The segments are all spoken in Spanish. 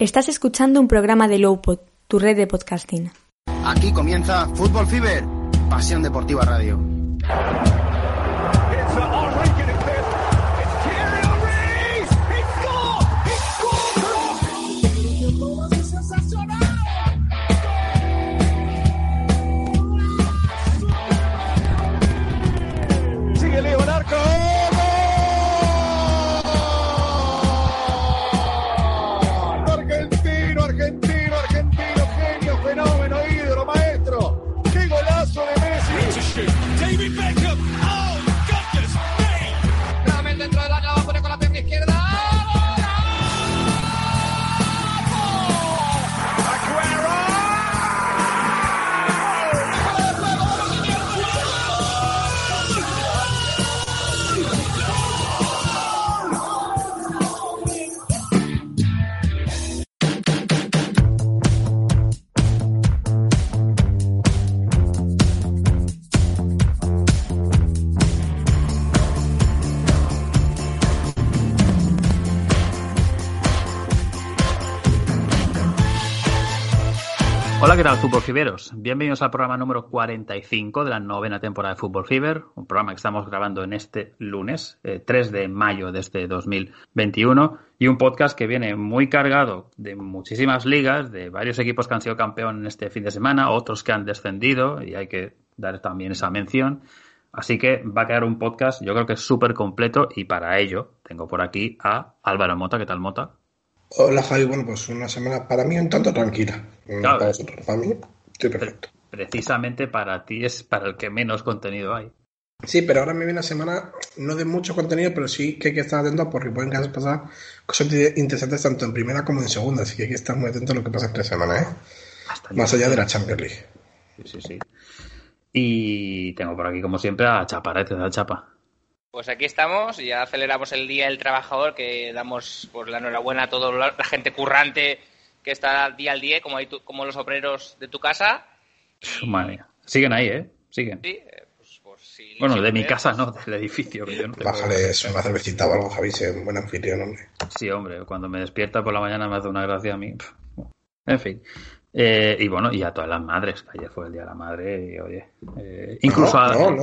Estás escuchando un programa de Lowpod, tu red de podcasting. Aquí comienza Fútbol Fever, Pasión Deportiva Radio. Sigue Leo Narco. Argentino, genio, fenómeno, ídolo, maestro. ¡Qué golazo de Messi! David Beckham, oh, goodness me. Nuevamente dentro del área, va a poner con la pierna izquierda. Hola, ¿qué tal, Fútbol Fiberos? Bienvenidos al programa número 45 de la 9ª temporada de Fútbol Fever, un programa que estamos grabando en este lunes, 3 de mayo de este 2021, y un podcast que viene muy cargado de muchísimas ligas, de varios equipos que han sido campeón en este fin de semana, otros que han descendido, y hay que dar también esa mención. Así que va a quedar un podcast, yo creo que es súper completo, y para ello tengo por aquí a Álvaro Mota. ¿Qué tal, Mota? Hola, Javi. Bueno, pues una semana para mí un tanto tranquila. Claro, para vosotros, para mí estoy perfecto. Precisamente para ti es para el que menos contenido hay. Sí, pero ahora me viene una semana no de mucho contenido, pero sí que hay que estar atento porque pueden pasar cosas interesantes tanto en primera como en segunda, así que hay que estar muy atento a lo que pasa entre semanas, más allá de la Champions League. Sí. Y tengo por aquí, como siempre, a Chaparete, de Chapa. Pues aquí estamos, ya celebramos el Día del Trabajador, que damos pues la enhorabuena a toda la gente currante que está día al día, como los obreros de tu casa. Madre mía. Siguen ahí, Siguen. Sí, pues sí. Bueno, de mi casa no, del edificio. Que yo no tengo. Bájale una cervecita o algo, Javi, sé un buen anfitrión, hombre. Sí, hombre, cuando me despierta por la mañana me hace una gracia a mí. En fin. Y bueno, y a todas las madres, que ayer fue el Día de la Madre, y oye. Incluso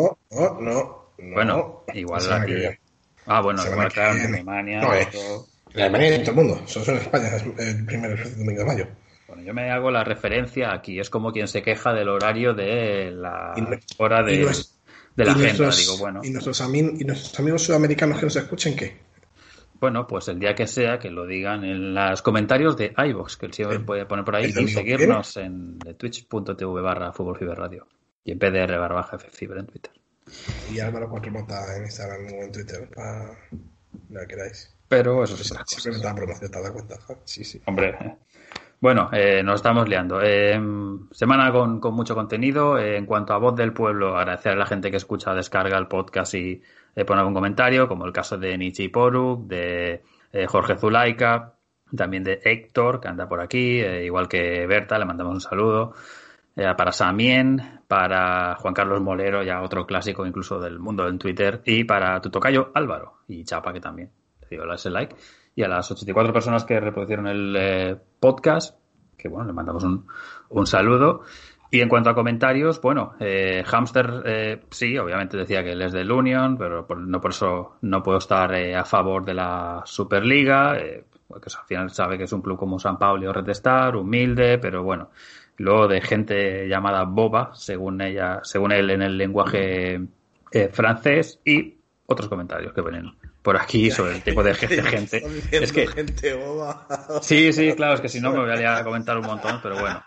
No. Bueno, igual aquí. Bueno, igual claro, en Alemania. No, en Alemania y en todo el mundo. Solo en España es el primer domingo de mayo. Bueno, yo me hago la referencia aquí. Es como quien se queja del horario de la hora de la agenda. Digo, bueno. ¿Y nuestros amigos sudamericanos que nos escuchen qué? Bueno, pues el día que sea, que lo digan en los comentarios de iVoox, que el señor puede poner por ahí, y seguirnos en twitch.tv/futbolfiberradio y en pdr/ffciber en Twitter. Y Álvaro 4 Mota en Instagram o en Twitter para lo que queráis. Pero eso sí. Siempre me está promoción, ¿te das cuenta? Sí. Hombre, bueno, nos estamos liando. Semana con mucho contenido. En cuanto a Voz del Pueblo, agradecer a la gente que escucha, descarga el podcast y pone algún comentario, como el caso de Nichi Poruk, de Jorge Zulaika, también de Héctor, que anda por aquí, igual que Berta, le mandamos un saludo. Para Samien, para Juan Carlos Molero, ya otro clásico incluso del mundo en Twitter, y para tu tocayo Álvaro, y Chapa, que también le dio ese like, y a las 84 personas que reproducieron el podcast, que bueno, le mandamos un saludo. Y en cuanto a comentarios, bueno, Hamster sí, obviamente decía que él es del Union, pero no por eso no puedo estar a favor de la Superliga, porque al final sabe que es un club como San Pauli o Red Star, humilde, pero bueno. Luego de gente llamada boba, según él en el lenguaje francés, y otros comentarios que vienen por aquí sobre el tipo de gente. Es que gente boba. Sí, claro, es que si no me voy a liar a comentar un montón, pero bueno.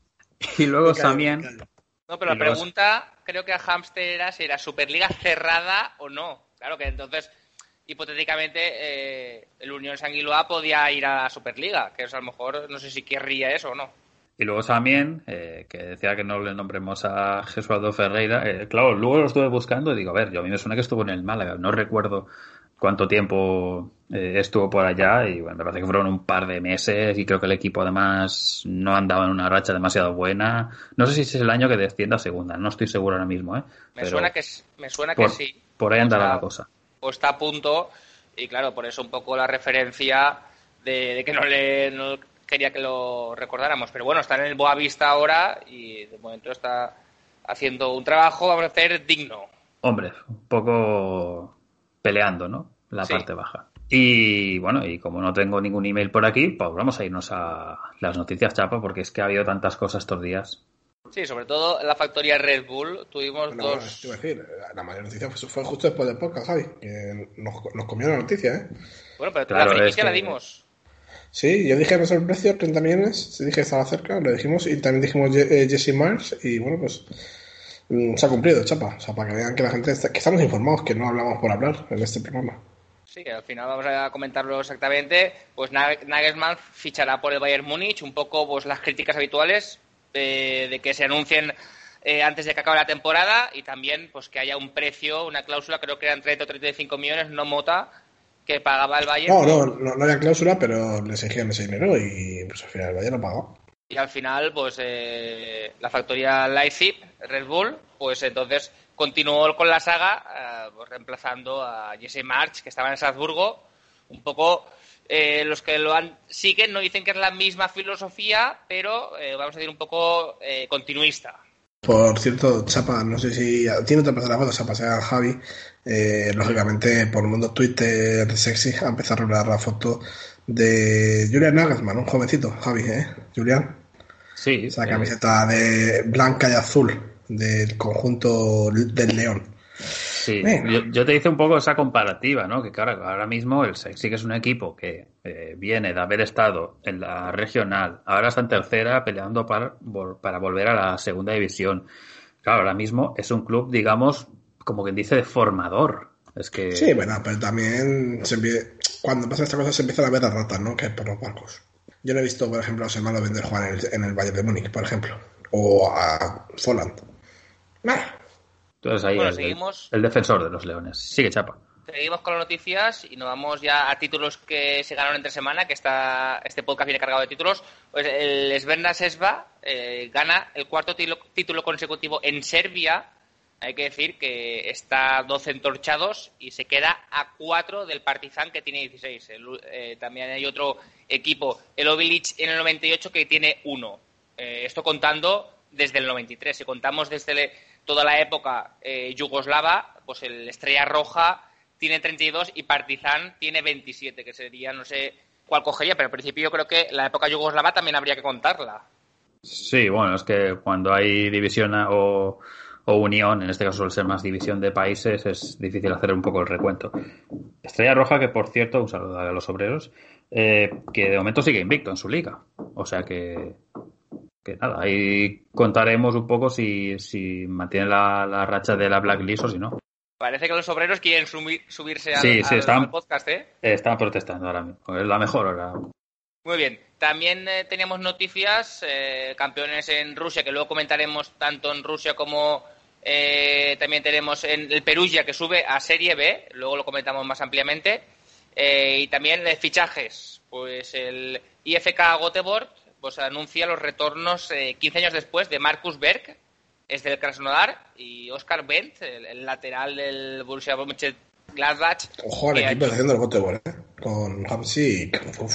Y luego también. No, pero la pregunta creo que a Hamster era si era Superliga cerrada o no. Claro que entonces, hipotéticamente, el Unión Sanguiloa podía ir a la Superliga, que eso a lo mejor no sé si querría eso o no. Y luego también, que decía que no le nombremos a Jesualdo Ferreira. Claro, luego lo estuve buscando y digo, a ver, a mí me suena que estuvo en el Málaga. No recuerdo cuánto tiempo estuvo por allá y bueno, me parece que fueron un par de meses y creo que el equipo además no andaba en una racha demasiado buena. No sé si es el año que descienda a segunda, no estoy seguro ahora mismo. Me suena que sí. Por ahí andará la cosa. O está a punto y claro, por eso un poco la referencia de que no le quería que lo recordáramos. Pero bueno, está en el Boavista ahora y de momento está haciendo un trabajo, vamos a hacer, digno. Hombre, un poco peleando, ¿no? La parte baja. Y bueno, y como no tengo ningún email por aquí, pues vamos a irnos a las noticias, Chapa, porque es que ha habido tantas cosas estos días. Sí, sobre todo en la factoría Red Bull tuvimos dos... Bueno, te iba a decir, la mayor noticia fue justo después del podcast, Javi, que nos comió la noticia, ¿eh? Bueno, pero claro, la primicia la dimos. Sí, yo dije nuestro precio, 30 millones, dije que estaba cerca, lo dijimos, y también dijimos Jesse Marsh, y bueno, pues se ha cumplido, Chapa. O sea, para que vean que la gente que estamos informados, que no hablamos por hablar en este programa. Sí, que al final vamos a comentarlo exactamente. Pues Nagelsmann fichará por el Bayern Múnich, un poco pues las críticas habituales de que se anuncien antes de que acabe la temporada y también pues que haya un precio, una cláusula, creo que eran 30 o 35 millones, no mota, que pagaba el Bayern. No había cláusula, pero le exigían ese dinero y pues al final el Bayern lo pagó. Y al final, pues la factoría Leipzig, Red Bull, pues entonces continuó con la saga, pues, reemplazando a Jesse March, que estaba en Salzburgo. Un poco los que siguen no dicen que es la misma filosofía, pero vamos a decir un poco continuista. Por cierto, Chapa, no sé si a ti no te pasa la foto, Chapa, sea Javi, lógicamente por el mundo Twitter sexy ha empezado a rolar la foto de Julian Nagelsmann, un jovencito, Javi, Julian. Sí. Esa camiseta de blanca y azul del conjunto del León. Sí, yo te hice un poco esa comparativa, ¿no? Que claro, ahora mismo el Sexy, que es un equipo que viene de haber estado en la regional, ahora está en tercera peleando para volver a la segunda división. Claro, ahora mismo es un club, digamos, como quien dice, de formador. Es que... Sí, bueno, pero también cuando pasa esta cosa se empiezan a ver las ratas, ¿no? Que es por los barcos. Yo no he visto, por ejemplo, a los hermanos vender jugar en el Bayern de Múnich, por ejemplo, o a Folland. Entonces ahí bueno, el defensor de los Leones. Sigue, Chapa. Seguimos con las noticias y nos vamos ya a títulos que se ganaron entre semana, que este podcast viene cargado de títulos. Pues el Sverna Sesva gana el cuarto título consecutivo en Serbia. Hay que decir que está 12 entorchados y se queda a 4 del Partizan, que tiene 16. También hay otro equipo, el Obilic, en el 98, que tiene 1. Esto contando desde el 93. Si contamos desde toda la época yugoslava, pues el Estrella Roja tiene 32 y Partizan tiene 27, que sería, no sé cuál cogería, pero al principio yo creo que la época yugoslava también habría que contarla. Sí, bueno, es que cuando hay división o unión, en este caso suele ser más división de países, es difícil hacer un poco el recuento. Estrella Roja, que por cierto, un saludo a los obreros, que de momento sigue invicto en su liga. O sea que nada, ahí contaremos un poco si mantiene la racha de la blacklist o si no. Parece que los obreros quieren subirse al podcast, ¿eh? Están protestando ahora mismo. Es la mejor hora. Muy bien. También teníamos noticias, campeones en Rusia, que luego comentaremos tanto en Rusia como también tenemos en el Perugia, que sube a Serie B, luego lo comentamos más ampliamente. Y también fichajes, pues el IFK Göteborg pues anuncia los retornos 15 años después de Markus Berg, es del Krasnodar, y Oscar Wendt, el lateral del Borussia Mönchengladbach. Ojo al equipo haciendo el Göteborg, con Hamsik.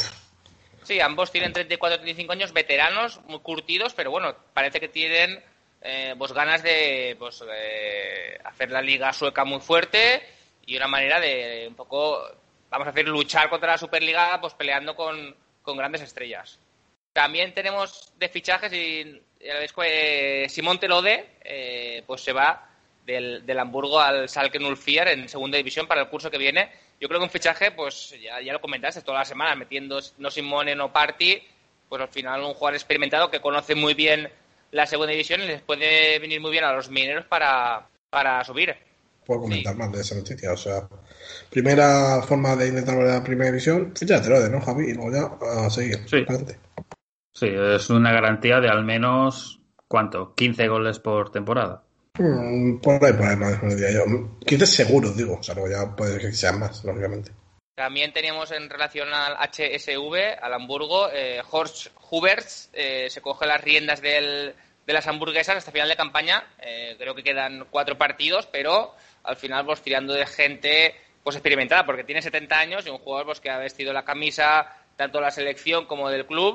Sí, ambos tienen 34 35 años, veteranos, muy curtidos, pero bueno, parece que tienen pues ganas de hacer la liga sueca muy fuerte y una manera de un poco, vamos a decir, luchar contra la Superliga, pues peleando con grandes estrellas. También tenemos de fichajes y ya veis que Simón Telode pues se va del Hamburgo al Schalke 04 en segunda división para el curso que viene. Yo creo que un fichaje, pues ya lo comentaste todas las semanas, metiendo no Simone, no Party, pues al final un jugador experimentado que conoce muy bien la segunda división y les puede venir muy bien a los mineros para subir. Puedo comentar más de esa noticia, o sea, primera forma de intentar volver a la primera división, ficha Telode, ¿no, Javi? Y luego ya a seguir. Sí. Adelante. Sí, es una garantía de al menos, ¿cuánto? 15 goles por temporada. Por ahí, más diría yo. 15 seguros, digo. O sea, luego ya puede que sean más, lógicamente. También teníamos en relación al HSV, al Hamburgo, Horst Huberts se coge las riendas de las hamburguesas hasta final de campaña. Creo que quedan 4 partidos, pero al final pues tirando de gente pues experimentada, porque tiene 70 años y un jugador pues que ha vestido la camisa tanto de la selección como del club.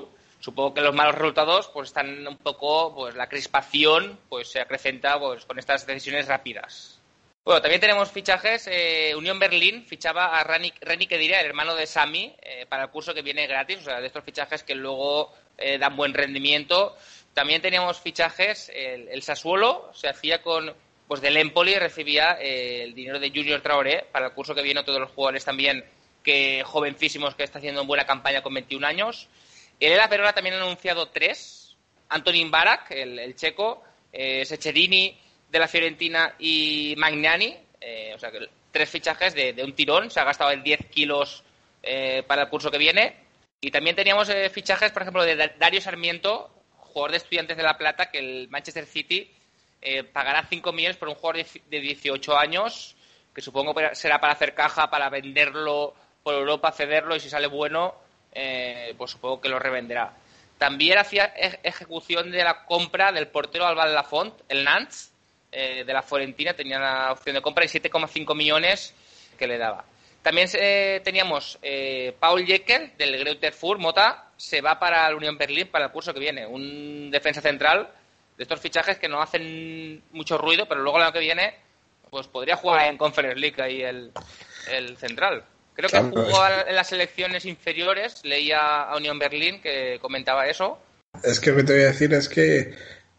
supongo que los malos resultados pues están un poco, pues la crispación pues se acrecenta pues con estas decisiones rápidas. Bueno, también tenemos fichajes. Unión Berlín fichaba a Reni Khedira, el hermano de Sami, para el curso que viene gratis, o sea, de estos fichajes que luego dan buen rendimiento. También teníamos fichajes. El Sassuolo se hacía con pues del Empoli, recibía el dinero de Junior Traoré para el curso que viene. Todos los jugadores también que jovencísimos que está haciendo buena campaña con 21 años. El Hellas Verona también ha anunciado 3. Antonín Barak, el checo, Sečerini de la Fiorentina y Magnani, o sea que 3 fichajes de un tirón. Se ha gastado en 10 kilos para el curso que viene. Y también teníamos fichajes, por ejemplo, de Dario Sarmiento, jugador de Estudiantes de La Plata, que el Manchester City pagará 5 millones por un jugador de 18 años, que supongo que será para hacer caja, para venderlo por Europa, cederlo, y si sale bueno, pues supongo que lo revenderá. También hacía ejecución de la compra del portero Alban Lafont, el Nantes, de la Fiorentina, tenía la opción de compra y 7,5 millones que le daba. También teníamos Paul Jekyll del Greuther Fürth, Mota, se va para la Unión Berlín para el curso que viene. Un defensa central de estos fichajes que no hacen mucho ruido, pero luego el año que viene pues podría jugar en Conference League ahí el central. Creo que jugó en las selecciones inferiores, leía a Unión Berlín que comentaba eso. Es que lo que te voy a decir es que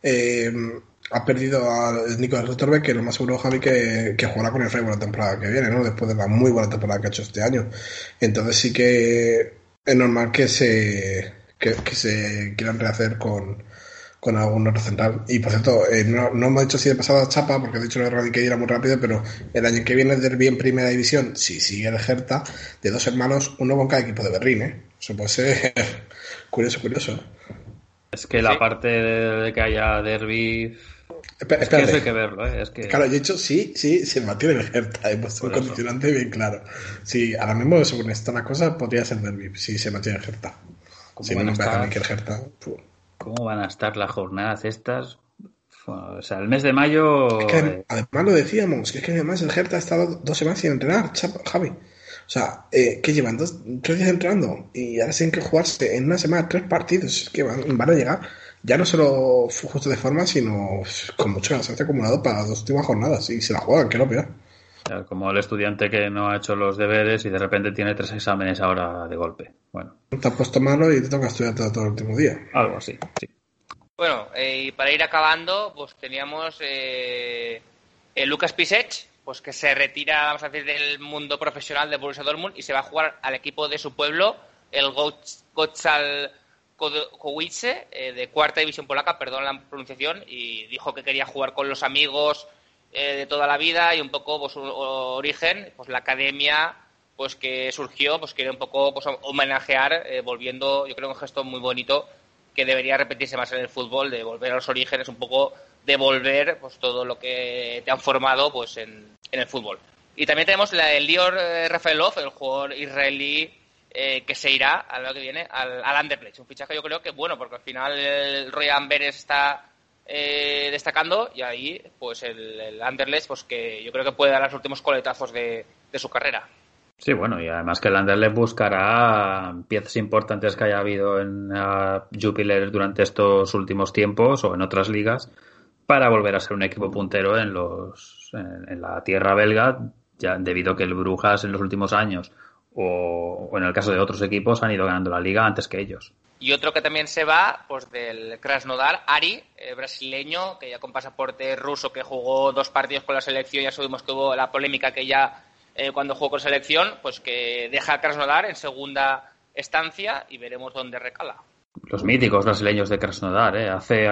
ha perdido a Nicolás Rotterbeck, que lo más seguro, Javi, que jugará con el Freiburg la temporada que viene, ¿no? Después de la muy buena temporada que ha hecho este año. Entonces sí que es normal que se quieran rehacer con algún otro central. Y por cierto, no hemos hecho así de pasada chapa, porque de hecho lo erradiqué ir muy rápido, pero el año que viene el derbi en primera división, si sigue el Hertha, de 2 hermanos, uno con cada equipo de Berlín, ¿eh? Eso puede ser curioso. Es que la parte de que haya derbi... Es que eso hay que verlo, ¿eh? Es que... Claro, de hecho, sí, se mantiene el Hertha, hemos un condicionante bien claro. Sí, ahora mismo, según está la cosa, podría ser derbi, si se mantiene el Hertha. Si no me parece que el Hertha... ¿Cómo van a estar las jornadas estas? O sea, el mes de mayo... Es que, además lo decíamos, que es que además el Hertha ha estado 2 semanas sin entrenar, Javi. O sea, que llevan 3 días entrenando y ahora tienen que jugarse en una semana 3 partidos. Es que van a llegar ya no solo justo de forma, sino con mucho cansancio acumulado para las 2 últimas jornadas. Y se la juegan, que lo peor. Como el estudiante que no ha hecho los deberes y de repente tiene 3 exámenes ahora de golpe. Bueno. Te has puesto malo y te toca estudiar todo el último día. Algo así, sí. Bueno, y para ir acabando, pues teníamos Lucas Piszczek, pues que se retira, vamos a decir, del mundo profesional de Borussia Dortmund y se va a jugar al equipo de su pueblo, el Gotzal Kowice, de 4ª división polaca, perdón la pronunciación, y dijo que quería jugar con los amigos de toda la vida y un poco pues su origen, pues la academia pues que surgió, pues quiere un poco pues homenajear, volviendo, yo creo un gesto muy bonito que debería repetirse más en el fútbol, de volver a los orígenes, un poco devolver pues todo lo que te han formado pues en el fútbol. Y también tenemos el Lior Rafaelov, el jugador israelí que se irá al año que viene al Anderlecht. Un fichaje yo creo que bueno, porque al final el Royal Amberes está destacando y ahí pues el Anderlecht pues que yo creo que puede dar los últimos coletazos de su carrera. Sí, bueno, y además que el Anderlecht buscará piezas importantes que haya habido en Jupiler durante estos últimos tiempos o en otras ligas para volver a ser un equipo puntero en la tierra belga, ya debido a que el Brujas en los últimos años o en el caso de otros equipos han ido ganando la liga antes que ellos. Y otro que también se va, pues del Krasnodar, Ari, brasileño, que ya con pasaporte ruso, que jugó 2 partidos con la selección, ya sabemos que hubo la polémica que ya cuando jugó con selección, pues que deja a Krasnodar en segunda estancia y veremos dónde recala. Los míticos brasileños de Krasnodar, hace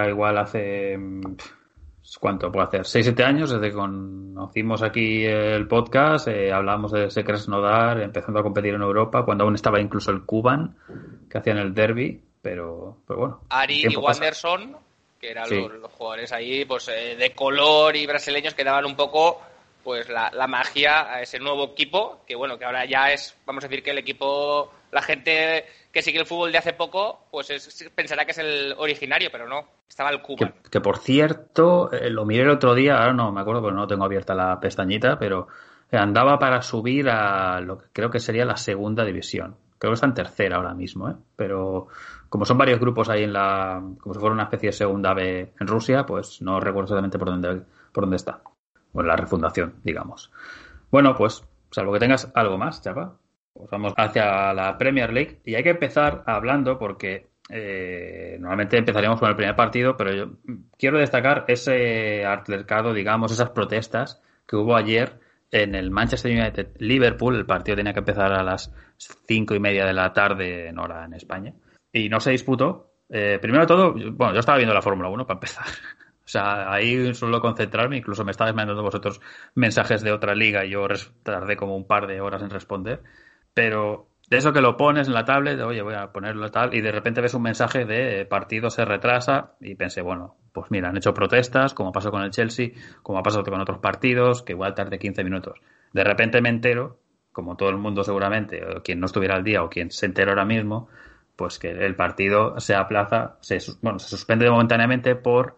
¿cuánto puede hacer? 6-7 años desde que conocimos aquí el podcast, hablamos de ese Krasnodar empezando a competir en Europa, cuando aún estaba incluso el Kuban, que hacían el derbi, pero bueno. Ari y Wanderson, que eran sí, los jugadores ahí pues de color y brasileños que daban un poco pues la magia a ese nuevo equipo, que bueno, que ahora ya es, vamos a decir que el equipo, la gente que sigue el fútbol de hace poco, pues pensará que es el originario, pero no, estaba el Cuba. Que por cierto, lo miré el otro día, ahora no me acuerdo porque no tengo abierta la pestañita, pero andaba para subir a lo que creo que sería la segunda división. creo que está en tercera ahora mismo, pero como son varios grupos ahí como si fuera una especie de segunda B en Rusia, pues no recuerdo exactamente por dónde está, o en la refundación, digamos. Bueno, pues salvo que tengas algo más, Chapa, pues vamos hacia la Premier League y hay que empezar hablando porque normalmente empezaríamos con el primer partido, pero yo quiero destacar ese altercado, digamos, esas protestas que hubo ayer en el Manchester United-Liverpool. El partido tenía que empezar a las 5:30 de la tarde en hora en España y no se disputó. Primero de todo, bueno, yo estaba viendo la Fórmula 1 para empezar. O sea, ahí suelo concentrarme, incluso me estabais mandando vosotros mensajes de otra liga y yo tardé como un par de horas en responder, pero de eso que lo pones en la tablet, oye, voy a ponerlo tal, y de repente ves un mensaje de partido se retrasa, y pensé, bueno, pues mira, han hecho protestas, como pasó con el Chelsea, como ha pasado con otros partidos, que igual tarde 15 minutos. De repente me entero, como todo el mundo seguramente, o quien no estuviera al día, o quien se enteró ahora mismo, pues que el partido se aplaza, se suspende momentáneamente por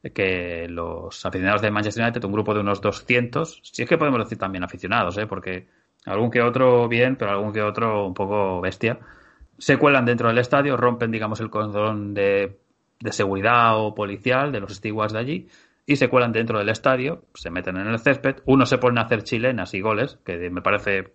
que los aficionados de Manchester United, un grupo de unos 200, si es que podemos decir también aficionados, porque algún que otro bien, pero algún que otro un poco bestia, se cuelan dentro del estadio, rompen, digamos, el cordón de seguridad o policial de los stewards de allí y se cuelan dentro del estadio, se meten en el césped, unos se ponen a hacer chilenas y goles, que me parece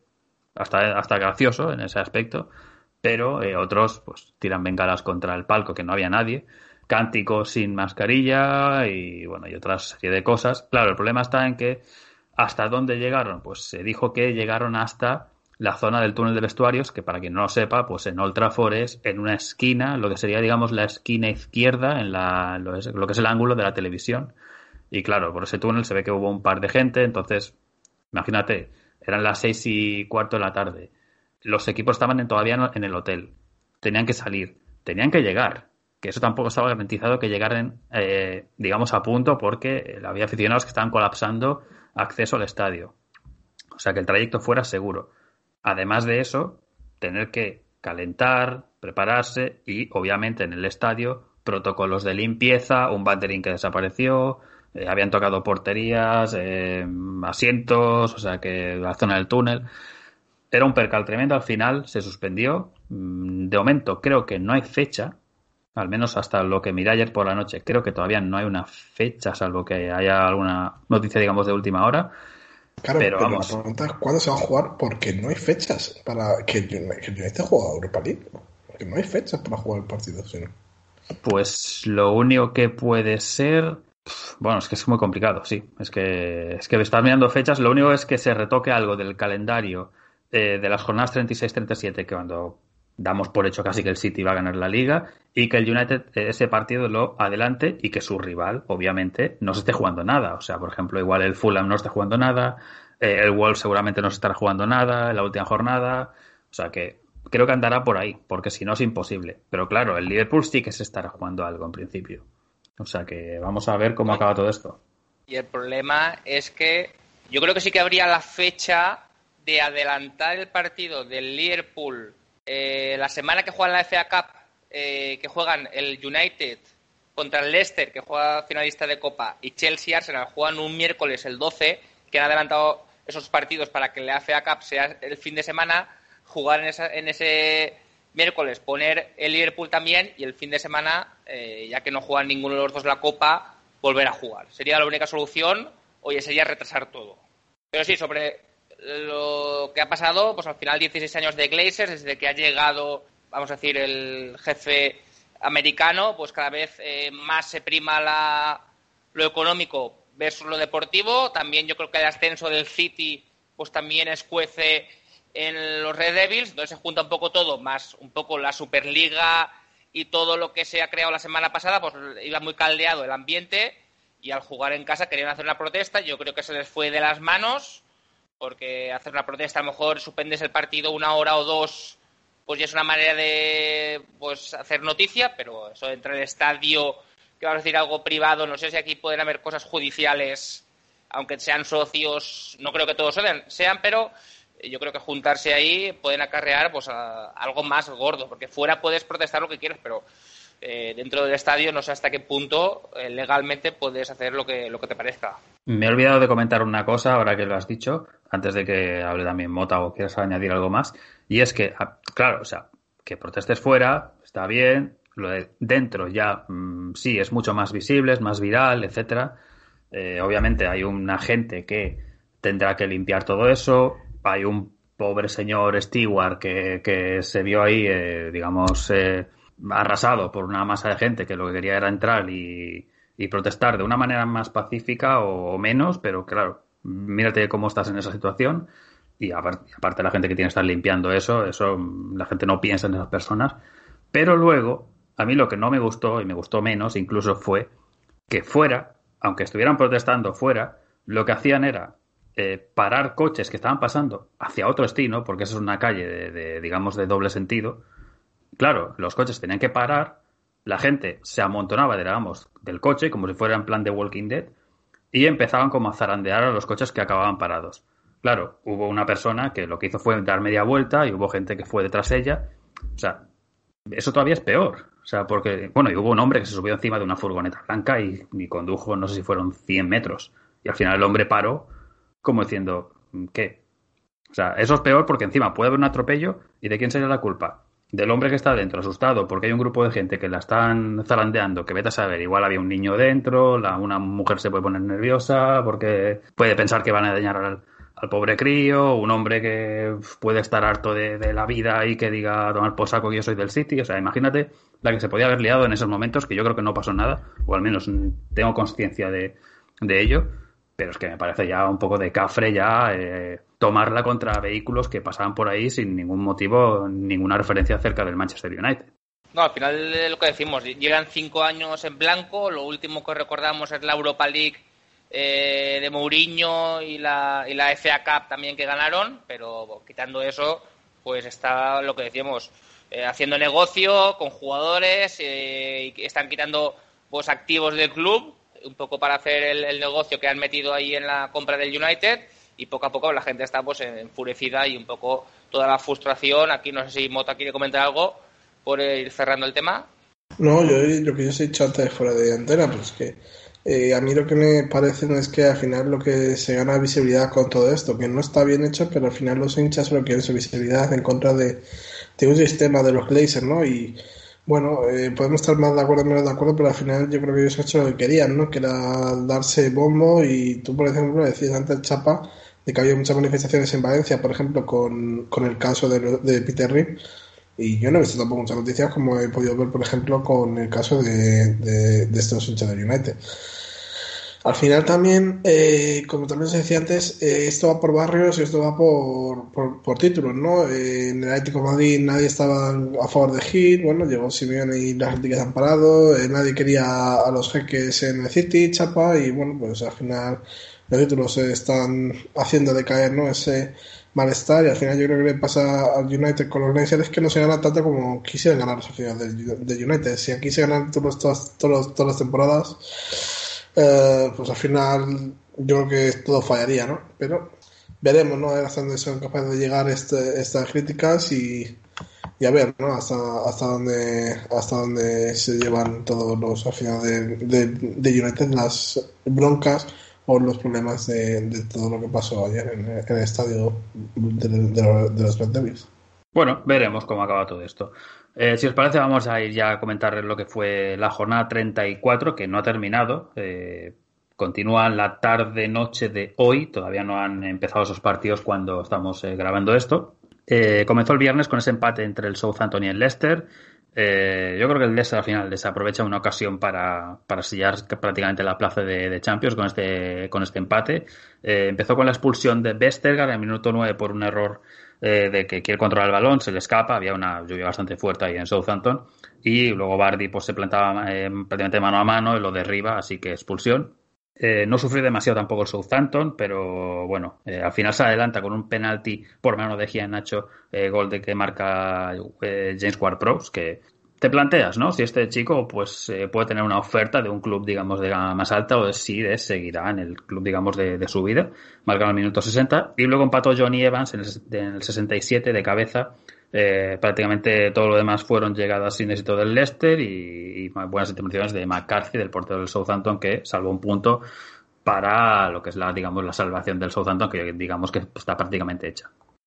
hasta gracioso en ese aspecto, pero otros pues tiran bengalas contra el palco, que no había nadie, cánticos sin mascarilla y bueno, y otra serie de cosas. Claro, el problema está en que ¿hasta dónde llegaron? Pues se dijo que llegaron hasta la zona del túnel de vestuarios, que para quien no lo sepa, pues en Old Trafford es en una esquina, lo que sería, digamos, la esquina izquierda, en lo que es el ángulo de la televisión. Y claro, por ese túnel se ve que hubo un par de gente, entonces, imagínate, eran las 6:15 de la tarde. Los equipos estaban todavía en el hotel. Tenían que salir, tenían que llegar. Que eso tampoco estaba garantizado que llegaran, digamos, a punto, porque había aficionados que estaban colapsando acceso al estadio. O sea, que el trayecto fuera seguro. Además de eso, tener que calentar, prepararse y, obviamente, en el estadio, protocolos de limpieza, un banderín que desapareció, habían tocado porterías, asientos, o sea, que la zona del túnel. Era un percal tremendo. Al final se suspendió. De momento creo que no hay fecha, al menos hasta lo que miré ayer por la noche. Creo que todavía no hay una fecha, salvo que haya alguna noticia, digamos, de última hora. Claro, pero vamos, la pregunta es cuándo se va a jugar, porque no hay fechas para que United juegue a Europa League. Porque no hay fechas para jugar el partido, sino. Pues lo único que puede ser... Bueno, es que es muy complicado, sí. Es que estar mirando fechas, lo único es que se retoque algo del calendario de las jornadas 36-37, que cuando damos por hecho casi que el City va a ganar la Liga, y que el United ese partido lo adelante y que su rival, obviamente, no se esté jugando nada. O sea, por ejemplo, igual el Fulham no está jugando nada, el Wolves seguramente no se estará jugando nada en la última jornada. O sea que creo que andará por ahí, porque si no es imposible. Pero claro, el Liverpool sí que se estará jugando algo en principio. O sea que vamos a ver cómo acaba todo esto. Y el problema es que yo creo que sí que habría la fecha de adelantar el partido del Liverpool la semana que juegan la FA Cup, que juegan el United contra el Leicester, que juega finalista de Copa, y Chelsea-Arsenal juegan un miércoles el 12, que han adelantado esos partidos para que la FA Cup sea el fin de semana, jugar en ese miércoles, poner el Liverpool también, y el fin de semana, ya que no juegan ninguno de los dos la Copa, volver a jugar. Sería la única solución, oye, sería retrasar todo. Pero sí, sobre lo que ha pasado, pues al final 16 años de Glazers, desde que ha llegado, vamos a decir, el jefe americano, pues cada vez más se prima lo económico versus lo deportivo. También yo creo que el ascenso del City pues también escuece en los Red Devils, entonces se junta un poco todo, más un poco la Superliga y todo lo que se ha creado la semana pasada, pues iba muy caldeado el ambiente, y al jugar en casa querían hacer una protesta. Yo creo que se les fue de las manos, porque hacer una protesta, a lo mejor suspendes el partido una hora o dos, pues ya es una manera de pues hacer noticia, pero eso entre el estadio, que vamos a decir algo privado, no sé si aquí pueden haber cosas judiciales, aunque sean socios, no creo que todos sean, pero yo creo que juntarse ahí pueden acarrear pues algo más gordo, porque fuera puedes protestar lo que quieras, pero dentro del estadio no sé hasta qué punto legalmente puedes hacer lo que te parezca. Me he olvidado de comentar una cosa ahora que lo has dicho, antes de que hable también Mota o quieras añadir algo más, Y es que, claro, o sea, que protestes fuera está bien, lo de dentro ya sí es mucho más visible, es más viral, etcétera. Obviamente hay una gente que tendrá que limpiar todo eso, hay un pobre señor Stewart que se vio ahí, digamos, arrasado por una masa de gente que lo que quería era entrar y protestar de una manera más pacífica o menos, pero claro, mírate cómo estás en esa situación y aparte la gente que tiene que estar limpiando eso, la gente no piensa en esas personas. Pero luego, a mí lo que no me gustó, y me gustó menos incluso, fue que fuera, aunque estuvieran protestando fuera, lo que hacían era parar coches que estaban pasando hacia otro destino, porque eso es una calle digamos, de doble sentido. Claro, los coches tenían que parar, la gente se amontonaba, digamos, del coche, como si fuera en plan de Walking Dead, y empezaban como a zarandear a los coches que acababan parados. Claro, hubo una persona que lo que hizo fue dar media vuelta y hubo gente que fue detrás de ella. O sea, eso todavía es peor. O sea, porque, bueno, y hubo un hombre que se subió encima de una furgoneta blanca y condujo, no sé si fueron 100 metros. Y al final el hombre paró como diciendo, ¿qué? O sea, eso es peor porque encima puede haber un atropello y ¿de quién sería la culpa? Del hombre que está dentro, asustado, porque hay un grupo de gente que la están zarandeando, que vete a saber, igual había un niño dentro, una mujer se puede poner nerviosa porque puede pensar que van a dañar al pobre crío, un hombre que puede estar harto de la vida y que diga tomar por saco que yo soy del City. O sea, imagínate la que se podía haber liado en esos momentos, que yo creo que no pasó nada, o al menos tengo conciencia de ello, pero es que me parece ya un poco de cafre ya tomarla contra vehículos que pasaban por ahí sin ningún motivo, ninguna referencia acerca del Manchester United. No, al final lo que decimos, llegan 5 años en blanco, lo último que recordamos es la Europa League de Mourinho y la FA Cup también que ganaron, pero quitando eso, pues está lo que decíamos, haciendo negocio con jugadores, y están quitando pues activos del club, un poco para hacer el negocio que han metido ahí en la compra del United, y poco a poco la gente está pues enfurecida y un poco toda la frustración. Aquí no sé si Mota quiere comentar algo por ir cerrando el tema. No, lo que yo os he dicho antes fuera de antena, pues que a mí lo que me parece no es que al final lo que se gana visibilidad con todo esto, que no está bien hecho, pero al final los hinchas solo quieren su visibilidad en contra de un sistema de los Glazers, ¿no? Y bueno, podemos estar más de acuerdo o menos de acuerdo, pero al final yo creo que ellos han hecho lo que querían, ¿no? Que era darse bombo. Y tú, por ejemplo, decías antes, Chapa, de que había muchas manifestaciones en Valencia, por ejemplo, con el caso de Peter Reid. Y yo no he visto tampoco muchas noticias como he podido ver, por ejemplo, con el caso de estos hinchas del United. Al final también, como también se decía antes, esto va por barrios y esto va por títulos, ¿no? En el Atlético de Madrid nadie estaba a favor de Gil, bueno, llegó Simeone y las críticas han parado, nadie quería a los jeques en el City, Chapa, y bueno, pues al final los títulos se están haciendo decaer, ¿no? Ese malestar, y al final yo creo que le pasa al United con los Glazers que no se gana tanto como quisieran ganar los aficionados del United. Si aquí se ganan todas las temporadas, pues al final yo creo que todo fallaría, ¿no? Pero veremos, ¿no? Hasta dónde son capaces de llegar estas críticas y a ver, ¿no? Hasta dónde se llevan todos los aficionados de United las broncas o los problemas de todo lo que pasó ayer en el estadio de los Red Devils. Bueno, veremos cómo acaba todo esto. Si os parece, vamos a ir ya a comentar lo que fue la jornada 34, que no ha terminado. Continúa la tarde-noche de hoy. Todavía no han empezado esos partidos cuando estamos grabando esto. Comenzó el viernes con ese empate entre el Southampton y el Leicester. Yo creo que el Leicester al final desaprovecha una ocasión para sellar prácticamente la plaza de Champions con este empate. Empezó con la expulsión de Vestergaard en el minuto 9 por un error de que quiere controlar el balón, se le escapa, había una lluvia bastante fuerte ahí en Southampton, y luego Vardy pues se plantaba prácticamente mano a mano y lo derriba, así que expulsión. No sufrió demasiado tampoco el Southampton, pero bueno, al final se adelanta con un penalti por mano de Giannacho, gol de que marca James Ward-Prowse, que te planteas, ¿no? Si este chico pues puede tener una oferta de un club, digamos, de gama más alta, o si seguirá en el club, digamos, de su vida. Marca en el minuto 60, y luego empató Johnny Evans en el 67 de cabeza. Prácticamente todo lo demás fueron llegadas sin éxito del Leicester y buenas intervenciones de McCarthy, del portero del Southampton, que salvó un punto para lo que es la salvación del Southampton, que digamos que está prácticamente hecha.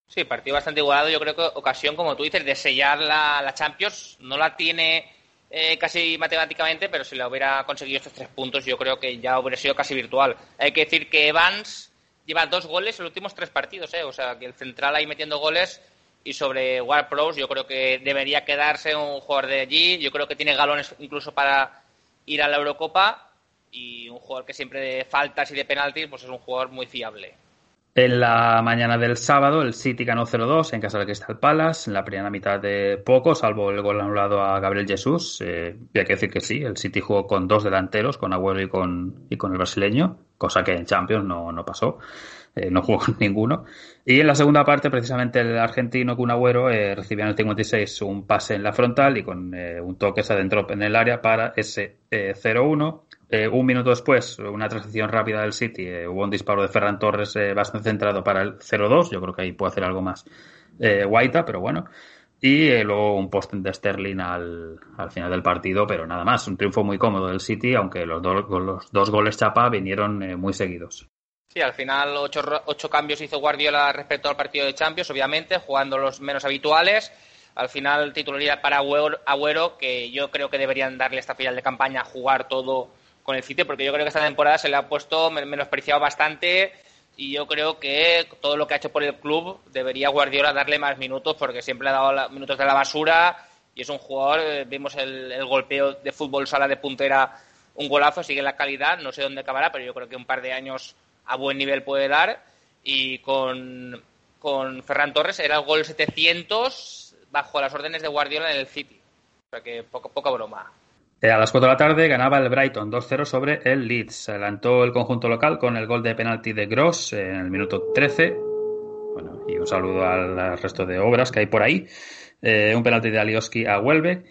Sí, partido bastante igualado. Yo creo que ocasión, como tú dices, de sellar la Champions, no la tiene casi matemáticamente, pero si la hubiera conseguido estos 3 puntos, yo creo que ya hubiera sido casi virtual. Hay que decir que Evans lleva 2 goles en los últimos 3 partidos, o sea, que el central ahí metiendo goles. Y sobre Ward-Prowse, yo creo que debería quedarse un jugador de allí. Yo creo que tiene galones incluso para ir a la Eurocopa. Y un jugador que siempre de faltas y de penaltis, pues es un jugador muy fiable. En la mañana del sábado, el City ganó 0-2 en casa del Crystal Palace. En la primera mitad de poco, salvo el gol anulado a Gabriel Jesús. Y hay que decir que sí, el City jugó con 2 delanteros, con Agüero y con el brasileño, cosa que en Champions no pasó. No jugó con ninguno. Y en la segunda parte, precisamente el argentino Kun Agüero recibía en el 56 un pase en la frontal y con un toque se adentró en el área para ese 0-1. Un minuto después, una transición rápida del City, hubo un disparo de Ferran Torres bastante centrado para el 0-2. Yo creo que ahí puede hacer algo más Guaita, pero bueno. Y luego un poste de Sterling al final del partido, pero nada más. Un triunfo muy cómodo del City, aunque los dos goles chapa vinieron muy seguidos. Sí, al final 8 cambios hizo Guardiola respecto al partido de Champions, obviamente, jugando los menos habituales. Al final titularidad para Agüero, que yo creo que deberían darle esta final de campaña a jugar todo con el City, porque yo creo que esta temporada se le ha puesto menospreciado bastante y yo creo que todo lo que ha hecho por el club debería Guardiola darle más minutos, porque siempre le ha dado minutos de la basura y es un jugador, vimos el golpeo de fútbol sala de puntera, un golazo, sigue la calidad, no sé dónde acabará, pero yo creo que un par de años a buen nivel puede dar. Y con Ferran Torres era el gol 700 bajo las órdenes de Guardiola en el City, o sea que poca broma. A las 4 de la tarde ganaba el Brighton 2-0 sobre el Leeds. Se adelantó el conjunto local con el gol de penalti de Gross en el minuto 13. Bueno, y un saludo al resto de obras que hay por ahí. Un penalti de Alioski a Welbeck.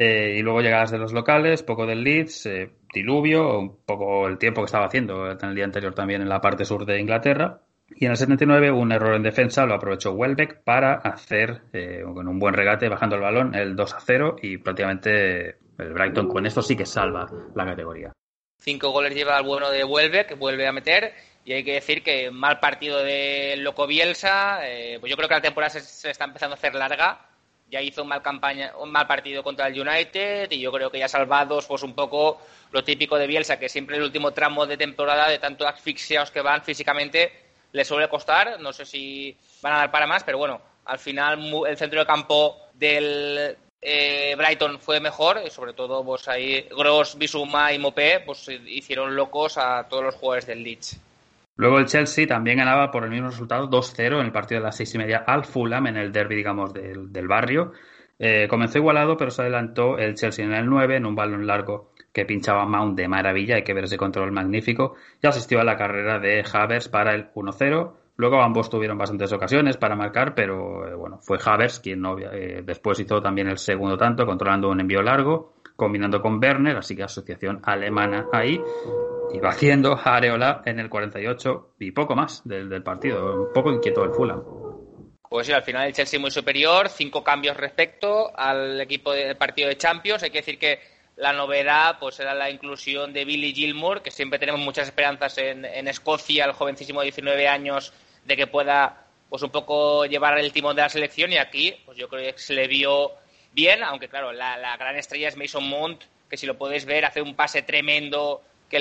Y luego llegadas de los locales, poco del Leeds, diluvio, un poco el tiempo que estaba haciendo en el día anterior también en la parte sur de Inglaterra. Y en el 79 un error en defensa lo aprovechó Welbeck para hacer, con un buen regate, bajando el balón, el 2-0 y prácticamente el Brighton con esto sí que salva la categoría. 5 goles lleva el bueno de Welbeck, que vuelve a meter, y hay que decir que mal partido de Loco Bielsa. Pues yo creo que la temporada se está empezando a hacer larga. Ya hizo un mal partido contra el United y yo creo que ya salvados, pues un poco lo típico de Bielsa, que siempre el último tramo de temporada, de tanto asfixiados que van físicamente, les suele costar. No sé si van a dar para más, pero bueno, al final el centro de campo del Brighton fue mejor, y sobre todo pues ahí Gross, Bissouma y Mopé pues hicieron locos a todos los jugadores del Leeds. Luego el Chelsea también ganaba por el mismo resultado 2-0 en el partido de las 6:30 al Fulham, en el derbi, digamos, del barrio. Comenzó igualado, pero se adelantó el Chelsea en el 9 en un balón largo que pinchaba Mount de maravilla. Hay que ver ese control magnífico. Y asistió a la carrera de Havertz para el 1-0. Luego ambos tuvieron bastantes ocasiones para marcar, pero bueno, fue Havertz quien después hizo también el segundo tanto, controlando un envío largo, combinando con Werner, así que asociación alemana ahí. Iba haciendo Areola en el 48 y poco más del partido. Un poco inquieto el Fulham. Pues sí, al final el Chelsea muy superior. 5 cambios respecto al equipo del partido de Champions. Hay que decir que la novedad pues era la inclusión de Billy Gilmour, que siempre tenemos muchas esperanzas en Escocia, el jovencísimo de 19 años, de que pueda pues un poco llevar el timón de la selección. Y aquí pues yo creo que se le vio bien, aunque claro, la gran estrella es Mason Mount, que si lo podéis ver hace un pase tremendo que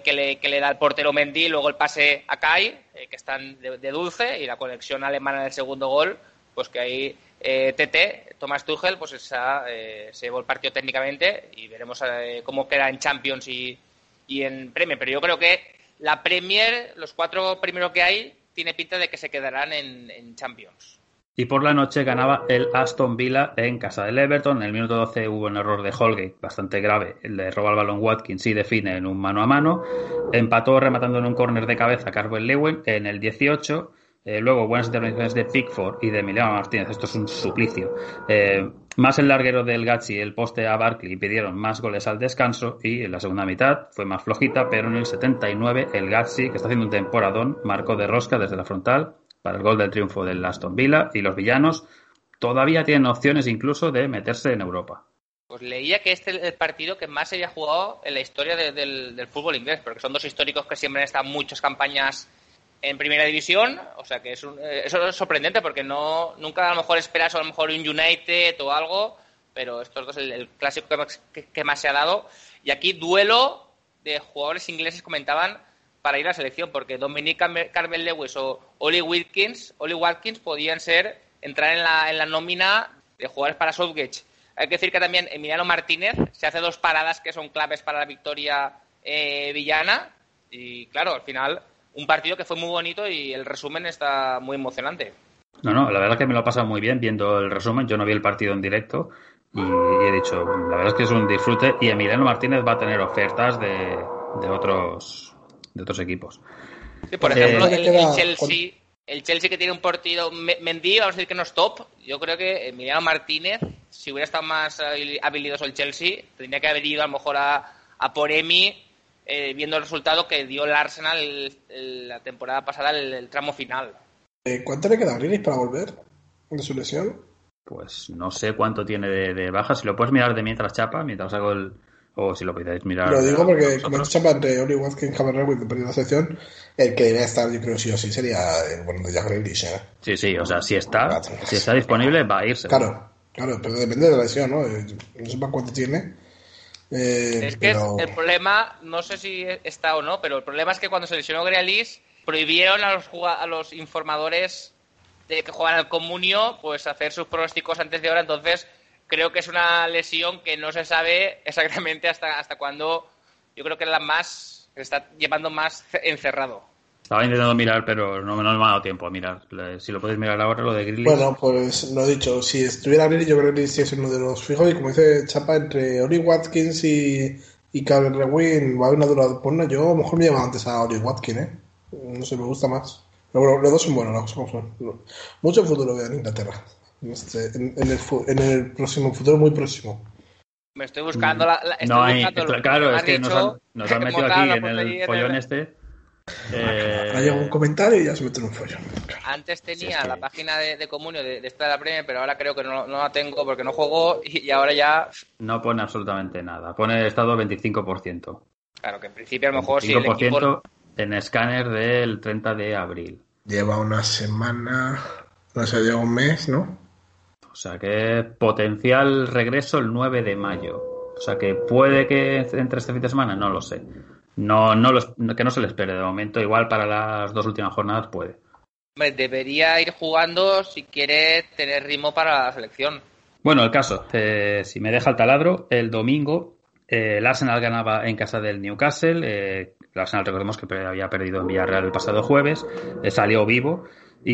le da el portero Mendy, luego el pase a Kai, que están de dulce, y la conexión alemana en el segundo gol, pues que ahí Thomas Tuchel, pues se llevó el partido técnicamente y veremos cómo queda en Champions y en Premier. Pero yo creo que la Premier, los 4 primeros que hay, tiene pinta de que se quedarán en Champions. Y por la noche ganaba el Aston Villa en casa del Everton. En el minuto 12 hubo un error de Holgate bastante grave. Le roba el balón Watkins y define en un mano a mano. Empató rematando en un córner de cabeza Calvert Lewin en el 18. Luego buenas intervenciones de Pickford y de Emiliano Martínez. Esto es un suplicio. Más el larguero del Gazzi y el poste a Barkley impidieron más goles al descanso. Y en la segunda mitad fue más flojita, pero en el 79 el Gazzi, que está haciendo un temporadón, marcó de rosca desde la frontal para el gol del triunfo del Aston Villa, y los villanos todavía tienen opciones incluso de meterse en Europa. Pues leía que este es el partido que más se había jugado en la historia del fútbol inglés, porque son 2 históricos que siempre han estado muchas campañas en primera división, o sea que eso es sorprendente porque nunca a lo mejor esperas a lo mejor un United o algo, pero estos dos el clásico que más se ha dado. Y aquí duelo de jugadores ingleses comentaban para ir a la selección, porque Dominic Calvert-Lewin o Oli Watkins podían entrar en la nómina de jugadores para Southgate. Hay que decir que también Emiliano Martínez se hace 2 paradas que son claves para la victoria villana, y claro, al final un partido que fue muy bonito y el resumen está muy emocionante. No, la verdad que me lo he pasado muy bien viendo el resumen. Yo no vi el partido en directo y he dicho, la verdad es que es un disfrute, y Emiliano Martínez va a tener ofertas de otros equipos. Sí, por ejemplo, el Chelsea que tiene un partido, Mendy, vamos a decir que no es top. Yo creo que Emiliano Martínez, si hubiera estado más habilidoso el Chelsea, tendría que haber ido a lo mejor a por Emi, viendo el resultado que dio el Arsenal la temporada pasada, el tramo final. ¿Cuánto le queda a Grealish para volver de su lesión? Pues no sé cuánto tiene de baja. Si lo puedes mirar de mientras, Chapa, mientras hago el... O si lo podéis mirar... Lo digo porque como es Chapa entre Oli Watkins y Calvert-Lewin de perdido la sección, el que debe estar, yo creo sí o sí, sería el bueno de Jack Grealish, ¿eh? Sí, o sea, si está disponible va a irse. Claro, pero depende de la lesión, ¿no? No sé para cuánto tiene. Es que el problema, no sé si está o no, pero el problema es que cuando se lesionó Grealish prohibieron a los informadores de que juegan al comunio pues hacer sus pronósticos antes de hora. Entonces creo que es una lesión que no se sabe exactamente hasta cuándo. Yo creo que es la más que se está llevando más encerrado. Estaba intentando mirar, pero no me ha dado tiempo a mirar. Si lo podéis mirar ahora, lo de Grealish. Bueno, pues lo he dicho. Si estuviera Grealish, yo creo que sí es uno de los fijos. Y como dice Chapa, entre Oli Watkins y Calvert-Lewin va a haber una dura pugna. Yo a lo mejor me llamo antes a Oli Watkins, ¿eh? No sé, me gusta más. Pero bueno, los dos son buenos, las cosas como son. Mucho futuro veo en Inglaterra. En el próximo futuro, muy próximo. Me estoy buscando claro, es que nos han metido aquí en el follón este. Ha llegado un comentario y ya se mete en un follón. Antes tenía la página de comunio de esta de la Premier, pero ahora creo que no la tengo porque no juego y ahora ya... No pone absolutamente nada. Pone estado 25%. Claro, que en principio a lo mejor 25% sí el equipo... en escáner del 30 de abril. Lleva una semana, no sé, lleva un mes, ¿no? O sea que potencial regreso el 9 de mayo. O sea que puede que entre este fin de semana, no lo sé. Que no se le espere de momento. Igual para las 2 últimas jornadas puede. Hombre, debería ir jugando si quiere tener ritmo para la selección. Bueno, el caso, si me deja el taladro, el domingo el Arsenal ganaba en casa del Newcastle. El Arsenal, recordemos que había perdido en Villarreal el pasado jueves, salió vivo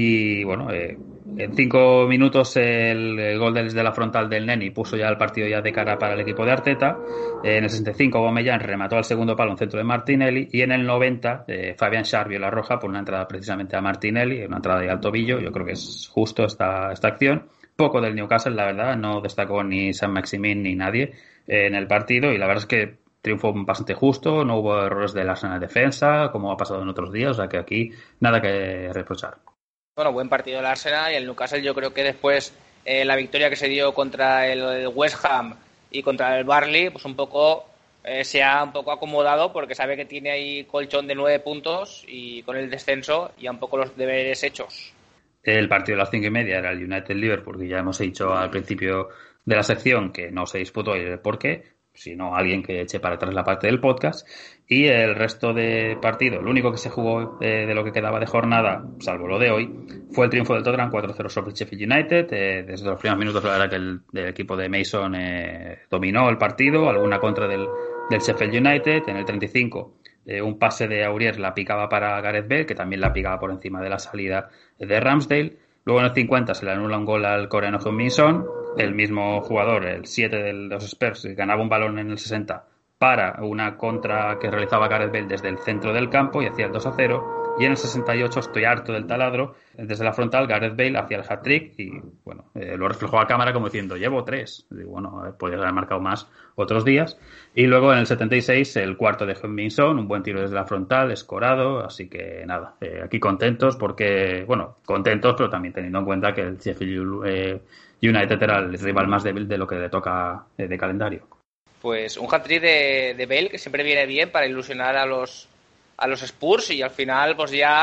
y bueno, en 5 minutos el gol desde la frontal del Neni puso ya el partido ya de cara para el equipo de Arteta. En el 65 Aubameyang remató al segundo palo un centro de Martinelli y en el 90 Fabian Schär vio la roja por una entrada precisamente a Martinelli, una entrada de al tobillo. Yo creo que es justo esta acción. Poco del Newcastle, la verdad, no destacó ni Saint-Maximin ni nadie en el partido y la verdad es que triunfo bastante justo, no hubo errores del Arsenal en defensa, como ha pasado en otros días, o sea que aquí nada que reprochar. Bueno, buen partido del Arsenal y el Newcastle. Yo creo que después la victoria que se dio contra el West Ham y contra el Burnley, pues un poco se ha un poco acomodado porque sabe que tiene ahí colchón de 9 puntos y con el descenso ya un poco los deberes hechos. El partido de las 5:30 era el United-Liverpool, que ya hemos dicho al principio de la sección que no se disputó y el por qué, sino alguien que eche para atrás la parte del podcast. Y el resto de partido, lo único que se jugó de lo que quedaba de jornada, salvo lo de hoy, fue el triunfo del Tottenham 4-0 sobre el Sheffield United. Desde los primeros minutos la verdad que el equipo de Mason dominó el partido, alguna contra del Sheffield United. En el 35 un pase de Aurier la picaba para Gareth Bale, que también la picaba por encima de la salida de Ramsdale. Luego en el 50 se le anula un gol al coreano Heung-min Son. El mismo jugador, el 7 de los Spurs, ganaba un balón en el 60 para una contra que realizaba Gareth Bale desde el centro del campo y hacía el 2-0. Y en el 68, estoy harto del taladro, desde la frontal Gareth Bale hacía el hat-trick y bueno, lo reflejó a cámara como diciendo, llevo 3. Y bueno, podría haber marcado más otros días. Y luego en el 76, el cuarto de Heung-min Son, un buen tiro desde la frontal, escorado, así que nada, aquí contentos porque, bueno, contentos, pero también teniendo en cuenta que el Sheffield United era el rival más débil de lo que le toca de calendario. Pues un hat-trick de Bale que siempre viene bien para ilusionar a los Spurs y al final pues ya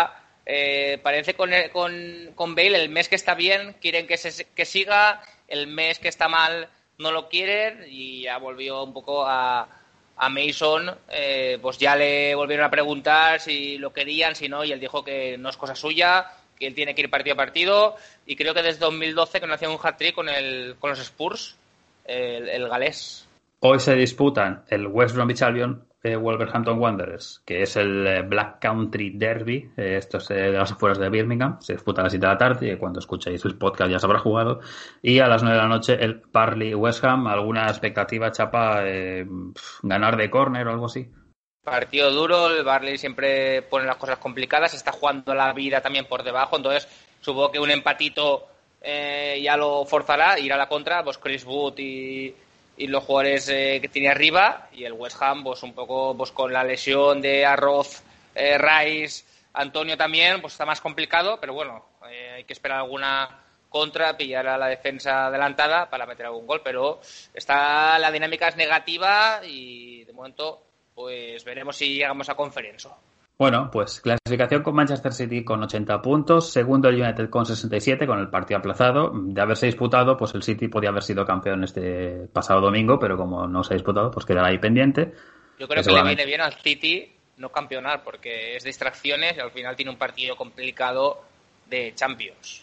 parece con Bale, el mes que está bien quieren que siga, el mes que está mal no lo quieren, y ya volvió un poco a Mason, pues ya le volvieron a preguntar si lo querían, si no, y él dijo que no es cosa suya, que él tiene que ir partido a partido, y creo que desde 2012 que no hacía un hat-trick con los Spurs, el galés. Hoy se disputan el West Bromwich Albion Wolverhampton Wanderers, que es el Black Country Derby, esto es de las afueras de Birmingham, se disputa a las 7 de la tarde, y cuando escuchéis el podcast ya se habrá jugado, y a las 9 de la noche el Burnley West Ham. ¿Alguna expectativa, Chapa? ¿Ganar de córner o algo así? Partido duro, el Burnley siempre pone las cosas complicadas, está jugando la vida también por debajo, entonces supongo que un empatito ya lo forzará, ir a la contra, pues Chris Wood y los jugadores que tiene arriba, y el West Ham pues un poco pues con la lesión de Arroz, Rice, Antonio también, pues está más complicado, pero bueno, hay que esperar alguna contra, pillar a la defensa adelantada para meter algún gol, pero la dinámica es negativa y de momento pues veremos si llegamos a conferencia. Bueno, pues clasificación con Manchester City con 80 puntos, segundo el United con 67 con el partido aplazado. De haberse disputado, pues el City podía haber sido campeón este pasado domingo, pero como no se ha disputado, pues quedará ahí pendiente. Yo creo que le viene bien al City no campeonar, porque es distracciones y al final tiene un partido complicado de Champions.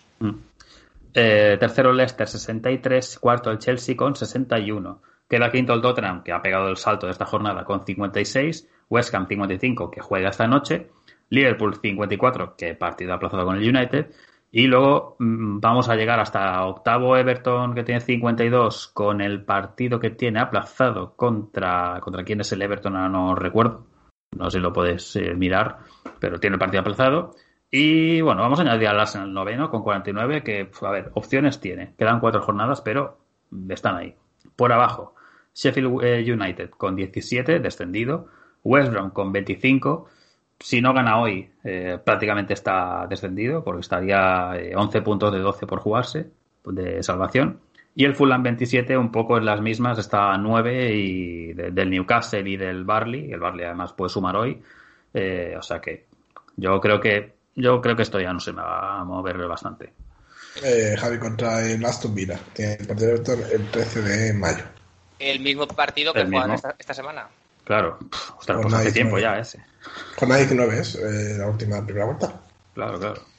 Tercero Leicester 63, cuarto el Chelsea con 61. Queda quinto el Tottenham, que ha pegado el salto de esta jornada con 56, West Ham 55, que juega esta noche, Liverpool 54, que partido aplazado con el United, y luego vamos a llegar hasta octavo Everton, que tiene 52, con el partido que tiene aplazado contra quién es el Everton, ahora no recuerdo, no sé si lo puedes mirar, pero tiene el partido aplazado. Y bueno, vamos a añadir al Arsenal noveno con 49, que a ver, opciones tiene, quedan 4 jornadas, pero están ahí. Por abajo, Sheffield United con 17, descendido. West Brom con 25. Si no gana hoy, prácticamente está descendido, porque estaría 11 puntos de 12 por jugarse, de salvación. Y el Fulham 27, un poco en las mismas, está a 9 y del Newcastle y del Burnley. El Burnley además puede sumar hoy. O sea que yo creo que esto ya no se me va a mover bastante. Javi, contra el Aston Villa. Tiene el partido de Everton el 13 de mayo. El mismo partido que juegan esta semana. Claro. Ostras, pues hace tiempo ya ese. Jornada 19 es la última primera vuelta. Claro.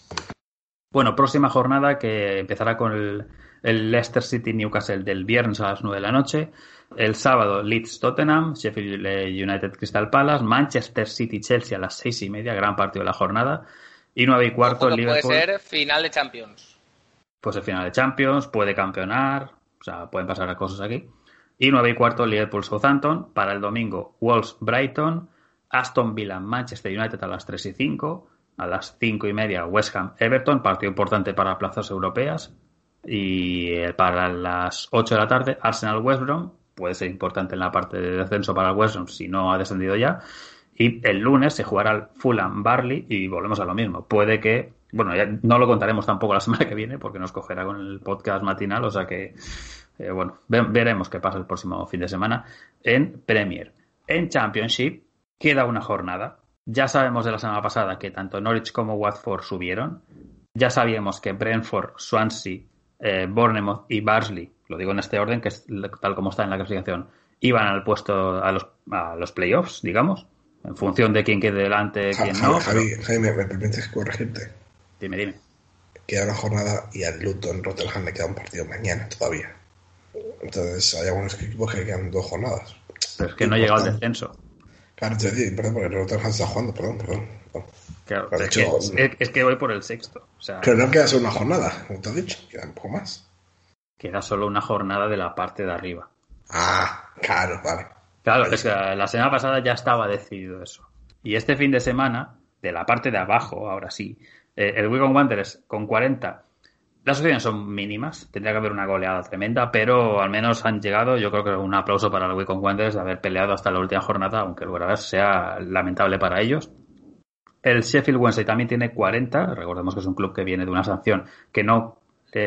Bueno, próxima jornada que empezará con el Leicester City Newcastle del viernes a las 9 de la noche. El sábado Leeds Tottenham, Sheffield United Crystal Palace, Manchester City Chelsea a las 6:30, gran partido de la jornada. Y 9:15 Liverpool. Puede ser final de Champions. Pues el final de Champions, puede campeonar, o sea, pueden pasar cosas aquí. Y 9:15 Liverpool Southampton. Para el domingo Wolves Brighton, Aston Villa Manchester United a las 3:05, a las 5:30 West Ham Everton, partido importante para plazas europeas. Y para las 8 de la tarde Arsenal West Brom, puede ser importante en la parte de descenso para el West Brom si no ha descendido ya. Y el lunes se jugará el Fulham Burnley y volvemos a lo mismo. Puede que, bueno, ya no lo contaremos tampoco la semana que viene porque nos cogerá con el podcast matinal, o sea que, bueno, veremos qué pasa el próximo fin de semana en Premier. En Championship queda una jornada. Ya sabemos de la semana pasada que tanto Norwich como Watford subieron. Ya sabíamos que Brentford, Swansea, Bournemouth y Barnsley, lo digo en este orden, que es tal como está en la clasificación, iban al puesto a los playoffs, digamos. En función de quién quede delante, quién no. Javi, ¿me permites corregirte? Dime. Queda una jornada y al Luton Rotterdam le queda un partido mañana todavía. Entonces hay algunos equipos que le quedan 2 jornadas. Pero es que no ha llegado al descenso. Claro, es decir, perdón, porque el Rotterdam está jugando, perdón. Claro, es que voy por el sexto. O sea, pero no queda solo una jornada, como te has dicho, queda un poco más. Queda solo una jornada de la parte de arriba. Ah, claro, vale. Claro, es que la semana pasada ya estaba decidido eso. Y este fin de semana, de la parte de abajo, ahora sí, el Wigan Wanderers con 40, las opciones son mínimas, tendría que haber una goleada tremenda, pero al menos han llegado. Yo creo que un aplauso para el Wigan Wanderers de haber peleado hasta la última jornada, aunque el verdad sea lamentable para ellos. El Sheffield Wednesday también tiene 40, recordemos que es un club que viene de una sanción que no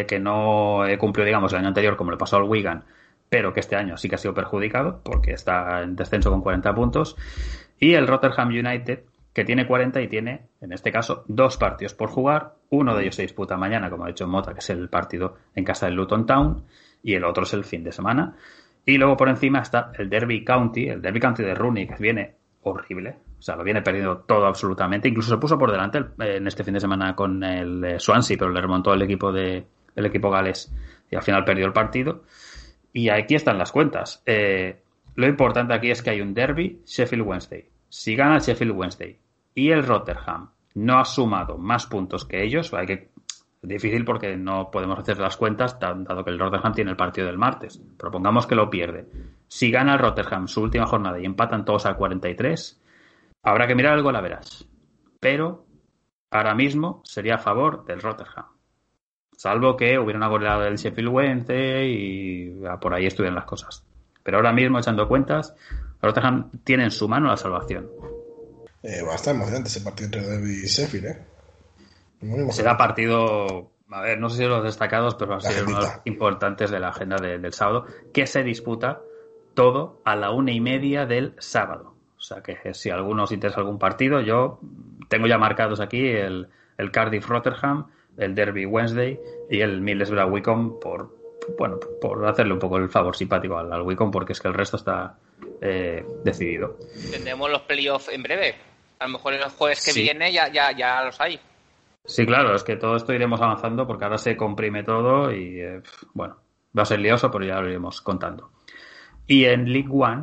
cumplió, digamos, el año anterior, como le pasó al Wigan, pero que este año sí que ha sido perjudicado porque está en descenso con 40 puntos. Y el Rotherham United que tiene 40 y tiene, en este caso, 2 partidos por jugar. Uno de ellos se disputa mañana, como ha dicho Mota, que es el partido en casa del Luton Town, y el otro es el fin de semana. Y luego por encima está el Derby County de Rooney, que viene horrible. O sea, lo viene perdiendo todo absolutamente. Incluso se puso por delante en este fin de semana con el Swansea, pero le remontó el equipo galés y al final perdió el partido. Y aquí están las cuentas. Lo importante aquí es que hay un Derby Sheffield Wednesday. Si gana el Sheffield Wednesday y el Rotherham no ha sumado más puntos que ellos, es difícil porque no podemos hacer las cuentas, dado que el Rotherham tiene el partido del martes. Propongamos que lo pierde. Si gana el Rotherham su última jornada y empatan todos a 43, habrá que mirar el golaveras. Pero ahora mismo sería a favor del Rotherham. Salvo que hubiera una goleada del Sheffield Wednesday y por ahí estuvieran las cosas. Pero ahora mismo, echando cuentas, Rotherham tiene en su mano la salvación. Va a estar emocionante ese partido entre Derby y Sheffield, Será partido, a ver, no sé si los destacados, pero va a ser uno de los importantes de la agenda del sábado, que se disputa todo a la 1:30 del sábado. O sea que si a alguno os interesa algún partido, yo tengo ya marcados aquí el Cardiff Rotherham, el Derby Wednesday y el Middlesbrough Wycombe por hacerle un poco el favor simpático al Wycombe, porque es que el resto está decidido. Tendremos los playoffs en breve. A lo mejor el jueves que viene ya los hay. Sí, claro, es que todo esto iremos avanzando porque ahora se comprime todo y va a ser lioso, pero ya lo iremos contando. Y en League One,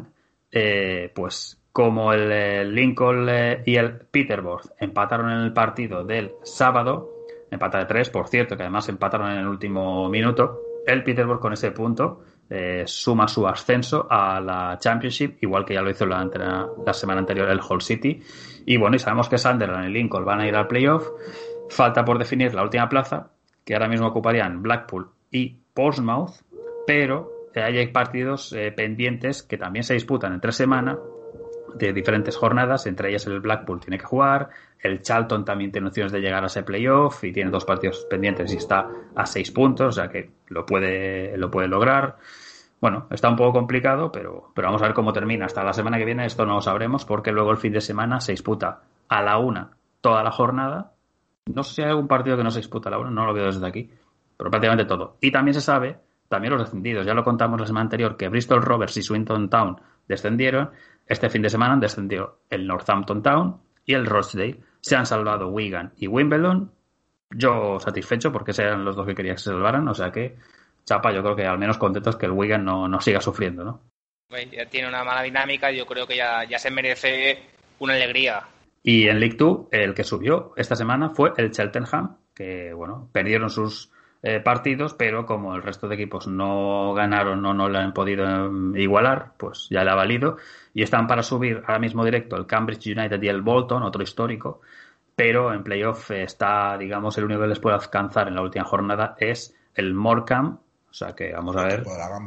pues como el Lincoln y el Peterborough empataron en el partido del sábado, empata de 3, por cierto, que además empataron en el último minuto, el Peterborough con ese punto suma su ascenso a la Championship, igual que ya lo hizo la semana anterior el Hull City. Y bueno, y sabemos que Sunderland y Lincoln van a ir al playoff. Falta por definir la última plaza, que ahora mismo ocuparían Blackpool y Portsmouth, pero hay partidos pendientes que también se disputan entre semana, de diferentes jornadas. Entre ellas el Blackpool tiene que jugar, el Charlton también tiene opciones de llegar a ese playoff y tiene 2 partidos pendientes y está a 6 puntos, o sea que lo puede lograr. Bueno, está un poco complicado, pero vamos a ver cómo termina. Hasta la semana que viene esto no lo sabremos, porque luego el fin de semana se disputa a la 1 toda la jornada. No sé si hay algún partido que no se disputa a la 1, no lo veo desde aquí, pero prácticamente todo. Y también se sabe, también los descendidos, ya lo contamos la semana anterior, que Bristol Rovers y Swinton Town descendieron. Este fin de semana han descendido el Northampton Town y el Rochdale. Se han salvado Wigan y Wimbledon. Yo satisfecho porque eran los 2 que quería que se salvaran, o sea que, chapa, yo creo que al menos contentos que el Wigan no siga sufriendo, ¿no? Ya tiene una mala dinámica y yo creo que ya se merece una alegría. Y en League 2, el que subió esta semana fue el Cheltenham, que perdieron sus partidos, pero como el resto de equipos no ganaron, no le han podido igualar, pues ya le ha valido. Y están para subir ahora mismo directo el Cambridge United y el Bolton, otro histórico, pero en playoff está, digamos, el único que les puede alcanzar en la última jornada es el Morecambe. O sea que vamos a ver.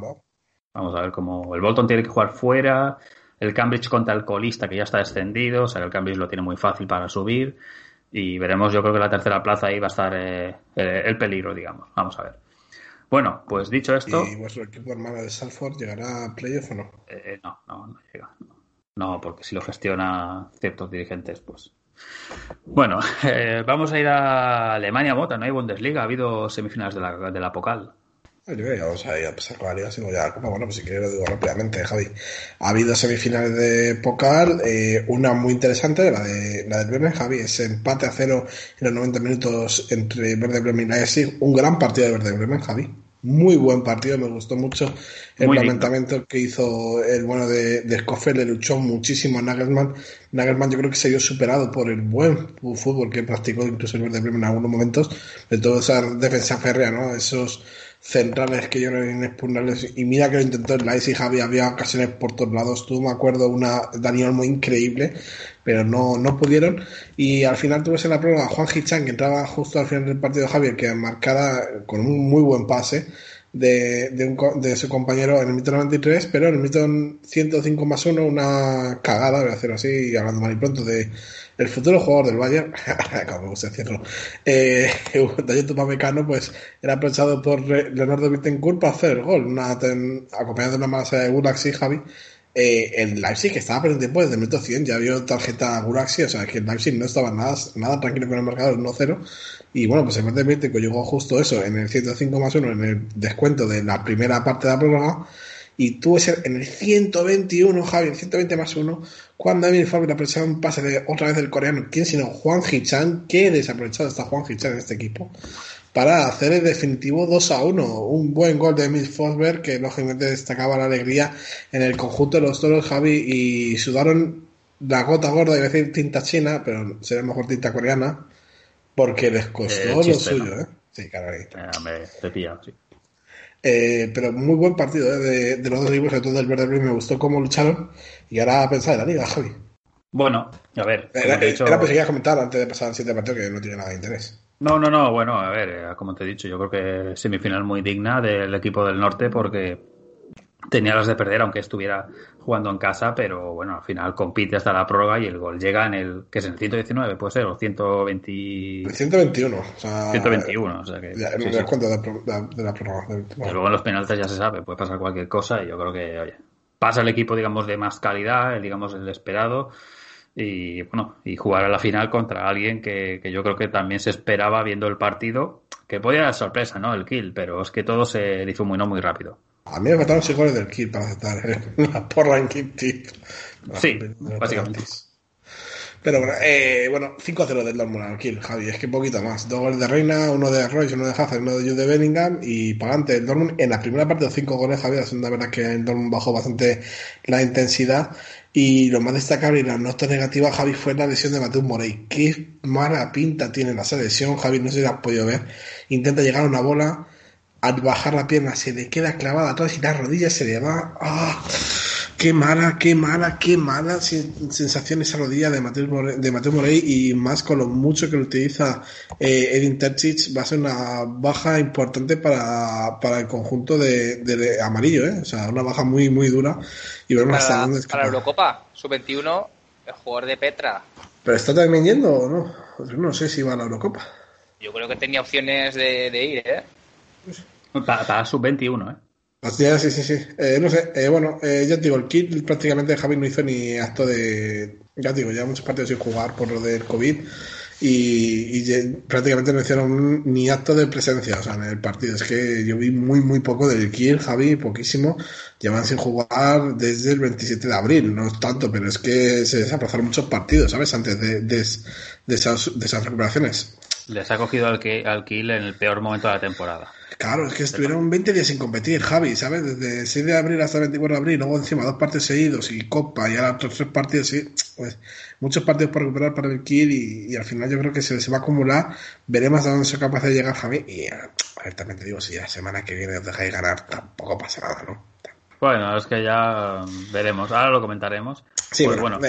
Vamos a ver cómo el Bolton tiene que jugar fuera. El Cambridge contra el colista, que ya está descendido, o sea que el Cambridge lo tiene muy fácil para subir. Y veremos, yo creo que la tercera plaza ahí va a estar el peligro, digamos. Vamos a ver. Bueno, pues dicho esto... ¿Y vuestro equipo hermano de Salford llegará a playoff o no? No llega. No, porque si lo gestiona ciertos dirigentes, pues... Bueno, vamos a ir a Alemania, Mota, no hay Bundesliga, ha habido semifinales de la Pokal. Yo creo que vamos a ir a pasar con la Liga, sino ya la Copa. Bueno, pues si quieres lo digo rápidamente, Javi. Ha habido semifinales de Pokal, una muy interesante, la de Bremen, Javi, ese empate a 0 en los 90 minutos entre Werder Bremen y Leipzig. Un gran partido de Werder Bremen, Javi. Muy buen partido, me gustó mucho el planteamiento que hizo el bueno de Schofield, le luchó muchísimo a Nagelsmann. Nagelsmann yo creo que se vio superado por el buen fútbol que practicó incluso el Werder Bremen en algunos momentos, de toda esa defensa férrea, ¿no? Esos centrales que yo no eran inexpugnables, y mira que lo intentó el Leipzig, Javi, había ocasiones por todos lados, me acuerdo una Dani Olmo increíble, pero no pudieron, y al final tuve en la prueba a Juan Hichan, que entraba justo al final del partido, Javier, que marcara con un muy buen pase de su compañero en el minuto 93, pero en el minuto 105+1 una cagada, voy a hacer así, hablando mal y pronto, de el futuro jugador del Bayern, como me gusta decirlo, Dayot Upamecano, pues era aprovechado por Leonardo Bittencourt para hacer el gol, acompañado de una masa de Gulaxi, Javi, el Leipzig que estaba perdiendo tiempo desde el minuto 100, ya vio tarjeta Gulaxi, o sea que el Leipzig no estaba nada tranquilo con el marcador 1-0, y bueno, pues el Bayern Múnich llegó justo eso, en el 105+1, en el descuento de la primera parte de la prórroga, y tuvo que ser en el 121, Javi, el 120+1, cuando Emil Faber aprovechaba un pase otra vez del coreano, ¿quién sino Hwang Hee-chan? Qué desaprovechado está Hwang Hee-chan en este equipo, para hacer el definitivo 2-1. Un buen gol de Emil Forsberg que lógicamente destacaba la alegría en el conjunto de los toros, Javi, y sudaron la gota gorda, iba a decir tinta china, pero sería mejor tinta coreana, porque les costó lo suyo, ¿no? Sí, claro. Te pilla, sí. Pero muy buen partido de los dos equipos, sobre todo del Werder Bremen, me gustó cómo lucharon, y ahora a pensar en la liga, Javi. Bueno, a ver. Era pues quería comentar antes de pasar al siguiente partido que no tiene nada de interés. No, bueno, a ver, como te he dicho, yo creo que semifinal muy digna del equipo del norte porque tenía las de perder aunque estuviera jugando en casa, pero bueno, al final compite hasta la prórroga y el gol llega en el, que es en el 119, puede ser, o 120... El 121, o sea... 121, o sea que... Ya, sí. Cuenta de la prórroga. Y luego en los penaltis ya se sabe, puede pasar cualquier cosa y yo creo que, oye, pasa el equipo, digamos, de más calidad, digamos, el esperado. Y bueno, y jugar a la final contra alguien que yo creo que también se esperaba viendo el partido, que podía dar sorpresa, ¿no? El Kiel, pero es que todo se hizo muy rápido. A mí me faltaron 6 goles del Kiel para aceptar la porra en Kiel Tip. Sí, básicamente. Pero bueno, 5-0 del Dortmund al Kiel, Javi, es que poquito más. 2 goles de Reina, 1 de Royce, 1 de Hazard, 1 de Jude Bellingham y para adelante el Dortmund. En la primera parte de 5 goles, Javi, la segunda verdad que el Dortmund bajó bastante la intensidad. Y lo más destacable y la nota negativa, Javi, fue la lesión de Mateu Morey. Qué mala pinta tiene la lesión, Javi, no sé si la has podido ver. Intenta llegar a una bola, al bajar la pierna se le queda clavada atrás y la rodilla se le va. ¡Ah! Qué mala sensación esa rodilla de Mateu Morey, y más con lo mucho que lo utiliza Edin Terzic. Va a ser una baja importante para el conjunto de amarillo, o sea, una baja muy dura, y veremos hasta dónde escapa. Para la Eurocopa Sub-21, el jugador de Petra. ¿Pero está también yendo o no? No sé si va a la Eurocopa. Yo creo que tenía opciones de ir, Para Sub-21, Sí. No sé, bueno, ya te digo, el Kiel prácticamente Javi no hizo ni acto de... Ya te digo, ya muchos partidos sin jugar por lo del COVID y prácticamente no hicieron ni acto de presencia, o sea, en el partido. Es que yo vi muy poco del Kiel, Javi, poquísimo. Llevan sin jugar desde el 27 de abril, no es tanto, pero es que se desaplazaron muchos partidos, ¿sabes? Antes de esas recuperaciones. Les ha cogido al Kiel en el peor momento de la temporada. Claro, es que estuvieron 20 días sin competir, Javi, ¿sabes? Desde el 6 de abril hasta el 24 de abril, luego encima 2 partidos seguidos y Copa, y ahora otros 3 partidos, sí. Pues muchos partidos por recuperar para el Kiel y al final yo creo que se va a acumular. Veremos a dónde soy capaz de llegar, Javi. Y a ver, también te digo, si la semana que viene os dejáis ganar, tampoco pasa nada, ¿no? Bueno, es que ya veremos, ahora lo comentaremos. Sí, pues bueno,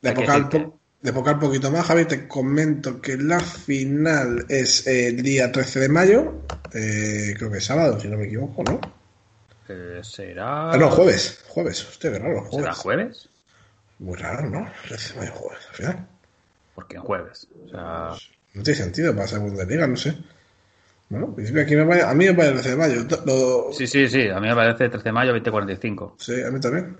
de poco al poquito más, Javi, te comento que la final es el día 13 de mayo, creo que es sábado, si no me equivoco, ¿no? Será... No, jueves, hostia, qué raro, jueves. ¿Será jueves? Muy raro, ¿no? 13 de mayo, jueves, al final. ¿Por qué en jueves? O sea... No tiene sentido para la Bundesliga, no sé. Bueno, en principio aquí a mí me parece el 13 de mayo. Sí, a mí me parece 13 de mayo, 20:45. Sí, a mí también.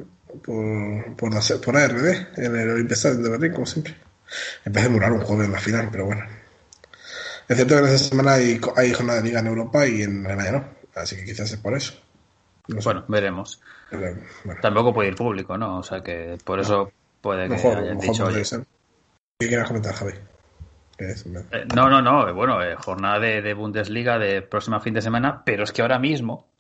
Por ARD, en el Olympiastadion de Berlín, como siempre. Me parece muy raro un jueves en la final, pero bueno. Es cierto que en esta semana hay jornada de liga en Europa y en Alemania no. Así que quizás es por eso. No sé. Bueno, veremos. Pero, bueno. Tampoco puede ir público, ¿no? O sea que por eso puede que hayan dicho... Oye. ¿Qué quieres comentar, Javi? No. Bueno, jornada de Bundesliga de próxima fin de semana, pero es que ahora mismo...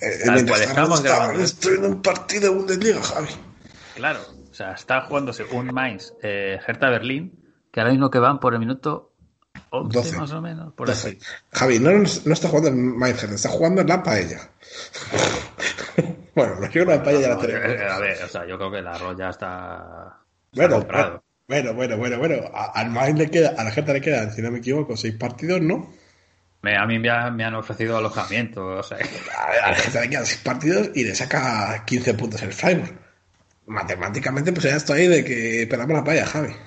Estoy en un partido de Bundesliga, Javi. Claro, o sea, está jugándose un Mainz Hertha Berlín, que ahora mismo que van por el minuto 11 12, más o menos. Por 12. Javi, no está jugando en Mainz Hertha, está jugando en la paella. Bueno, yo la paella ya la tenemos. A ver, o sea, yo creo que el arroz ya está comprado. Bueno. Al Mainz le queda, a la Hertha le quedan, si no me equivoco, 6 partidos, ¿no? A mí me han ofrecido alojamiento, o sea... A la Hertha le quedan 6 partidos y le saca 15 puntos el Freiburg. Matemáticamente, pues ya estoy ahí de que esperamos la paella, Javi.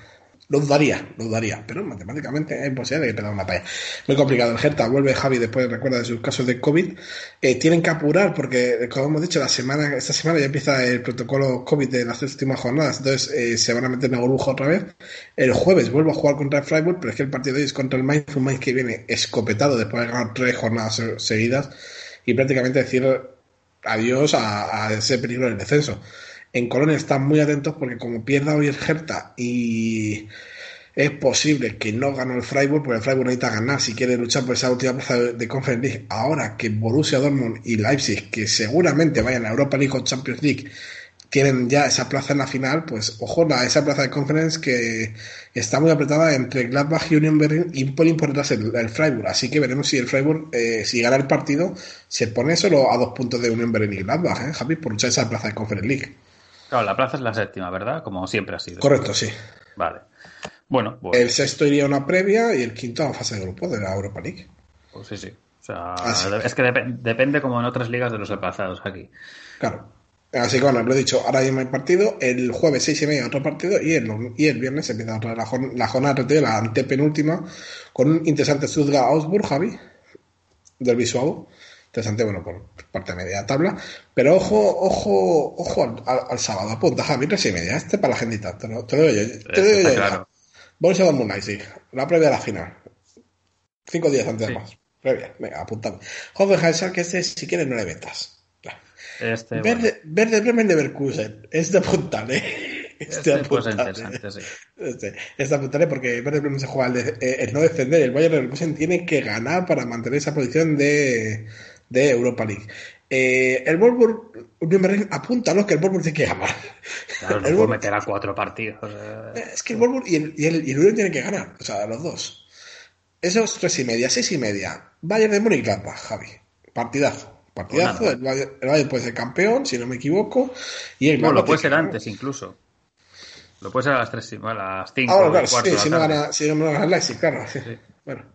Lo dudaría, pero matemáticamente es imposible que te da una talla. Muy complicado. El Hertha vuelve, Javi, después recuerda de sus casos de COVID. Tienen que apurar porque, como hemos dicho, esta semana ya empieza el protocolo COVID de las 3 últimas jornadas, entonces se van a meter en la burbuja otra vez. El jueves vuelvo a jugar contra el Freiburg, pero es que el partido de hoy es contra el Mainz, un Mainz que viene escopetado después de ganar 3 jornadas seguidas y prácticamente decir adiós a ese peligro del descenso. En Colonia están muy atentos porque como pierda hoy el Hertha y es posible que no gane el Freiburg, porque el Freiburg necesita ganar si quiere luchar por esa última plaza de Conference League. Ahora que Borussia Dortmund y Leipzig, que seguramente vayan a Europa League o Champions League, tienen ya esa plaza en la final, pues ojo a esa plaza de Conference que está muy apretada entre Gladbach y Union Berlin y un pelín por detrás el Freiburg. Así que veremos si el Freiburg, si gana el partido, se pone solo a 2 puntos de Union Berlin y Gladbach, Javi, por luchar esa plaza de Conference League. Claro, la plaza es la 7ª, ¿verdad? Como siempre ha sido. Correcto, sí. Vale. Bueno. El 6º iría a una previa y el 5º a la fase de grupo de la Europa League. Pues sí. O sea, es que depende como en otras ligas de los desplazados aquí. Claro. Así que bueno, lo he dicho, ahora mismo hay partido, el jueves 6:30 otro partido y el viernes empieza otra la jornada de retiro, la antepenúltima, con un interesante Stuttgart-Augsburg, Javi, del Visual. Interesante, bueno, por parte media de tabla. Pero ojo al sábado. Apunta, Javi, 3:30. Para la agendita. Te lo doy yo. Claro. Borussia Dortmund Leipzig. La previa a la final. 5 días antes de más. Previa. Venga, apuntame. Hoffenheim Schalke, si quieres no le metas. Verde Bremen Leverkusen. Apuntale. Pues interesante, sí. Apuntaré porque Verde Bremen se juega el no defender. El Bayern Leverkusen tiene que ganar para mantener esa posición de Europa League. El Wolfsburg, Union Berlin, apúntalo que el Wolfsburg tiene que ganar. Claro, no puede meter a 4 partidos. Es que el Wolfsburg y el Union tienen que ganar, o sea, los dos. Esos 3:30, 6:30. Bayern de Múnich, Gladbach, Javi. Partidazo. El Bayern puede ser campeón, si no me equivoco. Y el lo puede ser antes incluso. Lo puede ser a las 3, a las 5. Ah, bueno, claro, si no gana el Leipzig, claro. Sí. Bueno.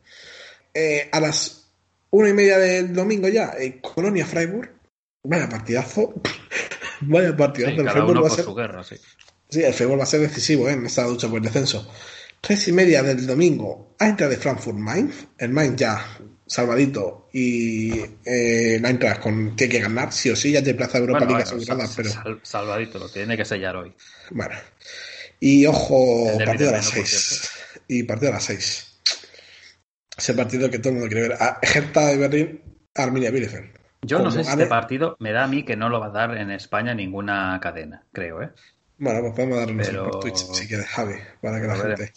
A las 1:30 del domingo ya, Colonia Freiburg. Vaya partidazo. Sí, el Freiburg va a ser su guerra, sí. Sí, el Freiburg va a ser decisivo en esta lucha por el descenso. 3:30 del domingo, Eintracht de Frankfurt Mainz. El Mainz ya salvadito y la Eintracht tiene que ganar, sí o sí, ya tiene plaza de Europa League asegurada, pero salvadito, lo tiene que sellar hoy. Bueno. Y ojo, partido a las 6. Y partido a las 6. Ese partido que todo el mundo quiere ver. Hertha de Berlín, Arminia Bielefeld. Yo no sé si este partido me da a mí que no lo va a dar en España ninguna cadena, creo, Bueno, pues podemos darlo por Twitch si quieres, Javi, para que la gente...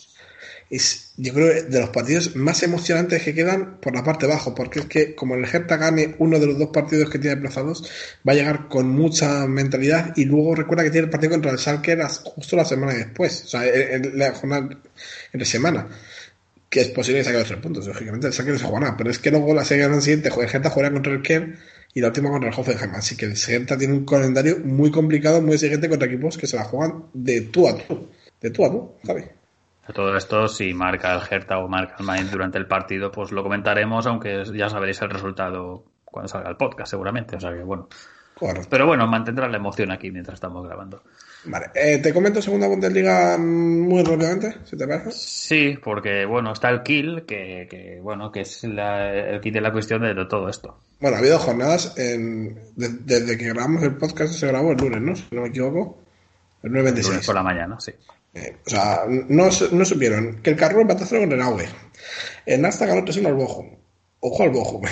yo creo de los partidos más emocionantes que quedan por la parte de abajo, porque es que como el Hertha gane uno de los 2 partidos que tiene aplazados, va a llegar con mucha mentalidad y luego recuerda que tiene el partido contra el Schalke justo la semana después, o sea, en la jornada entre semana, que es posible que saque los 3 puntos, lógicamente el Schalke no se juega nada, pero es que luego la semana siguiente el Hertha juega contra el Köln y la última contra el Hoffenheim, así que el Hertha tiene un calendario muy complicado, muy exigente contra equipos que se la juegan de tú a tú, Javi. Todo esto, si marca el Hertha o marca el Mainz durante el partido, pues lo comentaremos, aunque ya sabréis el resultado cuando salga el podcast, seguramente. O sea que, bueno. Correcto. Pero bueno, mantendrá la emoción aquí mientras estamos grabando. Vale. ¿Te comento segunda Bundesliga muy rápidamente, si te parece? Sí, porque, bueno, está el Kiel, que es el kit de la cuestión de todo esto. Bueno, ha habido jornadas desde que grabamos el podcast, se grabó el lunes, ¿no? Si no me equivoco. El 9:26. El lunes por la mañana, sí. O sea, no supieron que el Carro empató 0 con el Aue. El Nasta ganó 3-1 al Bochum. Ojo al Bochum.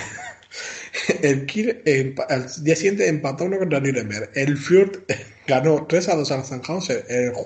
El Kiel al día siguiente empató 1 contra el Nuremberg. El Fürth ganó 3-2 al Sandhausen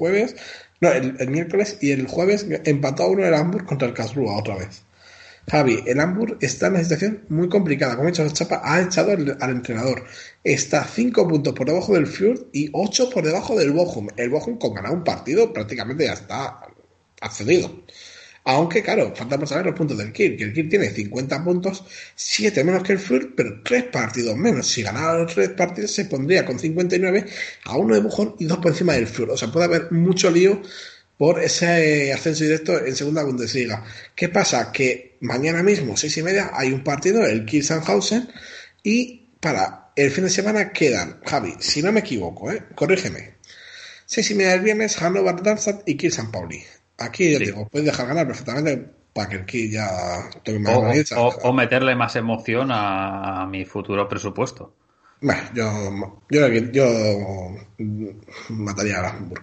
el miércoles, y el jueves empató 1 el Hamburg contra el Karlsruhe otra vez. Javi, el Hamburg está en una situación muy complicada. Como ha dicho Chapa, ha echado al entrenador. Está 5 puntos por debajo del Fürth y 8 por debajo del Bochum. El Bochum, con ganar un partido, prácticamente ya está accedido. Aunque, claro, falta por saber los puntos del Kiel, que el Kiel tiene 50 puntos, 7 menos que el Fürth, pero 3 partidos menos. Si ganara los 3 partidos, se pondría con 59 a 1 de Bochum y 2 por encima del Fürth. O sea, puede haber mucho lío por ese ascenso directo en segunda Bundesliga. ¿Qué pasa? Que mañana mismo, 6:30, hay un partido, el Kiel Sandhausen, y para el fin de semana quedan, Javi, si no me equivoco, corrígeme, 6:30 del viernes, Hannover Darmstadt y Kiel San Pauli. Aquí yo digo, puedes dejar ganar perfectamente para que el Kiel ya tome más manita. O meterle más emoción a mi futuro presupuesto. Bueno, yo mataría a Hamburg.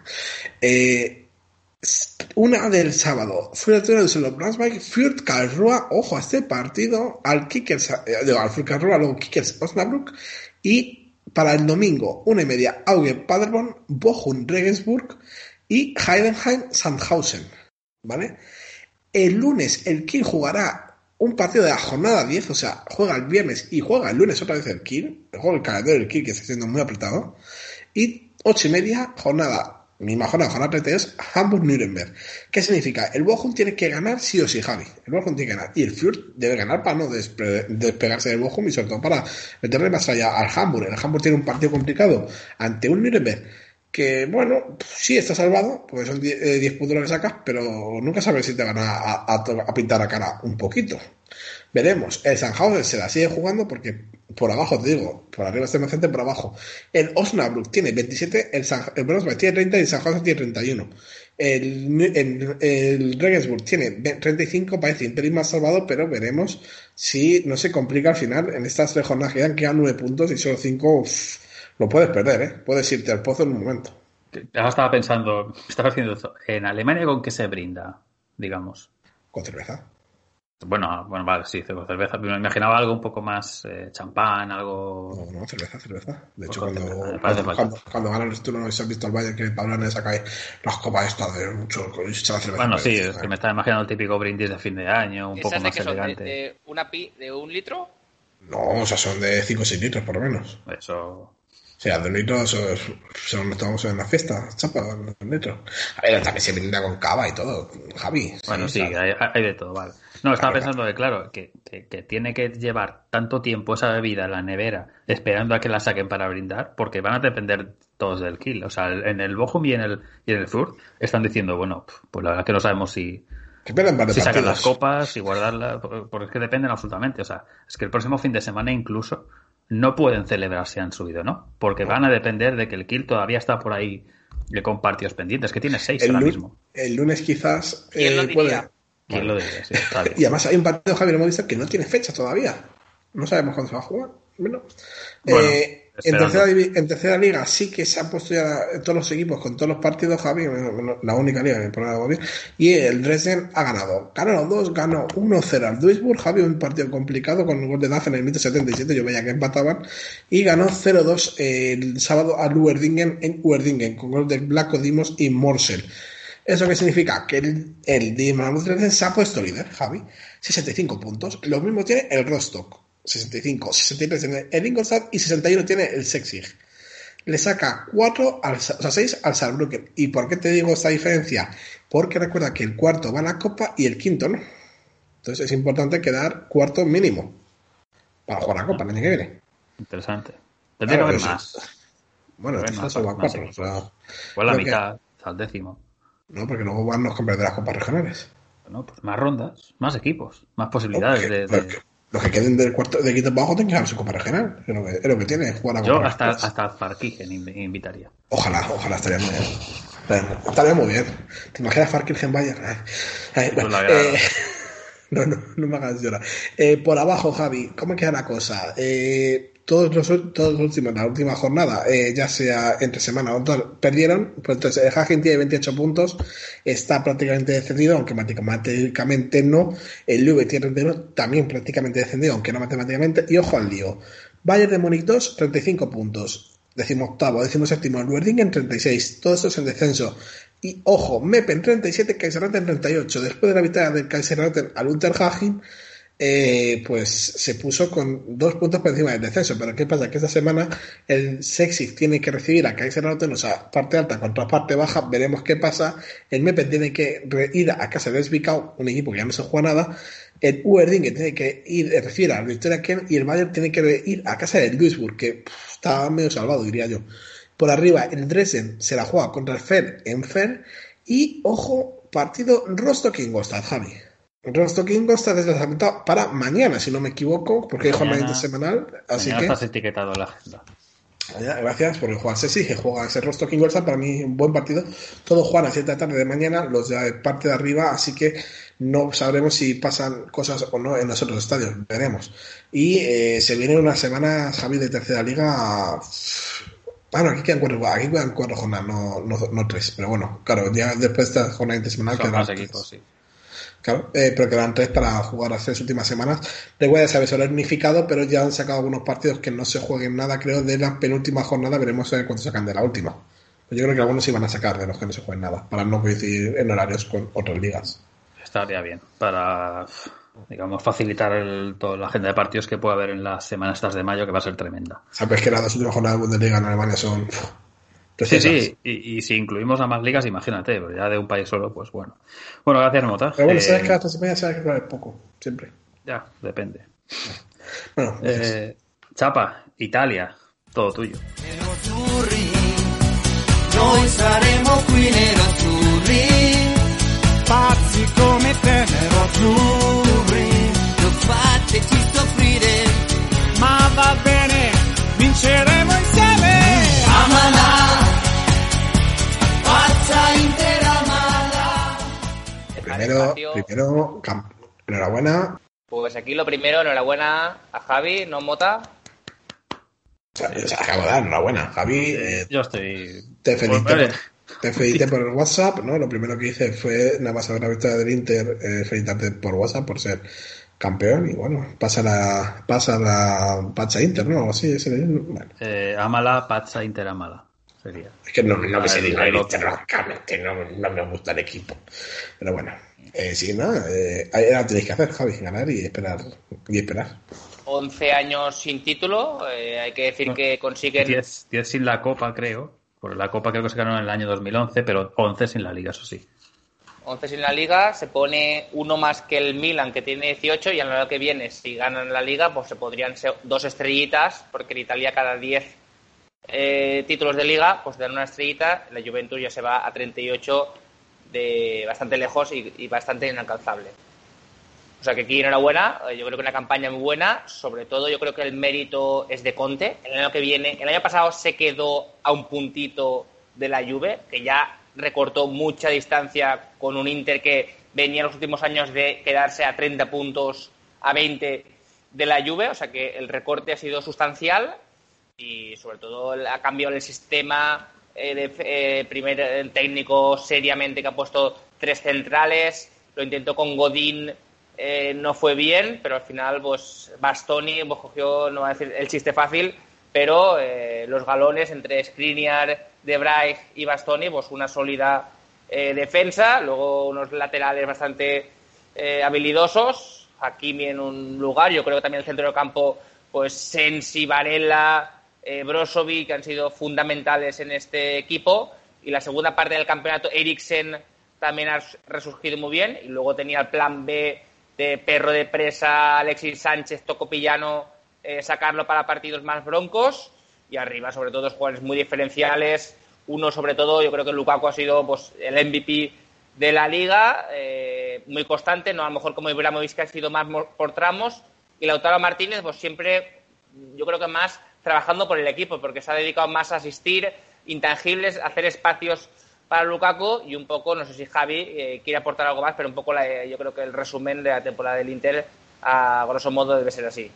Una del sábado, Fürth Braunschweig, Fürth Karlsruhe, ojo a este partido, al Fürth Karlsruhe, luego Kickers Osnabrück, y para el domingo, 1:30, Augsburg Paderborn, Bochum Regensburg y Heidenheim Sandhausen, ¿vale? El lunes el Kiel jugará un partido de la jornada 10, o sea, juega el viernes y juega el lunes otra vez el Kiel, juega el calendario del Kiel que está siendo muy apretado, y 8:30, misma jornada 32, Hamburg-Nuremberg. ¿Qué significa? El Bochum tiene que ganar sí o sí, Javi. El Bochum tiene que ganar. Y el Fürth debe ganar para no despegarse del Bochum y sobre todo para meterle más allá al Hamburg. El Hamburg tiene un partido complicado ante un Nuremberg que, bueno, sí está salvado, porque son 10 puntos lo que sacas, pero nunca sabes si te van a pintar la cara un poquito. Veremos. El Sandhausen se la sigue jugando porque por abajo, te digo, por arriba está inocente, por abajo. El Osnabrück tiene 27, el Braunschweig tiene 30 y el Sandhausen tiene 31. El Regensburg tiene 35, parece un pelín más salvado, pero veremos si no se complica al final. En estas 3 jornadas quedan 9 puntos y solo 5, lo puedes perder, ¿eh? Puedes irte al pozo en un momento. Ya estaba pensando, estaba haciendo eso. ¿En Alemania con qué se brinda, digamos? Con cerveza. Bueno, vale, sí, con cerveza. Me imaginaba algo un poco más champán, algo... No, cerveza. De hecho, cuando ganan tú no has visto al Bayern que Pablana saca las copas estas de mucho con cerveza. Bueno, sí, es que me estaba imaginando el típico brindis de fin de año, un poco más elegante. ¿De una pi de 1 litro? No, o sea, son de 5 o 6 litros por lo menos. Eso... O sea, de 1 litro son estamos en la fiesta, chapa, 1 litro. A ver, también se brinda con cava y todo, Javi. Bueno, sí, hay de todo, vale. No, estaba pensando que, claro, que tiene que llevar tanto tiempo esa bebida en la nevera esperando a que la saquen para brindar, porque van a depender todos del Kiel. O sea, en el Bochum y en el Fürth están diciendo, bueno, pues la verdad que no sabemos si sacan las copas y guardarlas, porque es que dependen absolutamente. O sea, es que el próximo fin de semana incluso no pueden celebrar si han subido, ¿no? Porque van a depender de que el Kiel todavía está por ahí con partidos pendientes, que tiene 6 ahora mismo. El lunes quizás puede... ¿Quién lo diría? Sí, está bien. Y además hay un partido, Javier, hemos visto que no tiene fecha todavía. No sabemos cuándo se va a jugar. Bueno, en tercera liga sí que se han puesto ya todos los equipos con todos los partidos, Javi, la única liga que me pone bien. Y el Dresden ha ganado. Ganó 2, ganó 1-0 al Duisburg, Javi, un partido complicado con el gol de Daz en el minuto 77, yo veía que empataban. Y ganó 0-2 el sábado al Uerdingen en Uerdingen, con gol de Blanco Dimos y Morsel. ¿Eso qué significa? Que el Dinamo Dresden se ha puesto líder, Javi. 65 puntos. Lo mismo tiene el Rostock. 65. 63 tiene el Ingolstadt y 61 tiene el Sexig. Le saca 6 al Saarbrücken. ¿Y por qué te digo esta diferencia? Porque recuerda que el cuarto va a la Copa y el quinto no. Entonces es importante quedar cuarto mínimo para jugar la Copa el año que viene. Interesante. Tendría que haber más. Bueno, quizás va a 4. O sea, o la mitad, al décimo. No, porque luego van los campeones de las copas regionales. Bueno, pues más rondas, más equipos, más posibilidades Los que queden del cuarto de quinto abajo tienen que ganar su copa regional. Es lo que tiene jugar a Yo hasta Farkigen invitaría. Ojalá estaría muy bien. Estaría muy bien. ¿Te imaginas Farkigen Bayern? No me hagas llorar. Por abajo, Javi, ¿cómo queda la cosa? Todos los últimos, la última jornada, ya sea entre semana o dos, perdieron. Pues entonces el Hagen tiene 28 puntos, está prácticamente descendido, aunque matemáticamente no. El Lube tiene 31, también prácticamente descendido, aunque no matemáticamente. Y ojo al lío. Bayern de Múnich 2, 35 puntos. 18º, 17º, el Uerdingen 36. Todo esto es en descenso. Y ojo, Meppen 37, Kaiserslautern 38. Después de la victoria del Kaiserslautern al Unterhaching, pues se puso con 2 puntos por encima del descenso. Pero ¿qué pasa? Que esta semana el Sexig tiene que recibir a Kaiserslautern, o sea, parte alta contra parte baja. Veremos qué pasa. El Meppen tiene que ir a casa de Zwickau, un equipo que ya no se juega nada. El Uerdingen tiene que recibir a la Victoria Köln, y el Bayern tiene que ir a casa del Duisburg, que está medio salvado, diría yo. Por arriba, el Dresden se la juega contra el Fürth en Fürth. Y, ojo, partido Rostock-Ingolstadt, Javi. Rostock-Ingolstadt es desafectado para mañana, si no me equivoco, porque hay jornada intersemanal. Así mañana que estás etiquetado en la agenda. Gracias por jugar Sesi, que juega ese Rostock Ingolstadt, para mí un buen partido. Todos juegan a 7 de la tarde de mañana, los de parte de arriba, así que no sabremos si pasan cosas o no en los otros estadios, veremos. Y se viene una semana, Javi, de tercera liga. Bueno, aquí quedan 4 jornadas, no 3, pero bueno, claro, ya después de esta jornada intersemanal quedan más equipos, sí. Claro, pero quedan 3 para jugar las 3 últimas semanas. Recuerda, se ha unificado, pero ya han sacado algunos partidos que no se jueguen nada, creo, de la penúltima jornada. Veremos a ver cuánto sacan de la última. Yo creo que algunos iban a sacar de los que no se jueguen nada, para no coincidir en horarios con otras ligas. Estaría bien, para, digamos, facilitar toda la agenda de partidos que pueda haber en las semanas estas de mayo, que va a ser tremenda. Sabes que las 2 últimas jornadas de Bundesliga en Alemania son... Sí, y si incluimos a más ligas, imagínate, pero ya de un país solo, pues bueno. Bueno, gracias, Mota. Pero bueno, sabes que las 3 semanas sabes que es poco, siempre. Ya, depende. Bueno, Chapa, Italia, todo tuyo. Noi saremo qui nerazzurri, pazzi come te nerazzurri, non fateci soffrire, ma va bene, vinceremo insieme. Amala, pazza intera amala. Primero, enhorabuena. Pues aquí lo primero, enhorabuena a Javi, ¿no, Mota? Se acabo de dar, enhorabuena, Javi. Yo estoy... Te felicité por el WhatsApp, ¿no? Lo primero que hice fue, nada más a ver la victoria del Inter, felicitarte por WhatsApp por ser campeón. Y bueno, pasa la Pazza Inter, ¿no? Así es. Bueno. Amala, Pazza Inter, Amala. Sería. Es que no me sé diga el Inter, no me gusta el equipo. Pero bueno, sí, ¿no? Ahora tenéis que hacer, Javi, ganar y esperar. 11 años sin título, hay que decir que consiguen... 10 sin la Copa, creo. Por la Copa creo que se ganó en el año 2011, pero 11 sin la Liga, eso sí. 11 sin la Liga, se pone uno más que el Milan, que tiene 18, y al año que viene, si ganan la Liga, pues se podrían ser 2 estrellitas, porque en Italia cada 10 títulos de Liga, pues dan una estrellita, la Juventus ya se va a 38, de bastante lejos y bastante inalcanzable. O sea que aquí enhorabuena, yo creo que una campaña muy buena, sobre todo yo creo que el mérito es de Conte. El año pasado se quedó a un puntito de la Juve, que ya recortó mucha distancia con un Inter que venía en los últimos años de quedarse a 30 puntos, a 20 de la Juve, o sea que el recorte ha sido sustancial y sobre todo ha cambiado el sistema de primer técnico seriamente, que ha puesto 3 centrales, lo intentó con Godín. No fue bien, pero al final pues Bastoni pues, cogió, no voy a decir el chiste fácil, pero los galones entre Skriniar, De Vrij y Bastoni, pues una sólida defensa, luego unos laterales bastante habilidosos, Hakimi en un lugar, yo creo que también el centro del campo, pues Sensi, Varela, Brozovic, que han sido fundamentales en este equipo, y la segunda parte del campeonato Eriksen también ha resurgido muy bien, y luego tenía el plan B de Perro de Presa, Alexis Sánchez, Tocopillano, sacarlo para partidos más broncos, y arriba sobre todo jugadores muy diferenciales, uno sobre todo, yo creo que Lukaku ha sido pues el MVP de la Liga, muy constante, no a lo mejor como Ibrahimovic, que ha sido más por tramos, y Lautaro Martínez pues siempre, yo creo que más trabajando por el equipo, porque se ha dedicado más a asistir, intangibles, a hacer espacios para Lukaku, y un poco, no sé si Javi quiere aportar algo más, pero un poco yo creo que el resumen de la temporada del Inter, a grosso modo, debe ser así.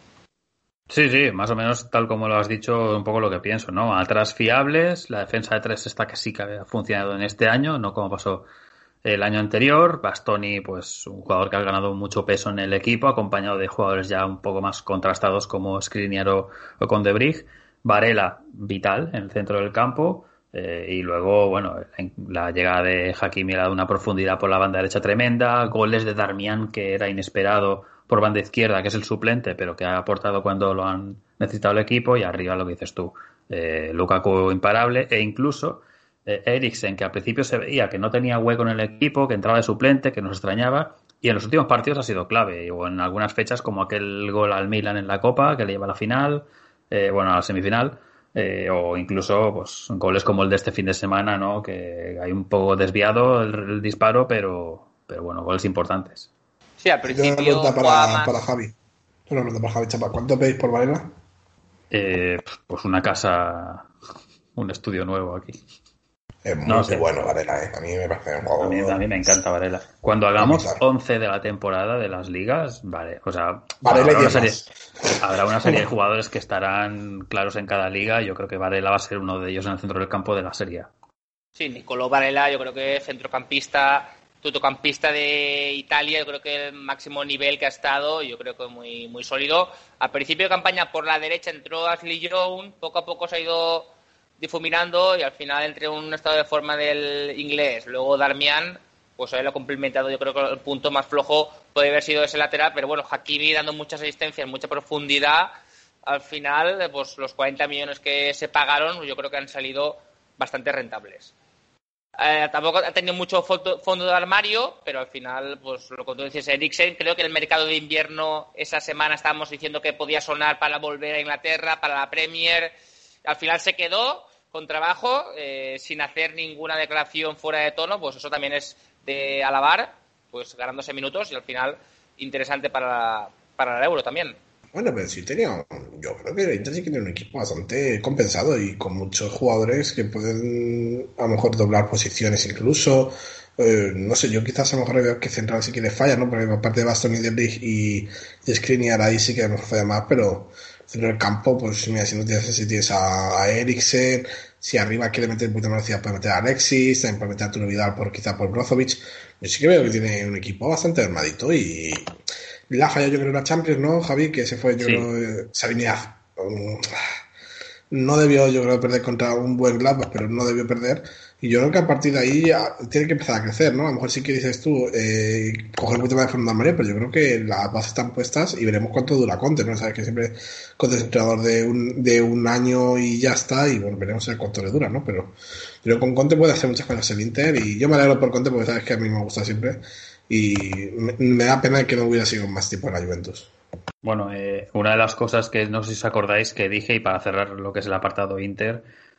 Sí, más o menos tal como lo has dicho, un poco lo que pienso, ¿no? Atrás fiables, la defensa de 3 está que sí que ha funcionado en este año, no como pasó el año anterior. Bastoni, pues un jugador que ha ganado mucho peso en el equipo, acompañado de jugadores ya un poco más contrastados como Skriniar o con De Vrij. Varela, vital en el centro del campo. Y luego, bueno, la llegada de Hakimi le ha dado una profundidad por la banda derecha tremenda, goles de Darmian, que era inesperado por banda izquierda, que es el suplente, pero que ha aportado cuando lo han necesitado el equipo, y arriba lo que dices tú, Lukaku imparable, e incluso Eriksen, que al principio se veía que no tenía hueco en el equipo, que entraba de suplente, que nos extrañaba, y en los últimos partidos ha sido clave, o en algunas fechas como aquel gol al Milan en la Copa, que le lleva a la final, a la semifinal, o incluso pues goles como el de este fin de semana, ¿no? Que hay un poco desviado el disparo, pero bueno, goles importantes. Sí, al principio para Javi. Una pregunta para Javi, Chapa. ¿Cuánto pedís por Varela? Pues una casa, un estudio nuevo aquí. Es muy bueno Varela, A mí me parece un jugador... A mí me encanta Varela. Cuando hagamos 11 de la temporada de las ligas, vale, o sea, Varela habrá una serie de jugadores que estarán claros en cada liga. Yo creo que Varela va a ser uno de ellos en el centro del campo de la Serie A. Sí, Nicolò Varela, yo creo que centrocampista, tuttocampista de Italia, yo creo que el máximo nivel que ha estado, yo creo que muy, muy sólido. Al principio de campaña por la derecha entró Ashley Young, poco a poco se ha ido difuminando y al final entre un estado de forma del inglés, luego Darmian, pues él lo ha complementado. Yo creo que el punto más flojo puede haber sido ese lateral, pero bueno, Hakimi dando muchas asistencias, mucha profundidad, al final pues los 40 millones que se pagaron yo creo que han salido bastante rentables. Tampoco ha tenido mucho fondo de armario, pero al final, pues lo que tú dices, Eriksen, creo que el mercado de invierno esa semana estábamos diciendo que podía sonar para volver a Inglaterra, para la Premier. Al final se quedó con trabajo, sin hacer ninguna declaración fuera de tono, pues eso también es de alabar, pues ganándose minutos y al final interesante para el Euro también. Bueno, pero sí yo creo que el Inter sí que tiene un equipo bastante compensado y con muchos jugadores que pueden a lo mejor doblar posiciones incluso. No sé, yo quizás a lo mejor veo que Central sí que le falla, ¿no? Porque aparte de Bastoni, Derlich y Skriniar ahí sí que a lo mejor falla más, pero centro del campo, pues mira, si tienes a Eriksen, si arriba quiere meter un poquito más velocidad puede meter a Alexis, también puede meter a Arturo Vidal quizá por Brozovic. Yo sí que veo que tiene un equipo bastante armadito y la falla yo creo en la Champions, ¿no, Javi? Que se fue, yo creo, Sabinidad. No debió, yo creo, perder contra un buen Gladbach, pero no debió perder. Y yo creo que a partir de ahí tiene que empezar a crecer, ¿no? A lo mejor sí que dices tú, coger un poquito más de forma de armario, pero yo creo que las bases están puestas y veremos cuánto dura Conte, ¿no? Sabes que siempre Conte es entrenador de un año y ya está, y bueno, veremos cuánto le dura, ¿no? Pero con Conte puede hacer muchas cosas el Inter, y yo me alegro por Conte porque sabes que a mí me gusta siempre, y me da pena que no hubiera sido más tipo en la Juventus. Bueno, una de las cosas que no sé si os acordáis que dije, y para cerrar lo que es el apartado Inter,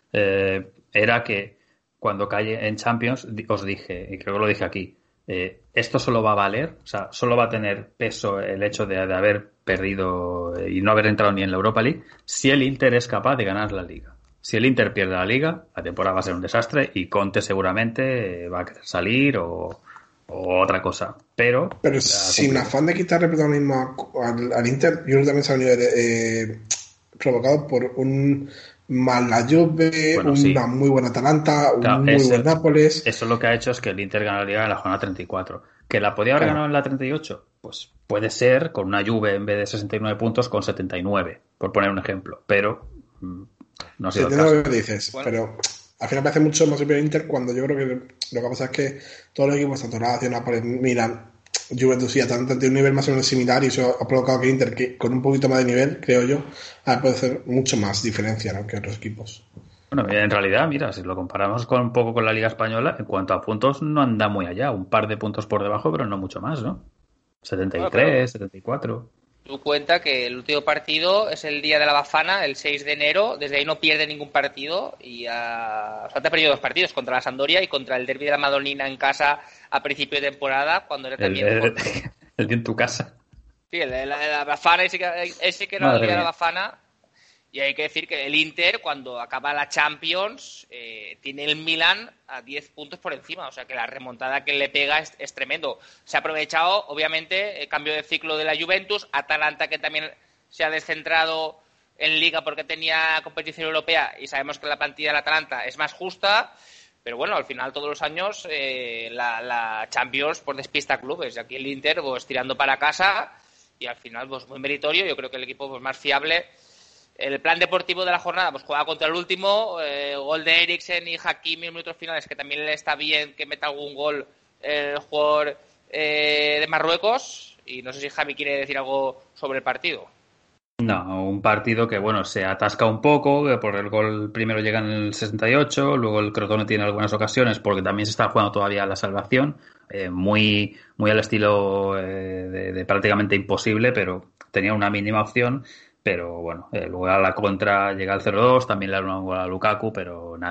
era que cuando cae en Champions os dije, y creo que lo dije aquí, esto solo va a valer, o sea, solo va a tener peso el hecho de haber perdido y no haber entrado ni en la Europa League si el Inter es capaz de ganar la Liga. Si el Inter pierde la Liga, la temporada va a ser un desastre y Conte seguramente va a querer salir o otra cosa, pero sin afán de quitarle protagonismo al Inter, yo creo que también se ha venido provocado por un mal la Juve, una muy buena Atalanta, un muy buen Nápoles. Eso lo que ha hecho es que el Inter gana la Liga en la jornada 34. ¿Que la podía haber ganado en la 38? Pues puede ser, con una Juve en vez de 69 puntos, con 79, por poner un ejemplo, pero no ha sido el caso. Lo que dices, bueno. Pero al final me hace mucho más el Inter cuando yo creo que lo que pasa es que todos los equipos, tanto Lazio, Nápoles, Milan, Juventus y Atalanta tienen un nivel más o menos similar, y eso ha provocado que Inter, que con un poquito más de nivel, creo yo, puede hacer mucho más diferencia, ¿no?, que otros equipos. Bueno, en realidad, mira, si lo comparamos un poco con la Liga Española, en cuanto a puntos no anda muy allá, un par de puntos por debajo, pero no mucho más, ¿no? 73, 74. Tú cuenta que el último partido es el día de la Bafana, el 6 de enero, desde ahí no pierde ningún partido y te ha perdido 2 partidos, contra la Sampdoria y contra el Derby de la Madonnina en casa a principio de temporada, cuando era también... El de en tu casa. Sí, el de la Bafana, ese que era el día de la Bafana. Y hay que decir que el Inter, cuando acaba la Champions, tiene el Milan a 10 puntos por encima. O sea que la remontada que le pega es tremendo. Se ha aprovechado, obviamente, el cambio de ciclo de la Juventus. Atalanta, que también se ha descentrado en Liga porque tenía competición europea. Y sabemos que la plantilla del Atalanta es más justa. Pero bueno, al final, todos los años, la Champions pues despista a clubes. Y aquí el Inter, pues tirando para casa. Y al final, pues muy meritorio. Yo creo que el equipo pues más fiable. El plan deportivo de la jornada, pues juega contra el último, gol de Eriksen y Hakimi en minutos finales, que también le está bien que meta algún gol el jugador de Marruecos. Y no sé si Javi quiere decir algo sobre el partido. No, un partido que, bueno, se atasca un poco, que por el gol primero llega en el 68, luego el Crotone tiene algunas ocasiones, porque también se está jugando todavía la salvación, muy al estilo de prácticamente imposible, pero tenía una mínima opción. Pero bueno, luego a la contra llega el 0-2, también le da un gol a Lukaku, pero nada. O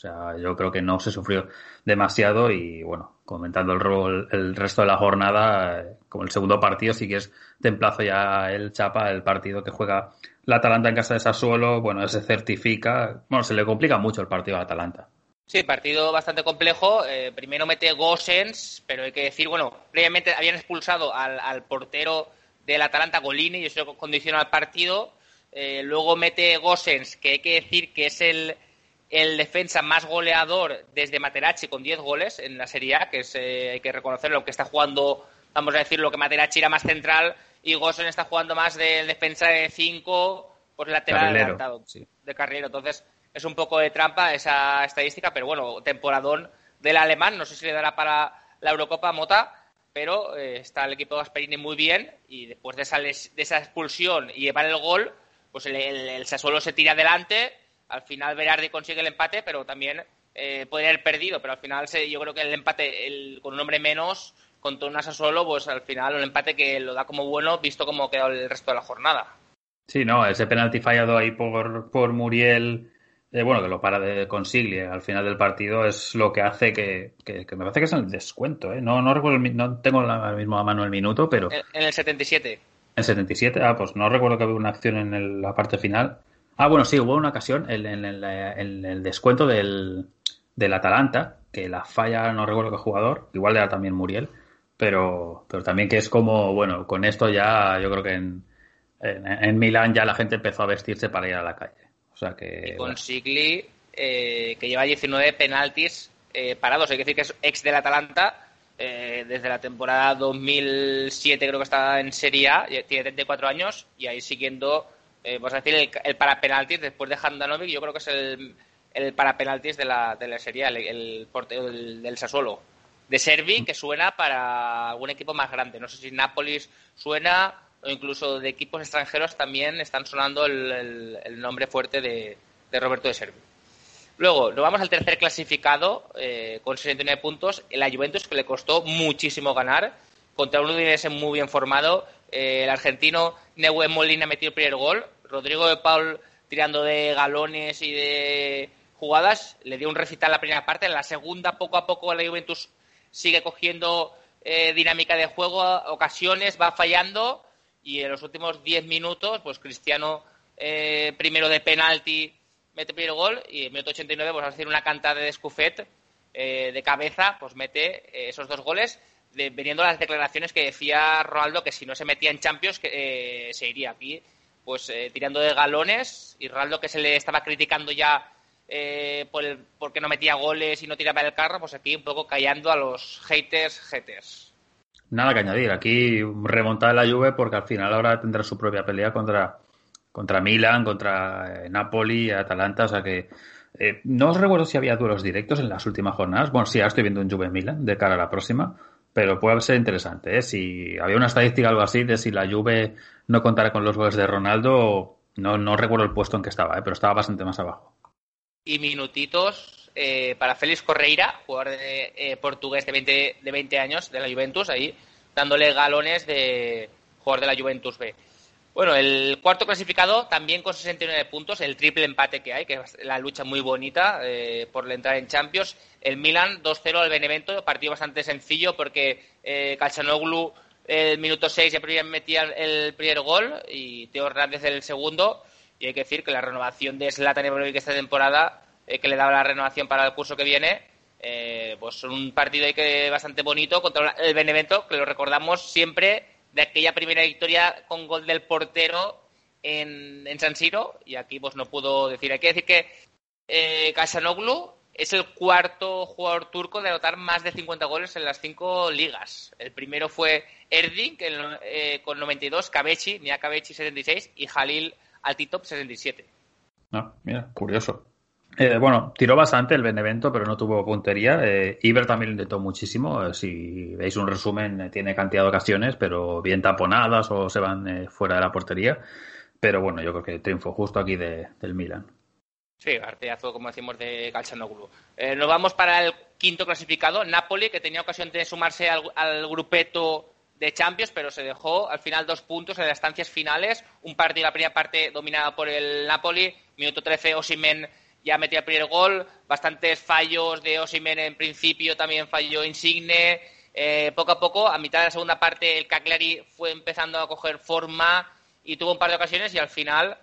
sea, yo creo que no se sufrió demasiado y, bueno, comentando el resto de la jornada, como el segundo partido, sí que es templazo ya el Chapa, el partido que juega la Atalanta en casa de Sassuolo, bueno, se certifica, bueno, se le complica mucho el partido al Atalanta. Sí, partido bastante complejo. Primero mete Gosens, pero hay que decir, bueno, previamente habían expulsado al portero del Atalanta, Golini, y eso condiciona el partido. Luego mete Gosens, que hay que decir que es el defensa más goleador desde Materazzi, con 10 goles en la Serie A, que es, hay que reconocerlo, que está jugando, vamos a decir, lo que Materazzi era más central, y Gosens está jugando más de defensa de 5, pues lateral adelantado, sí, de carrilero. Entonces, es un poco de trampa esa estadística, pero bueno, temporadón del alemán, no sé si le dará para la Eurocopa Mota, pero está el equipo de Gasperini muy bien, y después de esa expulsión y llevar el gol, pues el Sassuolo se tira adelante. Al final Berardi consigue el empate, pero también puede haber perdido, pero al final yo creo que el empate con un hombre menos contra un Sassuolo, pues al final un empate que lo da como bueno, visto cómo ha quedado el resto de la jornada. Sí, no, ese penalti fallado ahí por Muriel, bueno, que lo para de Consigli al final del partido, es lo que hace que me parece que es el descuento, ¿eh? No recuerdo, no tengo ahora mismo a mano el minuto, pero... En el 77. ¿En 77? Pues no recuerdo que hubo una acción en la parte final. Bueno, sí, hubo una ocasión en el descuento del Atalanta, que la falla, no recuerdo qué jugador, igual era también Muriel, pero también que es como, bueno, con esto ya yo creo que en Milán ya la gente empezó a vestirse para ir a la calle. O sea que... Y con Sigli, que lleva 19 penaltis parados, hay que decir que es ex del Atalanta, desde la temporada 2007 creo que está en Serie A, tiene 34 años, y ahí siguiendo... vamos a decir, el parapenaltis después de Handanovic, yo creo que es el parapenaltis de la Serie A, el portero del Sassuolo. De Servi, que suena para algún equipo más grande. No sé si Nápoles suena, o incluso de equipos extranjeros también están sonando el nombre fuerte de Roberto De Servi. Luego, nos vamos al tercer clasificado, con 69 puntos. La Juventus, que le costó muchísimo ganar, contra un Udinese muy bien formado. El argentino Neuer Molina metió el primer gol. Rodrigo de Paul, tirando de galones y de jugadas, le dio un recital en la primera parte. En la segunda, poco a poco, la Juventus sigue cogiendo dinámica de juego, ocasiones, va fallando, y en los últimos 10 minutos, pues Cristiano, primero de penalti, mete el primer gol, y en el minuto 89, pues a hacer una cantada de Escuffet de cabeza, pues mete esos 2 goles. Veniendo las declaraciones que decía Ronaldo, que si no se metía en Champions que se iría aquí, pues tirando de galones, y Ronaldo, que se le estaba criticando ya porque no metía goles y no tiraba el carro, pues aquí un poco callando a los haters. Nada que añadir, aquí remontada la Juve, porque al final ahora tendrá su propia pelea contra Milan, contra Napoli, Atalanta, o sea que no os recuerdo si había duelos directos en las últimas jornadas. Bueno, sí, ahora estoy viendo un Juve-Milan de cara a la próxima, pero puede ser interesante, ¿eh? Si había una estadística algo así de si la Juve no contara con los goles de Ronaldo, no recuerdo el puesto en que estaba, pero estaba bastante más abajo. Y minutitos para Félix Correia, jugador portugués de 20 años de la Juventus, ahí dándole galones de jugador de la Juventus B. Bueno, el cuarto clasificado también con 69 puntos, el triple empate que hay, que es la lucha muy bonita por entrar en Champions. El Milan 2-0 al Benevento, partido bastante sencillo porque Calhanoglu el minuto 6 ya metía el primer gol y Theo Hernández el segundo. Y hay que decir que la renovación de Zlatan Ibrahimovic esta temporada, que le daba la renovación para el curso que viene, pues un partido ahí que bastante bonito contra el Benevento, que lo recordamos siempre de aquella primera victoria con gol del portero en San Siro, y aquí pues no pudo decir. Hay que decir que Calhanoglu es el cuarto jugador turco de anotar más de 50 goles en las 5 ligas. El primero fue Erding con 92, Nia Kabechi 76 y Halil Altitop 77. Mira, curioso. Bueno, tiró bastante el Benevento, pero no tuvo puntería. Iber también lo intentó muchísimo. Si veis un resumen, tiene cantidad de ocasiones, pero bien taponadas o se van fuera de la portería. Pero bueno, yo creo que triunfo justo aquí del Milan. Sí, partidazo, como decimos, de Calhanoglu. Nos vamos para el quinto clasificado, Napoli, que tenía ocasión de sumarse al grupeto de Champions, pero se dejó al final 2 puntos en las estancias finales. Un partido, la primera parte dominada por el Napoli, minuto 13, Osimhen ya metía el primer gol, bastantes fallos de Osimhen en principio, también falló Insigne. Poco a poco, a mitad de la segunda parte, el Cagliari fue empezando a coger forma y tuvo un par de ocasiones y al final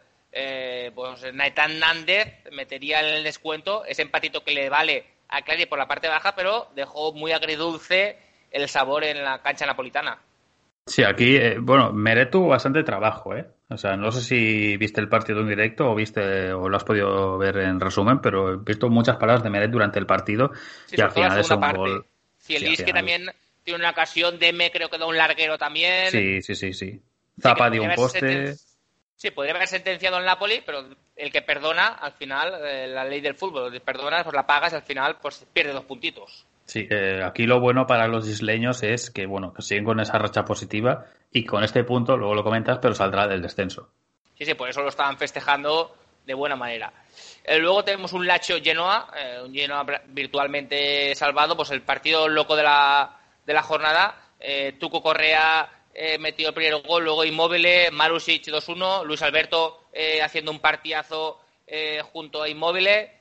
pues Naitán Nández metería el descuento, ese empatito que le vale a Cagliari por la parte baja, pero dejó muy agridulce el sabor en la cancha napolitana. Sí, aquí, Meret tuvo bastante trabajo, ¿eh? O sea, no sé si viste el partido en directo o lo has podido ver en resumen, pero he visto muchas paradas de Meret durante el partido y al final es un gol. Zielinski también tiene una ocasión, Deme creo que da un larguero también. Sí. Zapa dio un poste. Sí, podría haber sentenciado el Napoli, pero el que perdona, al final, la ley del fútbol, perdonas, pues la pagas y al final pues pierde 2 puntitos. Sí, aquí lo bueno para los isleños es que, que siguen con esa racha positiva y con este punto, luego lo comentas, pero saldrá del descenso. Sí, por eso lo estaban festejando de buena manera. Luego tenemos un Lazio-Genoa, un Genoa virtualmente salvado, pues el partido loco de la jornada. Tuco Correa metió el primer gol, luego Immobile, Marusic 2-1, Luis Alberto haciendo un partidazo junto a Immobile.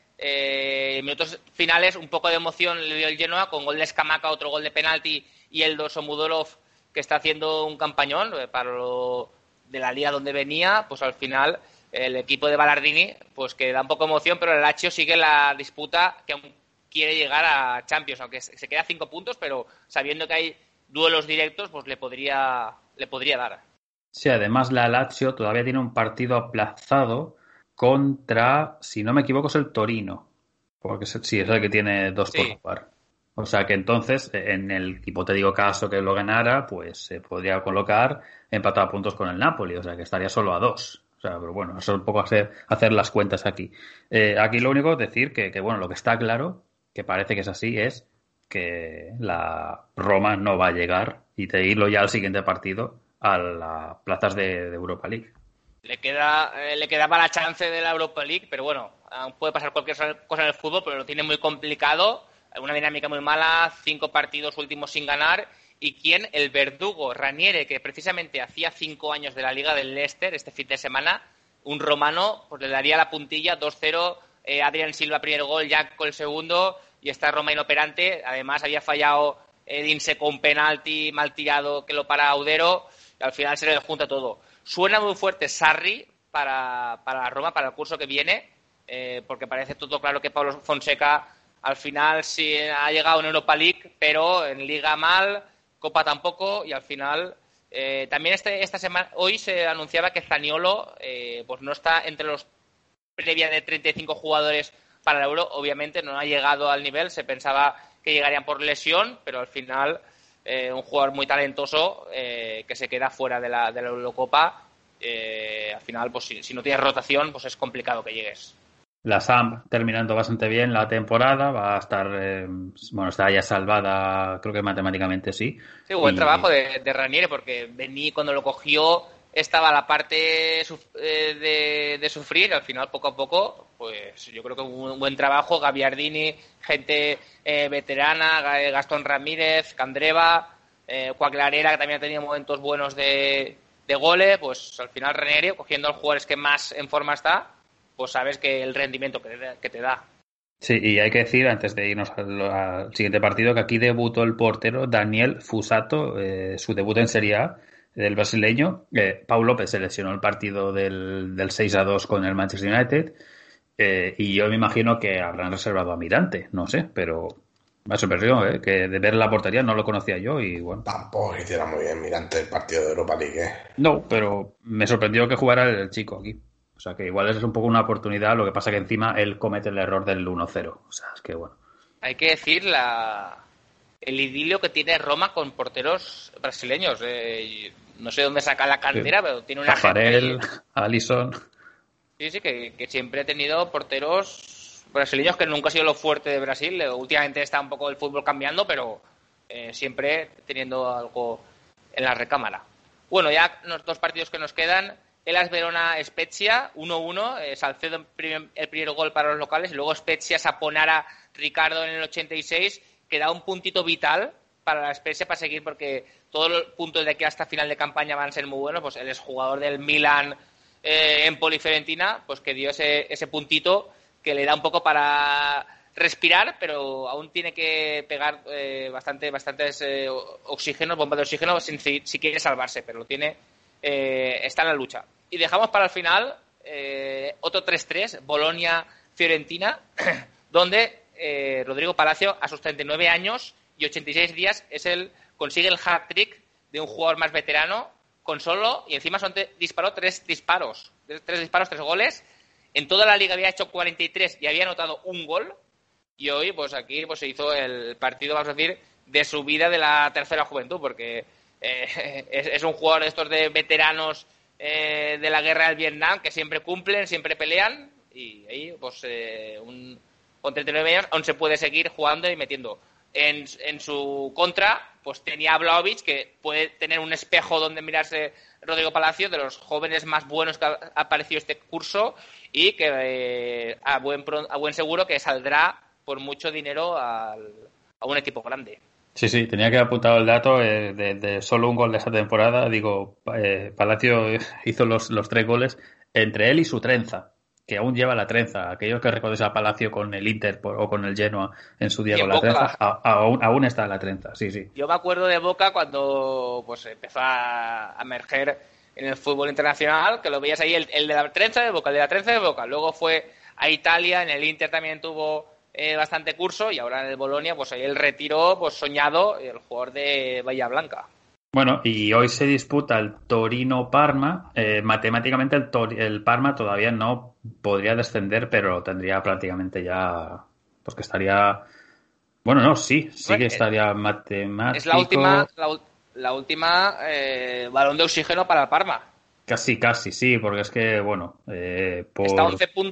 En minutos finales un poco de emoción le dio el Genoa con gol de Scamacca, otro gol de penalti y el Somudorov que está haciendo un campañón para lo de la liga donde venía, pues al final el equipo de Ballardini pues que da un poco de emoción, pero el Lazio sigue la disputa que aún quiere llegar a Champions, aunque se queda 5 puntos, pero sabiendo que hay duelos directos pues le podría dar. Sí, además la Lazio todavía tiene un partido aplazado contra, si no me equivoco, es el Torino, porque sí, es el que tiene 2 por jugar. O sea que entonces, en el hipotético caso que lo ganara, pues se podría colocar empatado a puntos con el Napoli, o sea que estaría solo a 2. O sea, pero bueno, eso es un poco hacer las cuentas aquí. Aquí lo único es decir que lo que está claro, que parece que es así, es que la Roma no va a llegar y de irlo ya al siguiente partido a las plazas de Europa League. Le quedaba la chance de la Europa League, pero bueno, puede pasar cualquier cosa en el fútbol, pero lo tiene muy complicado, una dinámica muy mala, 5 partidos últimos sin ganar, y ¿quién? El verdugo Ranieri, que precisamente hacía 5 años de la Liga del Leicester este fin de semana, un romano, pues le daría la puntilla, 2-0, Adrián Silva primer gol, Jack el segundo, y está Roma inoperante, además había fallado Edinse con un penalti mal tirado que lo para Audero, y al final se le junta todo. Suena muy fuerte Sarri para Roma, para el curso que viene, porque parece todo claro que Pablo Fonseca al final sí ha llegado en Europa League, pero en Liga mal, Copa tampoco, y al final también esta semana, hoy se anunciaba que Zaniolo pues no está entre los previa de 35 jugadores para el Euro, obviamente no ha llegado al nivel, se pensaba que llegarían por lesión, pero al final un jugador muy talentoso que se queda fuera de la Eurocopa. Al final, pues si no tienes rotación, pues es complicado que llegues. La Samp terminando bastante bien la temporada, va a estar, está ya salvada, creo que matemáticamente sí. Sí, buen trabajo de Ranieri, porque Bení cuando lo cogió estaba la parte de sufrir, al final poco a poco, pues yo creo que un buen trabajo, Gagliardini, gente veterana, Gastón Ramírez, Candreva, Quagliarella, que también ha tenido momentos buenos de goles, pues al final Ranieri, cogiendo a los jugadores que más en forma está, pues sabes que el rendimiento que te da. Sí, y hay que decir, antes de irnos al siguiente partido, que aquí debutó el portero Daniel Fusato, su debut en Serie A, del brasileño. Pau López se lesionó el partido del 6-2 con el Manchester United, y yo me imagino que habrán reservado a Mirante, no sé, pero me ha sorprendido, que de ver la portería no lo conocía yo y bueno. Tampoco hiciera muy bien Mirante el partido de Europa League, No, pero me sorprendió que jugara el chico aquí. O sea que igual es un poco una oportunidad, lo que pasa que encima él comete el error del 1-0. O sea, es que bueno. Hay que decir el idilio que tiene Roma con porteros brasileños. No sé dónde saca la cantera, pero tiene una Tafarel, Alisson. Sí, que siempre ha tenido porteros brasileños, que nunca ha sido lo fuerte de Brasil. Últimamente está un poco el fútbol cambiando, pero siempre teniendo algo en la recámara. Bueno, ya los 2 partidos que nos quedan. Hellas Verona-Spezia, 1-1, Salcedo el primer gol para los locales, y luego Spezia, Saponara, Ricardo en el 86, que da un puntito vital para la Spezia para seguir, porque todos los puntos de aquí hasta final de campaña van a ser muy buenos. Pues el exjugador del Milan, Empoli, Fiorentina, pues que dio ese puntito que le da un poco para respirar, pero aún tiene que pegar bastantes oxígenos, bombas de oxígeno si quiere salvarse, pero lo tiene, está en la lucha. Y dejamos para el final otro 3-3, Bolonia-Fiorentina, donde Rodrigo Palacio, a sus 39 años y 86 días, consigue el hat-trick de un jugador más veterano con solo, y encima disparó tres disparos, 3 goles. En toda la liga había hecho 43 y había anotado un gol. Y hoy, pues aquí pues se hizo el partido, vamos a decir, de su vida de la tercera juventud, porque es un jugador de estos de veteranos de la guerra del Vietnam, que siempre cumplen, siempre pelean, y ahí, pues, con 39 años aún se puede seguir jugando y metiendo. En su contra, pues tenía a Vlahovic, que puede tener un espejo donde mirarse Rodrigo Palacio, de los jóvenes más buenos que ha aparecido este curso, y que a buen seguro que saldrá por mucho dinero a un equipo grande. Sí, tenía que haber apuntado el dato de solo un gol de esa temporada. Digo, Palacio hizo los 3 goles entre él y su trenza, que aún lleva la trenza. Aquellos que recordéis a Palacio con el Inter o con el Genoa en su día con la Boca, trenza, aún está la trenza, sí. Yo me acuerdo de Boca cuando pues empezó a emerger en el fútbol internacional, que lo veías ahí, el de la trenza de Boca, el de la trenza de Boca. Luego fue a Italia, en el Inter también tuvo bastante curso, y ahora en el Bolonia, pues ahí el retiro pues soñado, el jugador de Bahía Blanca. Bueno, y hoy se disputa el Torino-Parma. Matemáticamente el Parma todavía no podría descender, pero tendría prácticamente ya, pues que estaría, bueno, no, sí que estaría matemático. Es la última balón de oxígeno para el Parma. Casi, sí, porque es que, bueno, está a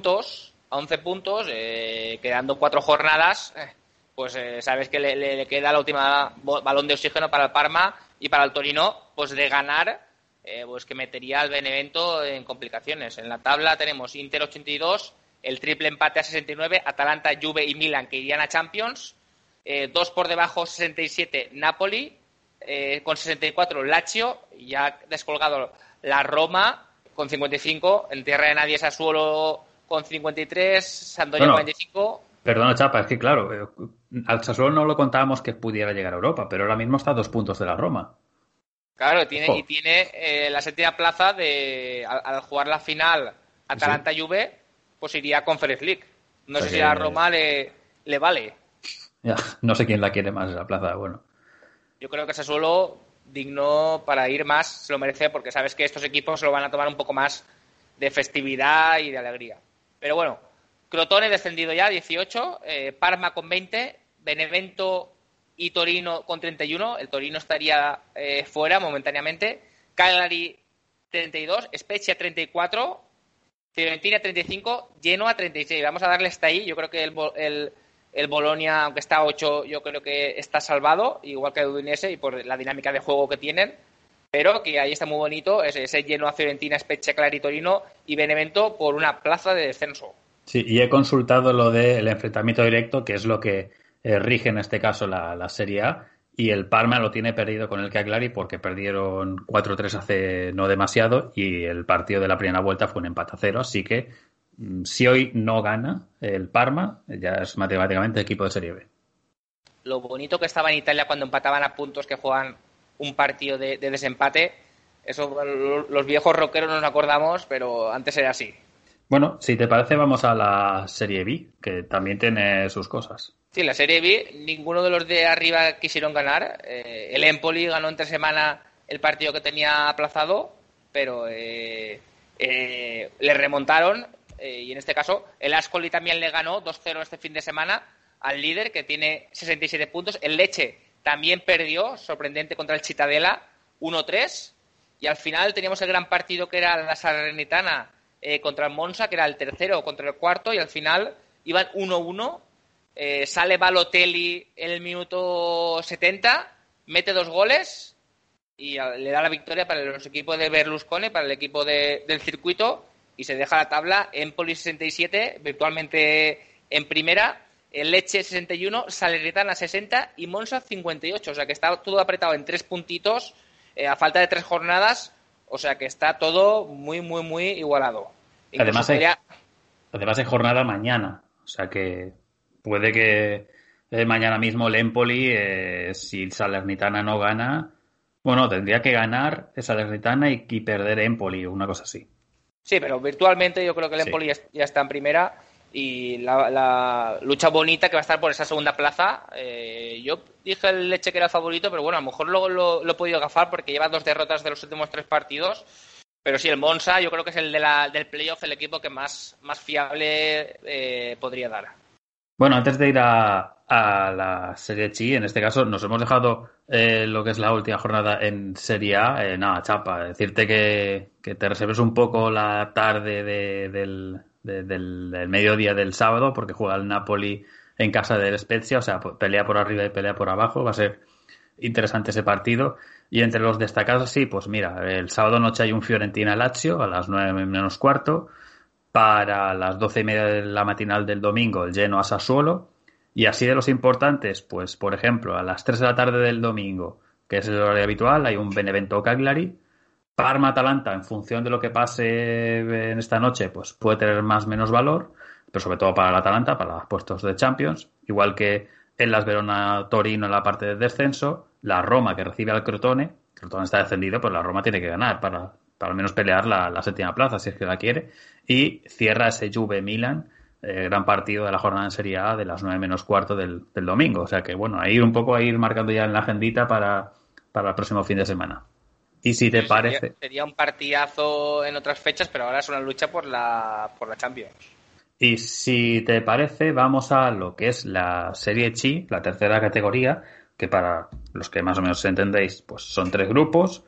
11 puntos, quedando 4 jornadas, pues sabes que le queda la última balón de oxígeno para el Parma, y para el Torino, pues de ganar, pues que metería al Benevento en complicaciones. En la tabla tenemos Inter 82, el triple empate a 69, Atalanta, Juve y Milan, que irían a Champions, 2 por debajo 67 Napoli, con 64 Lazio, y ya descolgado la Roma con 55, en tierra de nadie Sassuolo con 53, Sampdoria 45. Perdona, Chapa, es que claro, al Sassuolo no lo contábamos que pudiera llegar a Europa, pero ahora mismo está a 2 puntos de la Roma. Claro, tiene la 7ª plaza al jugar la final Atalanta-Juve, pues iría a Conference League. No sé si a la Roma le vale. Ya, no sé quién la quiere más esa plaza, bueno. Yo creo que Sassuolo, digno para ir más, se lo merece, porque sabes que estos equipos lo van a tomar un poco más de festividad y de alegría. Pero bueno, Crotone descendido ya, 18, Parma con 20, Benevento y Torino con 31, el Torino estaría fuera momentáneamente, Cagliari 32, Spezia 34, Fiorentina 35, Genoa 36. Vamos a darle hasta ahí. Yo creo que el Bolonia, aunque está a 8, yo creo que está salvado, igual que el Udinese, y por la dinámica de juego que tienen. Pero que ahí está muy bonito ese Genoa, Fiorentina, Spezia, Cagliari, Torino y Benevento por una plaza de descenso. Sí, y he consultado lo del enfrentamiento directo, que es lo que rige en este caso la Serie A, y el Parma lo tiene perdido con el Cagliari porque perdieron 4-3 hace no demasiado, y el partido de la primera vuelta fue un empate a 0, así que si hoy no gana el Parma, ya es matemáticamente equipo de Serie B. Lo bonito que estaba en Italia cuando empataban a puntos, que juegan un partido de desempate, eso los viejos rockeros nos acordamos, pero antes era así. Bueno, si te parece, vamos a la Serie B, que también tiene sus cosas. Sí, la Serie B, ninguno de los de arriba quisieron ganar. El Empoli ganó entre semana el partido que tenía aplazado, pero le remontaron, y en este caso el Ascoli también le ganó 2-0 este fin de semana al líder, que tiene 67 puntos. El Lecce también perdió, sorprendente, contra el Cittadella, 1-3, y al final teníamos el gran partido que era la Salernitana contra el Monza, que era el tercero contra el cuarto, y al final iban 1-1. Sale Balotelli en el minuto 70, mete 2 goles y le da la victoria para los equipos de Berlusconi, para el equipo del circuito, y se deja la tabla. Empoli 67, virtualmente en primera, el Lecce 61, Salernitana 60 y Monza 58, o sea que está todo apretado en 3 puntitos a falta de 3 jornadas, o sea que está todo muy, muy, muy igualado. Además hay jornada mañana, O sea que puede que mañana mismo el Empoli, si Salernitana no gana, bueno, tendría que ganar Salernitana y perder Empoli, una cosa así. Sí, pero virtualmente yo creo que el Empoli ya está en primera y la lucha bonita que va a estar por esa segunda plaza. Yo dije el Lecce que era el favorito, pero bueno, a lo mejor lo he podido gafar porque lleva 2 derrotas de los últimos 3 partidos. Pero sí, el Monza yo creo que es el del playoff, el equipo que más fiable podría dar. Bueno, antes de ir a la Serie C, en este caso nos hemos dejado lo que es la última jornada en Serie A. Nada, chapa, decirte que te reserves un poco la tarde del mediodía del sábado, porque juega el Napoli en casa del Spezia, o sea, pelea por arriba y pelea por abajo. Va a ser interesante ese partido. Y entre los destacados, sí, pues mira, el sábado noche hay un Fiorentina-Lazio a las 9:15. Para las 12:30 de la matinal del domingo, el Genoa-Sassuolo. Y así de los importantes, pues por ejemplo, a las 3 de la tarde del domingo, que es el horario habitual, hay un Benevento-Cagliari. Parma-Atalanta, en función de lo que pase en esta noche, pues puede tener más o menos valor, pero sobre todo para el Atalanta, para los puestos de Champions. Igual que en las Verona-Torino en la parte de descenso. La Roma, que recibe al Crotone. El Crotone está descendido, pues la Roma tiene que ganar para al menos pelear la 7ª plaza, si es que la quiere. Y cierra ese Juve-Milan, gran partido de la jornada en Serie A de las 9:15 del domingo. O sea que, bueno, a ir marcando ya en la agendita para el próximo fin de semana. Y si te parece... Sería un partidazo en otras fechas, pero ahora es una lucha por la Champions. Y si te parece, vamos a lo que es la Serie C, la tercera categoría, que para los que más o menos entendéis, pues son 3 grupos.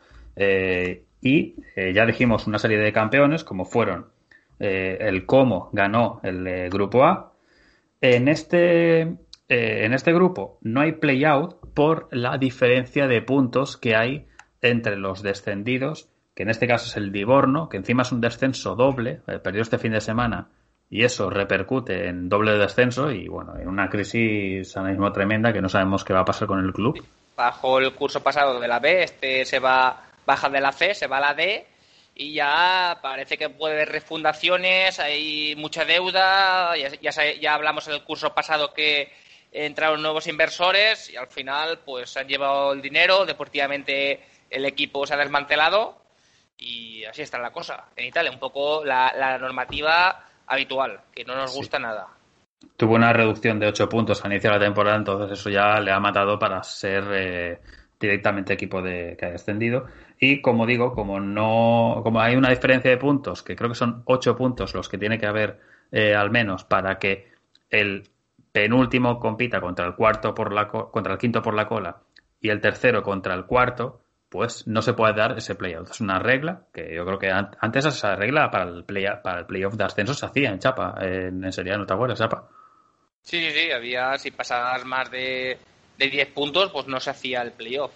Ya dijimos una serie de campeones, como fueron el Como ganó el grupo A. En este grupo no hay play-out por la diferencia de puntos que hay entre los descendidos, que en este caso es el Livorno, que encima es un descenso doble, perdió este fin de semana, y eso repercute en doble descenso y, bueno, en una crisis ahora mismo tremenda que no sabemos qué va a pasar con el club. Bajo el curso pasado de la B, baja de la C, se va a la D y ya parece que puede haber refundaciones, hay mucha deuda, ya hablamos en el curso pasado que entraron nuevos inversores y al final pues se han llevado el dinero, deportivamente el equipo se ha desmantelado y así está la cosa. En Italia un poco la normativa habitual, que no nos gusta nada. Tuvo una reducción de 8 puntos al inicio de la temporada, entonces eso ya le ha matado para ser directamente equipo que ha descendido. Y como digo, como hay una diferencia de puntos, que creo que son 8 puntos los que tiene que haber al menos para que el penúltimo compita contra el contra el quinto por la cola y el tercero contra el cuarto, pues no se puede dar ese playout. Es una regla que yo creo que antes esa regla para el playoff de ascenso se hacía en Chapa, en Serie A, ¿no te acuerdas, Chapa? Sí, había, si pasabas más de 10 puntos, pues no se hacía el playoff.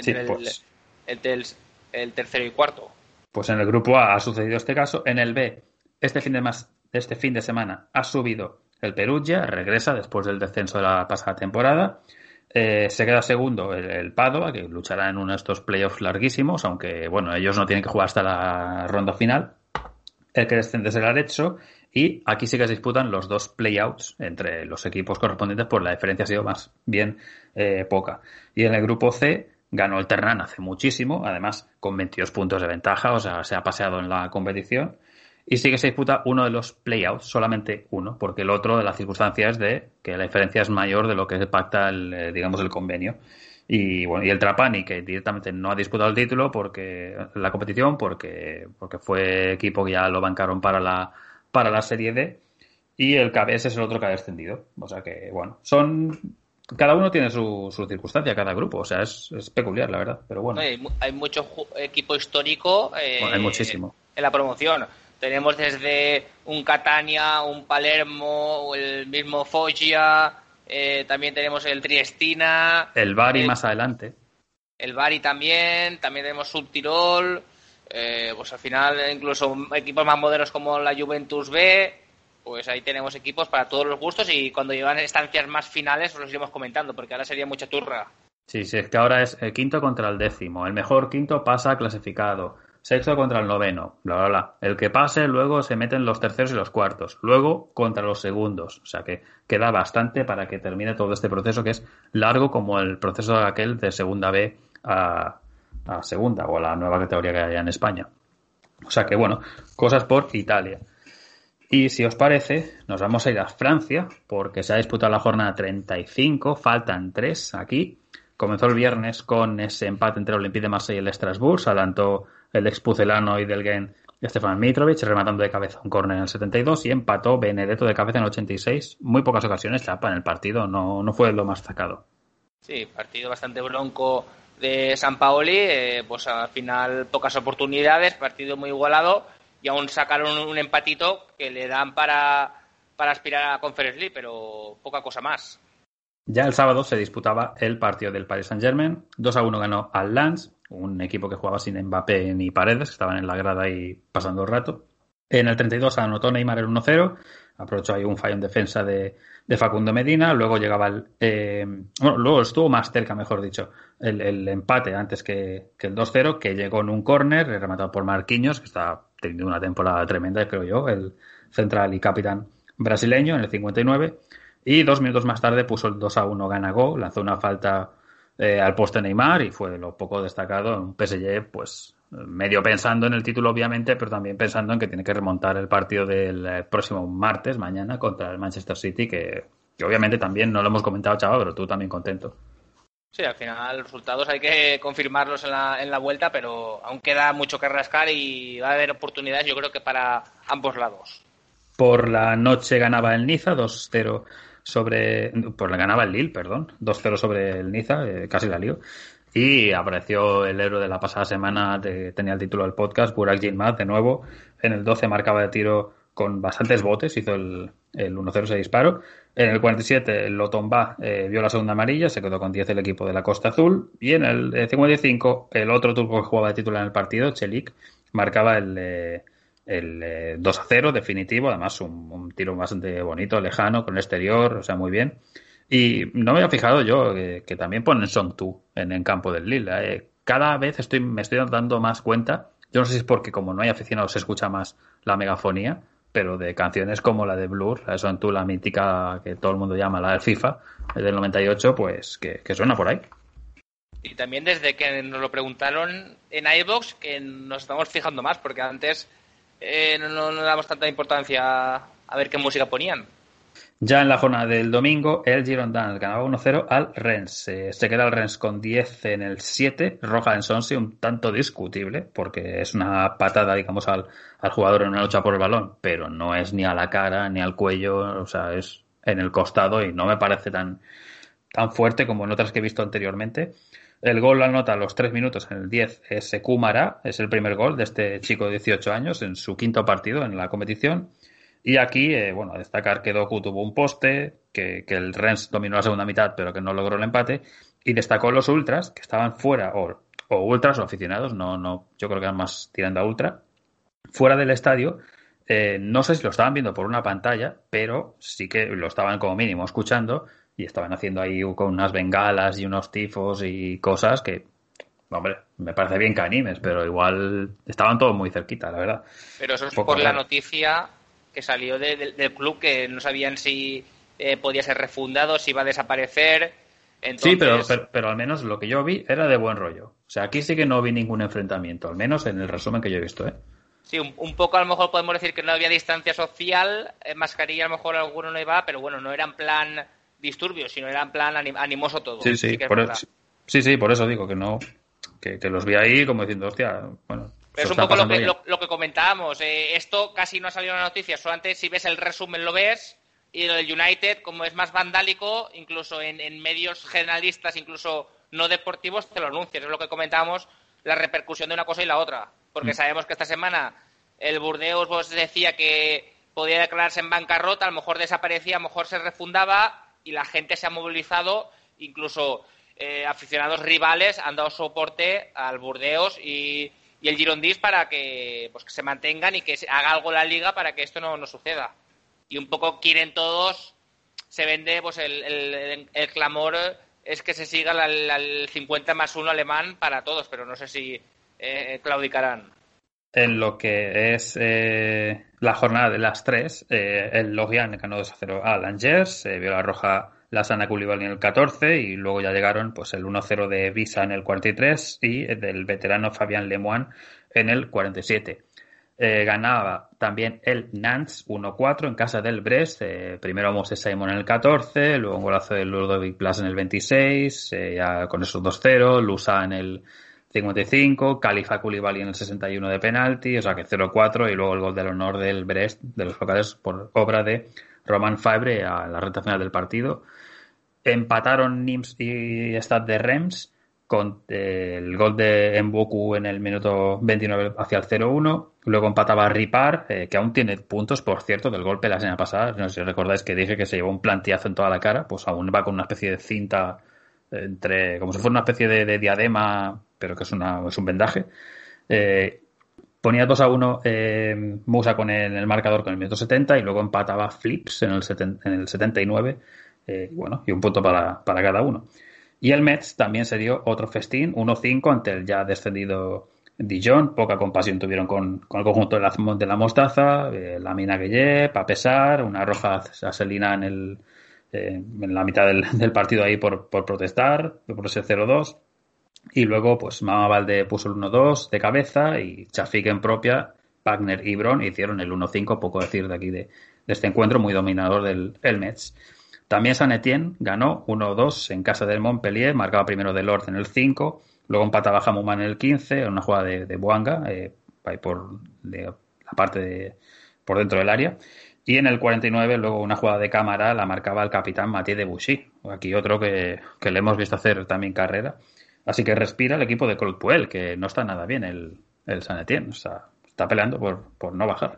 El tercero y cuarto. Pues en el grupo A ha sucedido este caso. En el B, este fin de semana ha subido el Perugia, regresa después del descenso de la pasada temporada. Se queda segundo el Padova, que luchará en uno de estos playoffs larguísimos, aunque bueno, ellos no tienen que jugar hasta la ronda final. El que desciende es el Arezzo, y aquí sí que se disputan los 2 playouts entre los equipos correspondientes, pues la diferencia ha sido más bien poca. Y en el grupo C ganó el Ternán hace muchísimo, además con 22 puntos de ventaja, o sea, se ha paseado en la competición. Y sí que se disputa uno de los playouts, solamente uno, porque el otro de las circunstancias es de que la diferencia es mayor de lo que pacta el convenio. Y bueno, y el Trapani, que directamente no ha disputado el título porque fue equipo que ya lo bancaron para la Serie D, y el KBS es el otro que ha descendido. O sea que, bueno, cada uno tiene su circunstancia, cada grupo, o sea, es peculiar, la verdad, pero bueno. Hay mucho equipo histórico hay muchísimo en la promoción. Tenemos desde un Catania, un Palermo, el mismo Foggia, también tenemos el Triestina. El Bari más adelante. El Bari también tenemos Subtirol, pues al final incluso equipos más modernos como la Juventus B, pues ahí tenemos equipos para todos los gustos y cuando llevan estancias más finales os los iremos comentando, porque ahora sería mucha turra. Sí, es que ahora es el quinto contra el 10º. El mejor quinto pasa clasificado. sexto contra el noveno, bla, bla, bla. El que pase luego se meten los terceros y los cuartos, luego contra los segundos. O sea que queda bastante para que termine todo este proceso, que es largo como el proceso de aquel de segunda B a segunda, o a la nueva categoría que hay en España. O sea que, bueno, cosas por Italia. Y si os parece, nos vamos a ir a Francia, porque se ha disputado la jornada 35, faltan 3 aquí. Comenzó el viernes con ese empate entre el Olympique de Marsella y el Estrasbourg. Se adelantó el expucelano y del Gent Stefan Mitrovic, rematando de cabeza un córner en el 72, y empató Benedetto de cabeza en el 86. Muy pocas ocasiones, Chapa, en el partido, no fue lo más destacado. Sí, partido bastante bronco de Sampaoli, pues al final pocas oportunidades, partido muy igualado, y aún sacaron un empatito que le dan para aspirar a la Conference League, pero poca cosa más. Ya el sábado se disputaba el partido del Paris Saint-Germain. 2-1 ganó al Lens, un equipo que jugaba sin Mbappé ni Paredes, que estaban en la grada y pasando el rato. En el 32 anotó Neymar el 1-0, aprovechó ahí un fallo en defensa de Facundo Medina. Luego llegaba luego estuvo más cerca, mejor dicho, el empate antes que el 2-0, que llegó en un córner rematado por Marquinhos, que está teniendo una temporada tremenda, creo yo, el central y capitán brasileño, en el 59. Y 2 minutos más tarde puso el 2-1 Ganagó, lanzó una falta al poste Neymar y fue lo poco destacado en un PSG, pues medio pensando en el título obviamente, pero también pensando en que tiene que remontar el partido del próximo martes, mañana, contra el Manchester City, que obviamente también no lo hemos comentado, chaval, pero tú también contento. Sí, al final los resultados hay que confirmarlos en la vuelta, pero aún queda mucho que rascar y va a haber oportunidades, yo creo que para ambos lados. Por la noche ganaba el Niza 2-0 ganaba el Lille, 2-0 sobre el Niza, casi la lío. Y apareció el héroe de la pasada semana, tenía el título del podcast, Burak Yilmaz, de nuevo. En el 12 marcaba de tiro con bastantes botes, hizo el 1-0 ese disparo. En el 47 el Lotomba vio la segunda amarilla, se quedó con 10 el equipo de la Costa Azul. Y en el 55 el otro turco que jugaba de titular en el partido, Çelik, marcaba el 2-0 definitivo, además un tiro bastante bonito, lejano, con el exterior, o sea, muy bien. Y no me había fijado yo que también ponen Song 2 en campo del Lille. Cada vez me estoy dando más cuenta, yo no sé si es porque como no hay aficionados se escucha más la megafonía, pero de canciones como la de Blur, la de Song 2, la mítica que todo el mundo llama la del FIFA, del 98, pues que suena por ahí. Y también desde que nos lo preguntaron en iVoox, que nos estamos fijando más, porque antes no damos tanta importancia a ver qué música ponían. Ya en la jornada del domingo, el Girondins ganaba 1-0 al Rennes. Se queda el Rennes con 10 en el 7. Roja en Sonsi, un tanto discutible, porque es una patada, digamos, al jugador en una lucha por el balón, pero no es ni a la cara ni al cuello, o sea, es en el costado y no me parece tan fuerte como en otras que he visto anteriormente. El gol lo anota a los 3 minutos en el 10 es Kumara, es el primer gol de este chico de 18 años en su quinto partido en la competición. Y aquí, a destacar que Doku tuvo un poste, que el Rennes dominó la segunda mitad, pero que no logró el empate. Y destacó los ultras, que estaban fuera, o ultras o aficionados, no, yo creo que eran más tirando a ultra, fuera del estadio. No sé si lo estaban viendo por una pantalla, pero sí que lo estaban como mínimo escuchando y estaban haciendo ahí con unas bengalas y unos tifos y cosas que, hombre, me parece bien que animes, pero igual estaban todos muy cerquita, la verdad. Pero eso es por la noticia que salió del club, que no sabían si podía ser refundado, si iba a desaparecer. Entonces... Sí, pero al menos lo que yo vi era de buen rollo. O sea, aquí sí que no vi ningún enfrentamiento, al menos en el resumen que yo he visto, ¿eh? Sí, un poco a lo mejor podemos decir que no había distancia social, mascarilla a lo mejor alguno no iba, pero bueno, no era en plan disturbio, sino era en plan animoso todo. Sí, por eso digo que no, que los vi ahí como diciendo, hostia, bueno... Pero es un poco lo que comentábamos. Esto casi no ha salido en la noticia. Solamente si ves el resumen lo ves. Y lo del United, como es más vandálico, incluso en medios generalistas, incluso no deportivos, te lo anuncian. Es lo que comentábamos, la repercusión de una cosa y la otra. Porque sabemos que esta semana el Burdeos pues, decía que podía declararse en bancarrota, a lo mejor desaparecía, a lo mejor se refundaba y la gente se ha movilizado, incluso aficionados rivales han dado soporte al Burdeos y el Girondins para que se mantengan y que se haga algo la liga para que esto no suceda. Y un poco quieren todos, se vende pues el clamor es que se siga el 50+1 alemán para todos, pero no sé si claudicarán. En lo que es la jornada de las 3, el Lorient ganó 2-0 a Langers, vio la roja Lassana Coulibaly en el 14 y luego ya llegaron pues el 1-0 de Visa en el 43 y del veterano Fabien Lemoine en el 47. Ganaba también el Nantes 1-4 en casa del Brest, primero Moses Simon en el 14, luego un golazo de Ludovic Blas en el 26, ya con esos 2-0, Lusa en el 55, Khalifa Koulibaly en el 61 de penalti, o sea que 0-4 y luego el gol del honor del Brest, de los locales, por obra de Romain Fabre a la recta final del partido. Empataron Nimes y Stade de Reims con el gol de Mboku en el minuto 29 hacia el 0-1. Luego empataba Ripard, que aún tiene puntos, por cierto, del golpe la semana pasada. No sé si recordáis que dije que se llevó un plantillazo en toda la cara, pues aún va con una especie de cinta como si fuera una especie de diadema, pero que es un vendaje. Ponía 2-1 Musa con el marcador con el minuto 70 y luego empataba Flips en el 79 y un punto para cada uno. Y el Metz también se dio otro festín, 1-5 ante el ya descendido Dijon. Poca compasión tuvieron con el conjunto de la Mostaza, Lamine Gueye, a pesar, una roja a Selina en la mitad del partido ahí por protestar, por ese 0-2. Y luego, pues Mama Valde puso el 1-2 de cabeza y Chafik en propia, Wagner y Bron hicieron el 1-5, poco decir de aquí de este encuentro muy dominador del Metz. También Saint-Étienne ganó 1-2 en casa del Montpellier, marcaba primero Delort en el 5, luego empataba Hamouman en el 15, en una jugada de Boanga, ahí por la parte por dentro del área. Y en el 49, luego una jugada de cámara la marcaba el capitán Mathieu Debuchy. Aquí otro que le hemos visto hacer también carrera. Así que respira el equipo de Claude Puel, que no está nada bien el Saint-Étienne. O sea, está peleando por no bajar.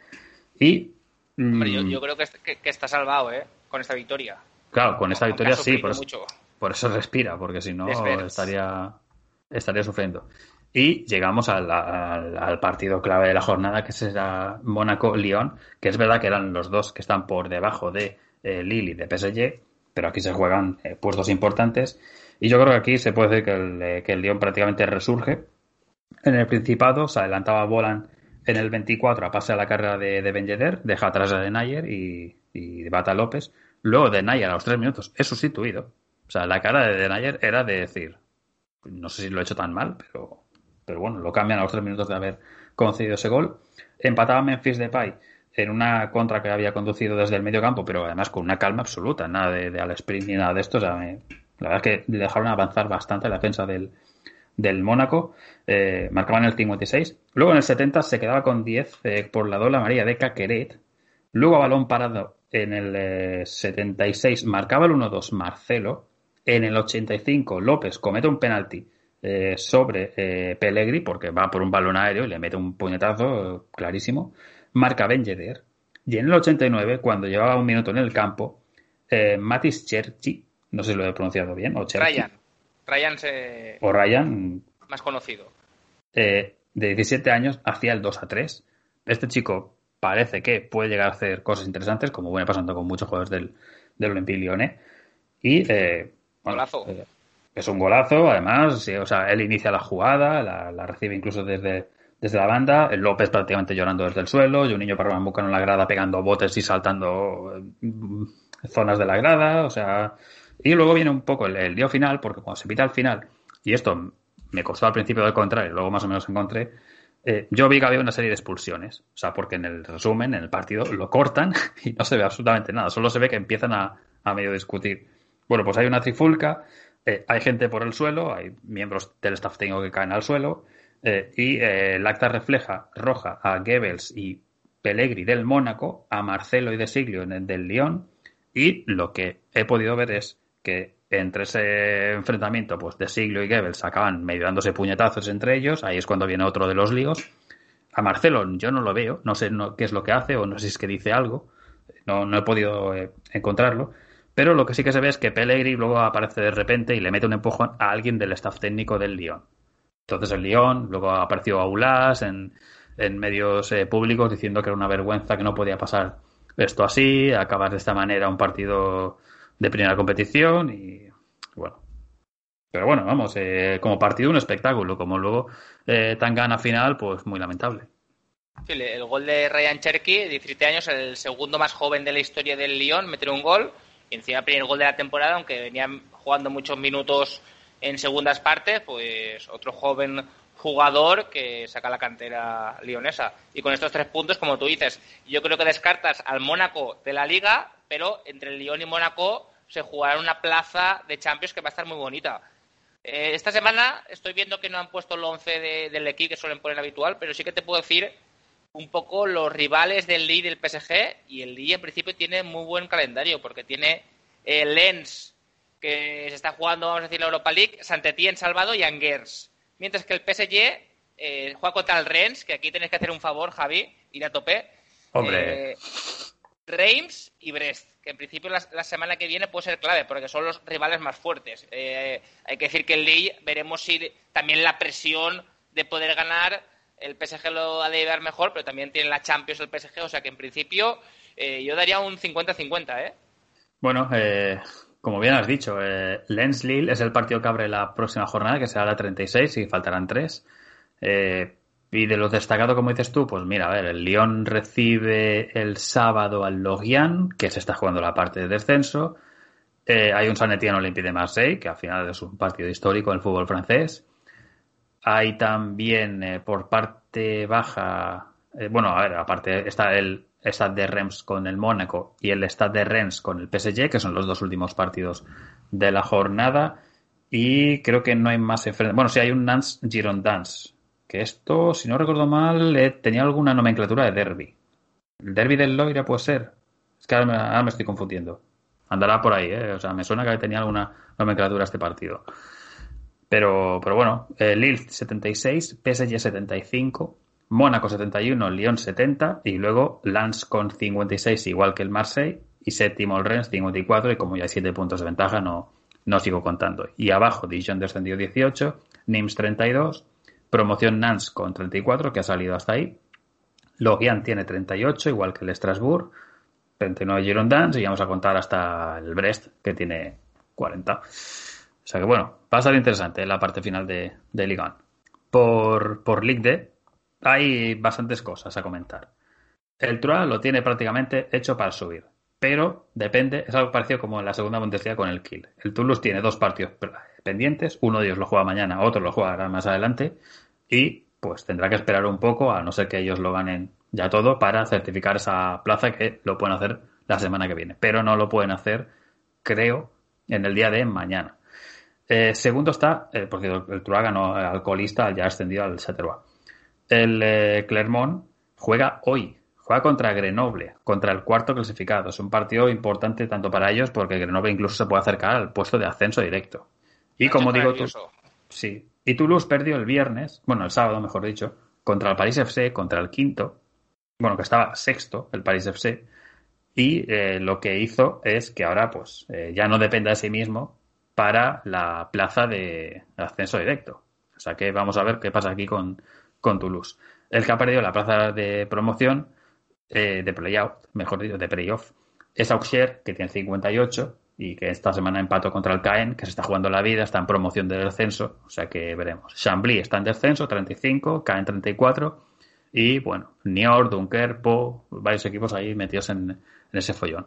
Y hombre, yo creo que está salvado, con esta victoria. Claro, con esta victoria sí, por eso respira, porque si no estaría sufriendo. Y llegamos al partido clave de la jornada, que será Mónaco-Lyon, que es verdad que eran los dos que están por debajo de Lille y de PSG, pero aquí se juegan puestos importantes. Y yo creo que aquí se puede decir que el Lyon prácticamente resurge. En el Principado se adelantaba Voland en el 24 a pase a la carrera de Ben Yedder, deja atrás a Denayer y Bata López. Luego Denayer a los 3 minutos es sustituido. O sea, la cara de Denayer era de decir, no sé si lo he hecho tan mal, pero bueno, lo cambian a los 3 minutos de haber concedido ese gol. Empataba Memphis Depay en una contra que había conducido desde el medio campo, pero además con una calma absoluta, nada de al sprint ni nada de esto. O sea, la verdad es que le dejaron avanzar bastante la defensa del Mónaco. Marcaban el 56. Luego en el 70 se quedaba con 10 por la doble amarilla de Caqueret. Luego a balón parado en el 76 marcaba el 1-2 Marcelo. En el 85 López comete un penalti sobre Pellegrini, porque va por un balón aéreo y le mete un puñetazo clarísimo. Marca Ben Yedder. Y en el 89, cuando llevaba un minuto en el campo, Matis Cherchi, no sé si lo he pronunciado bien, o Cherchi. Ryan, más conocido. De 17 años, hacía el 2-3. Este chico parece que puede llegar a hacer cosas interesantes, como viene pasando con muchos jugadores del Olympique Lyonnais. Y golazo. Es un golazo, además, sí, o sea, él inicia la jugada, la recibe incluso desde la banda, el López prácticamente llorando desde el suelo, y un niño Pernambucano en la grada pegando botes y saltando zonas de la grada, o sea, y luego viene un poco el lío final, porque cuando se pita al final, y esto me costó al principio de encontrar y luego más o menos encontré, yo vi que había una serie de expulsiones, o sea, porque en el resumen, en el partido, lo cortan y no se ve absolutamente nada, solo se ve que empiezan a medio discutir. Bueno, pues hay una trifulca, hay gente por el suelo, hay miembros del staff técnico que caen al suelo, y el acta refleja roja a Goebbels y Pellegrini del Mónaco, a Marcelo y De Siglio del Lyon, y lo que he podido ver es que entre ese enfrentamiento, pues De Siglio y Goebbels acaban medio dándose puñetazos entre ellos, ahí es cuando viene otro de los líos. A Marcelo yo no lo veo, no sé qué es lo que hace, o no sé si es que dice algo, no he podido encontrarlo. Pero lo que sí que se ve es que Pellegrini luego aparece de repente y le mete un empujón a alguien del staff técnico del Lyon. Entonces el Lyon, luego apareció Aulas en medios públicos diciendo que era una vergüenza, que no podía pasar esto así, acabar de esta manera un partido de primera competición y bueno, Pero bueno, vamos, como partido un espectáculo, como luego Tangana final, pues muy lamentable. Sí, el gol de Ryan Cherky, 17 años, el segundo más joven de la historia del Lyon, meter un gol, y encima el primer gol de la temporada, aunque venía jugando muchos minutos en segundas partes, pues otro joven jugador que saca la cantera lionesa. Y con estos 3 puntos, como tú dices, yo creo que descartas al Mónaco de la Liga, pero entre el Lyon y Mónaco se jugará una plaza de Champions que va a estar muy bonita. Esta semana estoy viendo que no han puesto el 11 del equipo que suelen poner habitual, pero sí que te puedo decir un poco los rivales del Lille y del PSG, y el Lille en principio tiene muy buen calendario, porque tiene Lens, que se está jugando, vamos a decir, la Europa League, Saint-Étienne salvado y Angers. Mientras que el PSG juega contra el Rennes, que aquí tenéis que hacer un favor, Javi, ir a tope. Hombre. Reims y Brest, que en principio la semana que viene puede ser clave, porque son los rivales más fuertes. Hay que decir que el Lille, veremos si también la presión de poder ganar, el PSG lo ha de llevar mejor, pero también tiene la Champions el PSG, o sea que en principio yo daría un 50-50, Bueno, como bien has dicho, Lens-Lille es el partido que abre la próxima jornada, que será la 36 y faltarán 3. Y de los destacados, como dices tú, pues mira, a ver, el Lyon recibe el sábado al Lorient, que se está jugando la parte de descenso. Hay un Saint-Étienne Olympique de Marseille, que al final es un partido histórico en el fútbol francés. Hay también por parte baja, aparte está el Stade de Reims con el Mónaco y el Stade de Rennes con el PSG, que son los 2 últimos partidos de la jornada. Y creo que no hay más enfrentamientos. Bueno, sí hay un Nantes-Girondins, que esto, si no recuerdo mal, tenía alguna nomenclatura de derbi. ¿El derbi del Loira puede ser? Es que ahora me estoy confundiendo. Andará por ahí, O sea, me suena que tenía alguna nomenclatura este partido. Pero bueno, Lille 76, PSG 75, Mónaco 71, Lyon 70 y luego Lens con 56, igual que el Marseille, y séptimo el Rennes 54, y como ya hay 7 puntos de ventaja no sigo contando. Y abajo Dijon descendió 18, Nimes 32, promoción Nantes con 34, que ha salido hasta ahí, Lorient tiene 38, igual que el Strasbourg, 39 Girondins, y vamos a contar hasta el Brest, que tiene 40. O sea que bueno, va a ser interesante la parte final de Ligue 1. Por Ligue D hay bastantes cosas a comentar. El Troyes lo tiene prácticamente hecho para subir, pero depende, es algo parecido como en la segunda Bundesliga con el Kiel. El Toulouse tiene 2 partidos pendientes, uno de ellos lo juega mañana, otro lo jugará más adelante, y pues tendrá que esperar un poco, a no ser que ellos lo ganen ya todo, para certificar esa plaza, que lo pueden hacer la semana que viene, pero no lo pueden hacer, creo, en el día de mañana. Segundo está, porque el Troyes ganó al colista, ya ascendido al Charleroi. El Clermont juega hoy, juega contra Grenoble, contra el cuarto clasificado. Es un partido importante tanto para ellos, porque Grenoble incluso se puede acercar al puesto de ascenso directo. Y como digo tú, sí. Y Toulouse perdió el sábado mejor dicho, contra el Paris FC, contra el quinto, bueno, que estaba sexto, el Paris FC, y lo que hizo es que ahora pues ya no dependa de sí mismo para la plaza de ascenso directo. O sea que vamos a ver qué pasa aquí con Toulouse. El que ha perdido la plaza de promoción, de playoff, es Auxerre, que tiene 58 y que esta semana empató contra el Caen, que se está jugando la vida, está en promoción de descenso, o sea que veremos. Chambly está en descenso, 35, Caen 34 y bueno, Niort, Dunkerque, Pau, varios equipos ahí metidos en ese follón.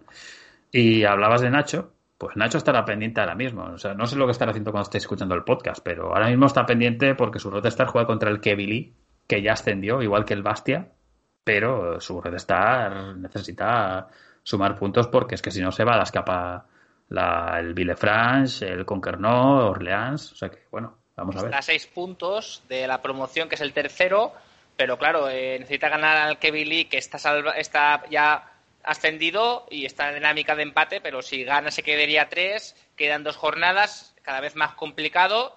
Y hablabas de Nacho, pues Nacho estará pendiente ahora mismo. O sea, no sé lo que estará haciendo cuando esté escuchando el podcast, pero ahora mismo está pendiente porque su Red Star juega contra el Quevilly, que ya ascendió, igual que el Bastia, pero su Red Star necesita sumar puntos porque es que si no se va a la escapa el Villefranche, el Concarneau, Orleans. O sea que, bueno, vamos a ver. Está a 6 puntos de la promoción, que es el tercero, pero claro, necesita ganar al Quevilly, que está ya ascendido y está en dinámica de empate, pero si gana se quedaría 3, quedan 2 jornadas, cada vez más complicado.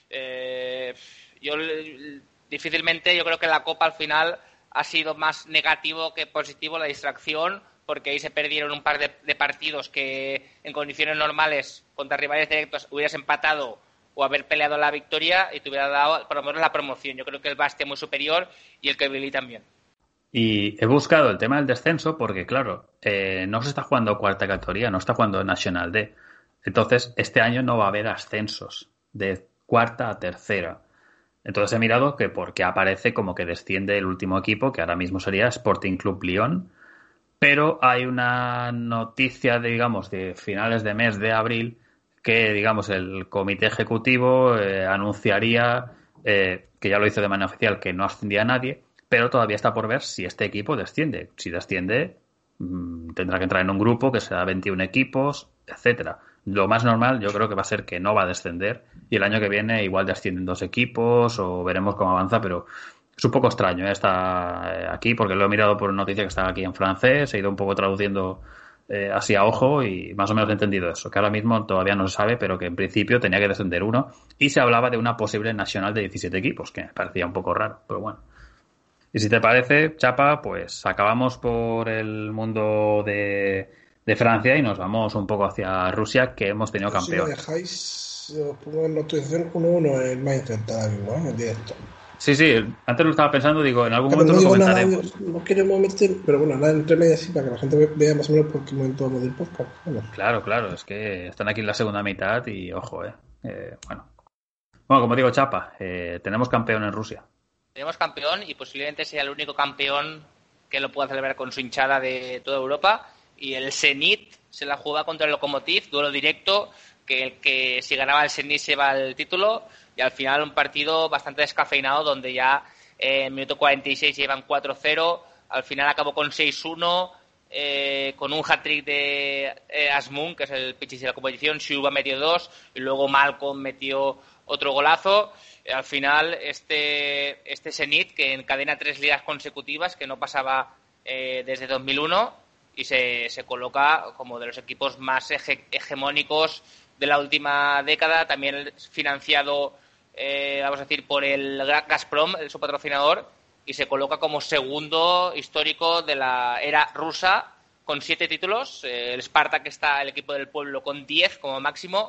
Difícilmente, yo creo que la Copa al final ha sido más negativo que positivo, la distracción, porque ahí se perdieron un par de partidos que en condiciones normales contra rivales directos hubieras empatado o haber peleado la victoria y te hubiera dado por lo menos la promoción. Yo creo que el Bastia muy superior y el Quevilly también. Y he buscado el tema del descenso porque, claro, no se está jugando cuarta categoría, no está jugando National D. Entonces, este año no va a haber ascensos de cuarta a tercera. Entonces he mirado que porque aparece como que desciende el último equipo, que ahora mismo sería Sporting Club Lyon, pero hay una noticia, digamos, de finales de mes de abril que, digamos, el comité ejecutivo anunciaría, que ya lo hizo de manera oficial, que no ascendía a nadie, pero todavía está por ver si este equipo desciende. Si desciende, tendrá que entrar en un grupo que será 21 equipos, etcétera. Lo más normal yo creo que va a ser que no va a descender y el año que viene igual descienden 2 equipos o veremos cómo avanza, pero es un poco extraño estar aquí porque lo he mirado por noticia que está aquí en francés, he ido un poco traduciendo así a ojo y más o menos he entendido eso, que ahora mismo todavía no se sabe, pero que en principio tenía que descender uno y se hablaba de una posible nacional de 17 equipos, que me parecía un poco raro, pero bueno. Y si te parece, Chapa, pues acabamos por el mundo de Francia y nos vamos un poco hacia Rusia, que hemos tenido campeón. Si me dejáis, os pongo en la actualización 1-1 el Mindset ahora mismo, en directo. Sí, antes lo estaba pensando, digo, en algún momento lo comentaremos. Nada, no queremos meter, pero bueno, nada entre medias sí, para que la gente vea más o menos por qué momento vamos del podcast. Bueno. Claro, es que están aquí en la segunda mitad y ojo, bueno, como digo, Chapa, tenemos campeón en Rusia. Tenemos campeón y posiblemente sea el único campeón que lo pueda celebrar con su hinchada de toda Europa. Y el Zenit se la juega contra el Lokomotiv, duelo directo, que si ganaba el Zenit se va el título. Y al final un partido bastante descafeinado donde ya en minuto 46 llevan 4-0. Al final acabó con 6-1 con un hat-trick de Asmun, que es el pichis de la competición. Shuba metió 2 y luego Malcolm metió otro golazo. Al final este Zenit, que encadena 3 ligas consecutivas, que no pasaba desde 2001, y se coloca como de los equipos más hegemónicos de la última década, también financiado, vamos a decir, por el Gazprom, su patrocinador, y se coloca como segundo histórico de la era rusa con 7 títulos. El Spartak está, el equipo del pueblo, con 10 como máximo,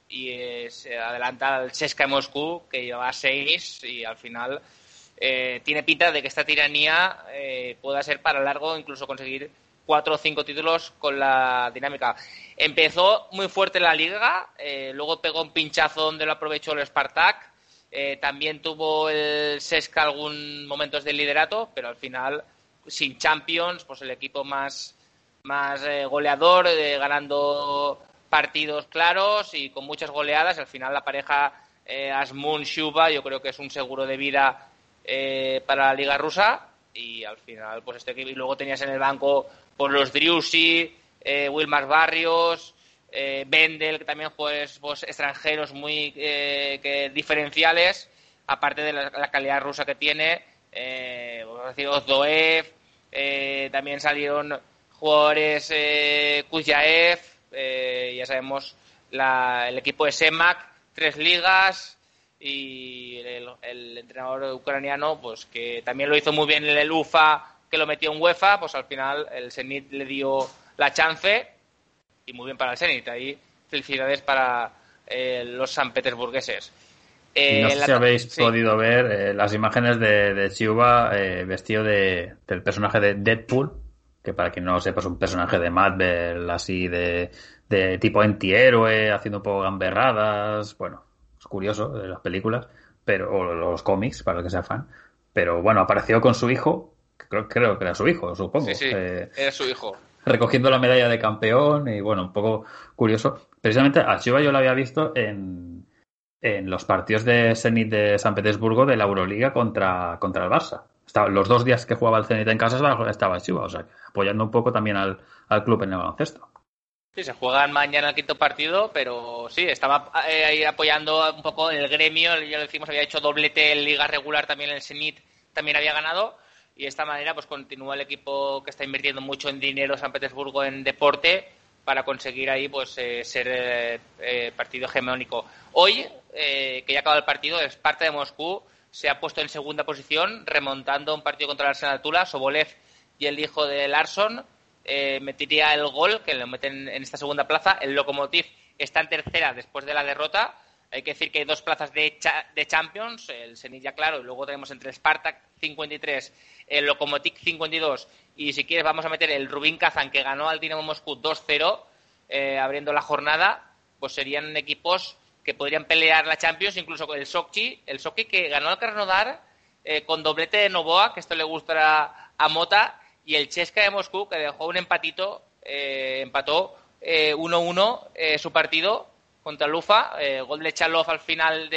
y se adelanta al CSKA de Moscú, que lleva 6, y al final tiene pinta de que esta tiranía pueda ser para largo, incluso conseguir 4 o 5 títulos con la dinámica. Empezó muy fuerte la liga, luego pegó un pinchazo donde lo aprovechó el Spartak, también tuvo el CSKA algún momentos de liderato, pero al final sin Champions, pues el equipo más goleador, ganando partidos claros y con muchas goleadas. Al final la pareja Asmun-Shuba yo creo que es un seguro de vida para la liga rusa, y al final pues este equipo, y luego tenías en el banco por los Driussi, Wilmar Barrios, Bendel, que también pues extranjeros muy diferenciales, aparte de la calidad rusa que tiene, vamos a decir Ozdoev, también salieron jugadores Kuyaev, ya sabemos el equipo de Semak, 3 ligas, y el entrenador ucraniano pues que también lo hizo muy bien en el UFA, que lo metió en UEFA, pues al final el Zenit le dio la chance, y muy bien para el Zenit. Ahí felicidades para los sanpetersburgueses. No sé si habéis podido ver las imágenes de Shuba vestido del personaje de Deadpool, que para quien no lo sepa es un personaje de Marvel, así de tipo antihéroe, haciendo un poco gamberradas. Bueno, es curioso de las películas, o los cómics, para el que sea fan. Pero bueno, apareció con su hijo, creo que era su hijo, supongo. Sí, era su hijo. Recogiendo la medalla de campeón, y bueno, un poco curioso. Precisamente a Shuba yo lo había visto en los partidos de Zenit de San Petersburgo de la Euroliga contra el Barça. Los 2 días que jugaba el Zenit en casa estaba Shuba, o sea, apoyando un poco también al club en el baloncesto. Sí, se juegan mañana el 5º partido, pero sí, estaba ahí apoyando un poco el gremio, ya lo decimos, había hecho doblete en liga regular, también el Zenit también había ganado, y de esta manera pues continúa el equipo que está invirtiendo mucho en dinero San Petersburgo en deporte para conseguir ahí pues ser partido hegemónico. Hoy, que ya acaba el partido, el Spartak de Moscú se ha puesto en segunda posición, remontando un partido contra el Arsenal Tula. Sobolev y el hijo de Larsson metería el gol, que lo meten en esta segunda plaza. El Lokomotiv está en tercera después de la derrota. Hay que decir que hay 2 plazas de Champions, el Zenit ya claro, y luego tenemos entre el Spartak 53, el Lokomotiv 52, y si quieres vamos a meter el Rubin Kazan, que ganó al Dinamo Moscú 2-0, abriendo la jornada. Pues serían equipos que podrían pelear la Champions, incluso con el Sochi que ganó al Krasnodar con doblete de Novoa, que esto le gustará a Mota, y el CSKA de Moscú, que dejó un empatito, empató 1-1 su partido contra Lufa, gol de Chalov al final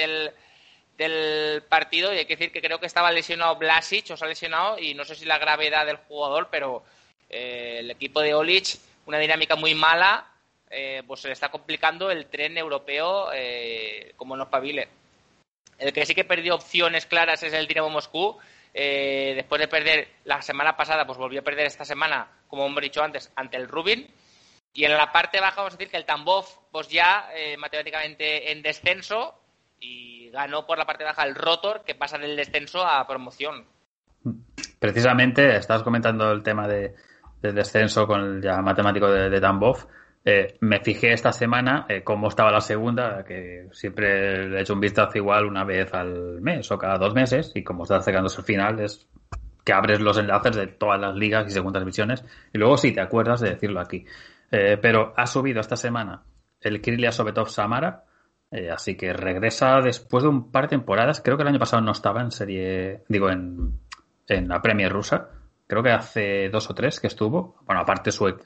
del partido, y hay que decir que creo que estaba lesionado Vlasic, o se ha lesionado, y no sé si la gravedad del jugador, pero el equipo de Olic, una dinámica muy mala, pues se le está complicando el tren europeo como no espabile. El que sí que perdió opciones claras es el Dinamo Moscú. Después de perder la semana pasada, pues volvió a perder esta semana, como hemos dicho antes, ante el Rubin. Y en la parte baja vamos a decir que el Tambov pues ya matemáticamente en descenso, y ganó por la parte baja el Rotor, que pasa del descenso a promoción. Precisamente estabas comentando el tema del descenso con el ya matemático de Tambov. Me fijé esta semana cómo estaba la segunda, que siempre le he hecho un vistazo igual una vez al mes o cada 2 meses, y como está acercándose el final es que abres los enlaces de todas las ligas y segundas divisiones y luego sí te acuerdas de decirlo aquí. Pero ha subido esta semana el Krylia Sovetov Samara, así que regresa después de un par de temporadas. Creo que el año pasado no estaba en serie, digo en la Premier rusa. Creo que hace 2 o 3 que estuvo. Bueno, aparte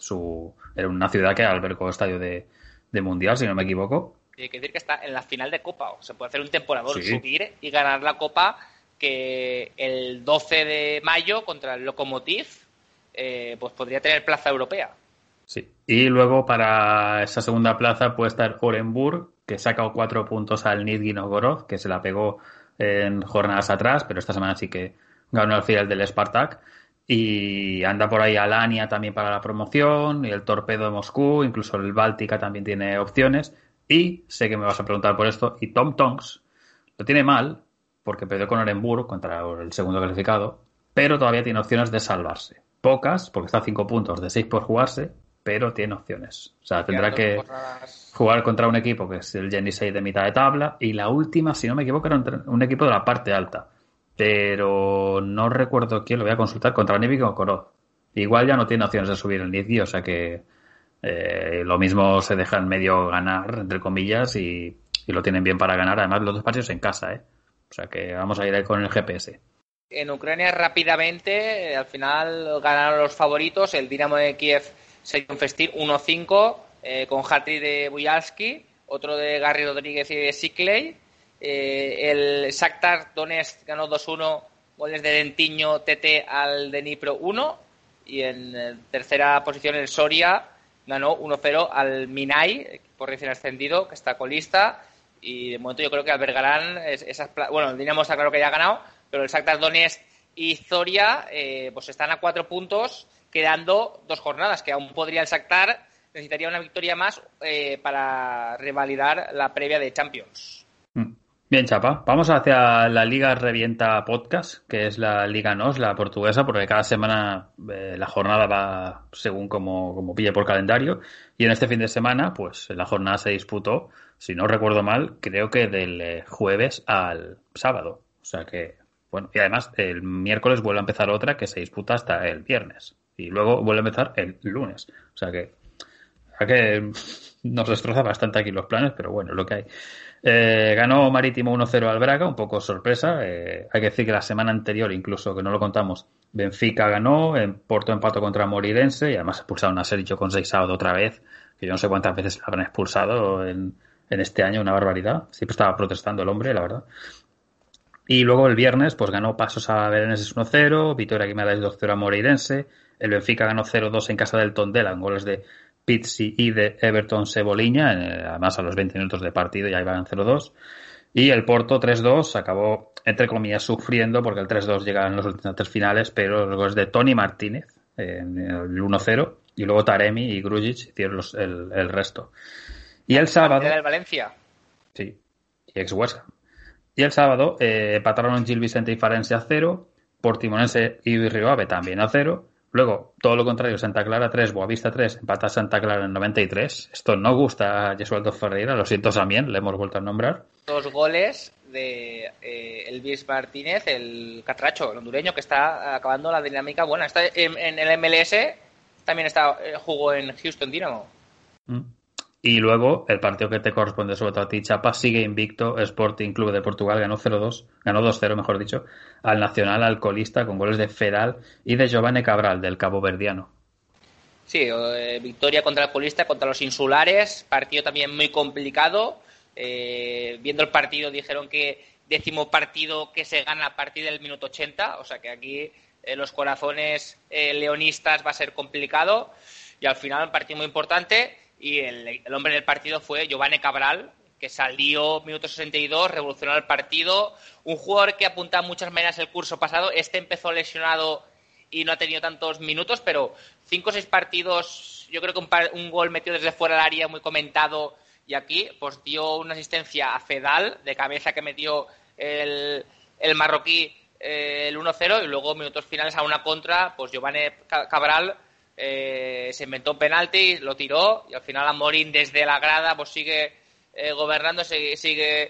era una ciudad que albergó estadio de Mundial, si no me equivoco. Y hay que decir que está en la final de Copa. O se puede hacer un temporador, sí, subir y ganar la Copa, que el 12 de mayo contra el Lokomotiv pues podría tener plaza europea. Sí. Y luego para esa segunda plaza puede estar Orenburg, que saca 4 puntos al Nizhny Novgorod, que se la pegó en jornadas atrás, pero esta semana sí que ganó al final del Spartak. Y anda por ahí Alania también para la promoción, y el Torpedo de Moscú, incluso el Báltica también tiene opciones. Y sé que me vas a preguntar por esto, y Tom Tonks lo tiene mal porque perdió con Orenburg contra el segundo clasificado, pero todavía tiene opciones de salvarse. Pocas, porque está a 5 puntos de 6 por jugarse, pero tiene opciones. O sea, tendrá que jugar contra un equipo que es el Yenisei de mitad de tabla, y la última, si no me equivoco, era un equipo de la parte alta. Pero no recuerdo quién, lo voy a consultar, contra Nizhny Novgorod. Igual ya no tiene opciones de subir el Nizhny, o sea que lo mismo se deja en medio ganar, entre comillas, y lo tienen bien para ganar. Además, los 2 partidos en casa, O sea que vamos a ir ahí con el GPS. En Ucrania rápidamente, al final ganaron los favoritos. El Dinamo de Kiev se dio un festín 1-5 con hat-trick de Buyalski, otro de Gary Rodríguez y de Sikley. El Shakhtar Donetsk ganó 2-1, goles de Dentiño, TT al Dnipro 1, y en tercera posición el Soria ganó 1-0 al Minai, por recién ascendido, que está colista, y de momento yo creo que albergarán bueno, el Dinamo está claro que ya ha ganado, pero el Shakhtar Donetsk y Zoria pues están a 4 puntos, quedando 2 jornadas, que aún podría el Shakhtar, necesitaría una victoria más para revalidar la previa de Champions. Bien, Chapa, vamos hacia la Liga Revienta Podcast, que es la Liga NOS, la portuguesa, porque cada semana la jornada va según como pille por calendario, y en este fin de semana pues la jornada se disputó, si no recuerdo mal, creo que del jueves al sábado, o sea que, bueno, y además el miércoles vuelve a empezar otra que se disputa hasta el viernes, y luego vuelve a empezar el lunes, o sea que nos destroza bastante aquí los planes, pero bueno, es lo que hay. Ganó Marítimo 1-0 al Braga, un poco sorpresa. Hay que decir que la semana anterior, incluso que no lo contamos, Benfica ganó, en Porto empató contra Morirense, y además expulsaron a Sergio con 6 sábado otra vez, que yo no sé cuántas veces lo habrán expulsado en este año, una barbaridad. Siempre estaba protestando el hombre, la verdad. Y luego el viernes pues ganó Pasos a Belenenses 1-0, Vitória Guimarães 2-0 a Morirense, el Benfica ganó 0-2 en casa del Tondela, en goles de Pizzi y de Everton Cebolinha, además a los 20 minutos de partido ya iban 0-2, y el Porto 3-2 acabó, entre comillas, sufriendo, porque el 3-2 llega en los últimos 3 finales, pero los goles de Toni Martínez en el 1-0, y luego Taremi y Grujic hicieron el resto. Y el sábado... ¿Era el Valencia? Sí, y ex-Huesca. Y el sábado empataron Gil Vicente y Farense a 0, Portimonense y Río Ave también a 0. Luego, todo lo contrario, Santa Clara 3, Boavista 3, empata Santa Clara en 93. Esto no gusta a Jesualdo Ferreira, lo siento también, le hemos vuelto a nombrar. 2 goles de Elvis Martínez, el catracho, el hondureño, que está acabando la dinámica buena. Está en el MLS, también jugó en Houston Dynamo. Y luego, el partido que te corresponde sobre todo a ti, Chapa, sigue invicto. Sporting Club de Portugal ganó 2-0, mejor dicho, al Nacional Alcolista con goles de Feral y de Giovanni Cabral, del caboverdiano. Sí, victoria contra el Alcolista, contra los insulares, partido también muy complicado. Viendo el partido dijeron que 10º partido que se gana a partir del minuto 80, o sea que aquí los corazones leonistas va a ser complicado. Y al final un partido muy importante. Y el hombre del partido fue Giovanni Cabral, que salió minuto 62, revolucionó el partido. Un jugador que apuntaba muchas maneras el curso pasado. Empezó lesionado y no ha tenido tantos minutos, pero 5 o 6 partidos, yo creo que un gol metido desde fuera del área muy comentado. Y aquí pues dio una asistencia a Fedal de cabeza que metió el marroquí el 1-0, y luego minutos finales a una contra, pues Giovanni Cabral se inventó un penalti, lo tiró, y al final Amorín desde la grada pues sigue gobernando, sigue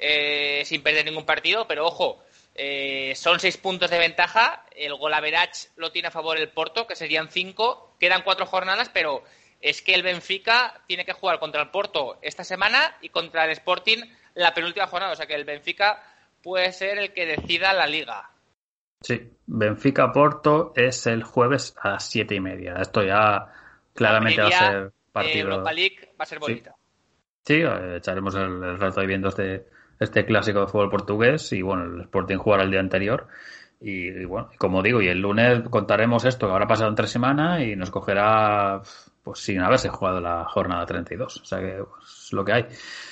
sin perder ningún partido, pero ojo, son 6 puntos de ventaja, el golaverache lo tiene a favor el Porto, que serían 5, quedan 4 jornadas, pero es que el Benfica tiene que jugar contra el Porto esta semana y contra el Sporting la penúltima jornada, o sea que el Benfica puede ser el que decida la liga. Sí, Benfica-Porto es el jueves a las 7:30. Esto ya claramente va a ser partido. Europa League va a ser bonita. Sí, echaremos el rato ahí viendo este clásico de fútbol portugués, y bueno, el Sporting jugará el día anterior. Y bueno, como digo, y el lunes contaremos esto que habrá pasado en 3 semanas y nos cogerá pues sin haberse jugado la jornada 32. O sea que pues, lo que hay.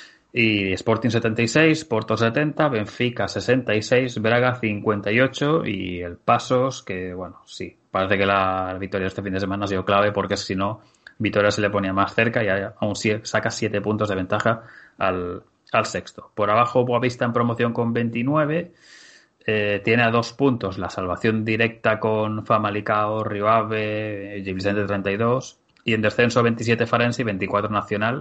Y Sporting 76, Porto 70, Benfica 66, Braga 58 y el Pasos, que bueno, sí, parece que la victoria este fin de semana ha sido clave, porque si no, Vitoria se le ponía más cerca y aún saca 7 puntos de ventaja al sexto. Por abajo, Boavista en promoción con 29, tiene a 2 puntos la salvación directa con Famalicão, Rio Ave, Gil Vicente 32, y en descenso 27 Farense y 24 Nacional,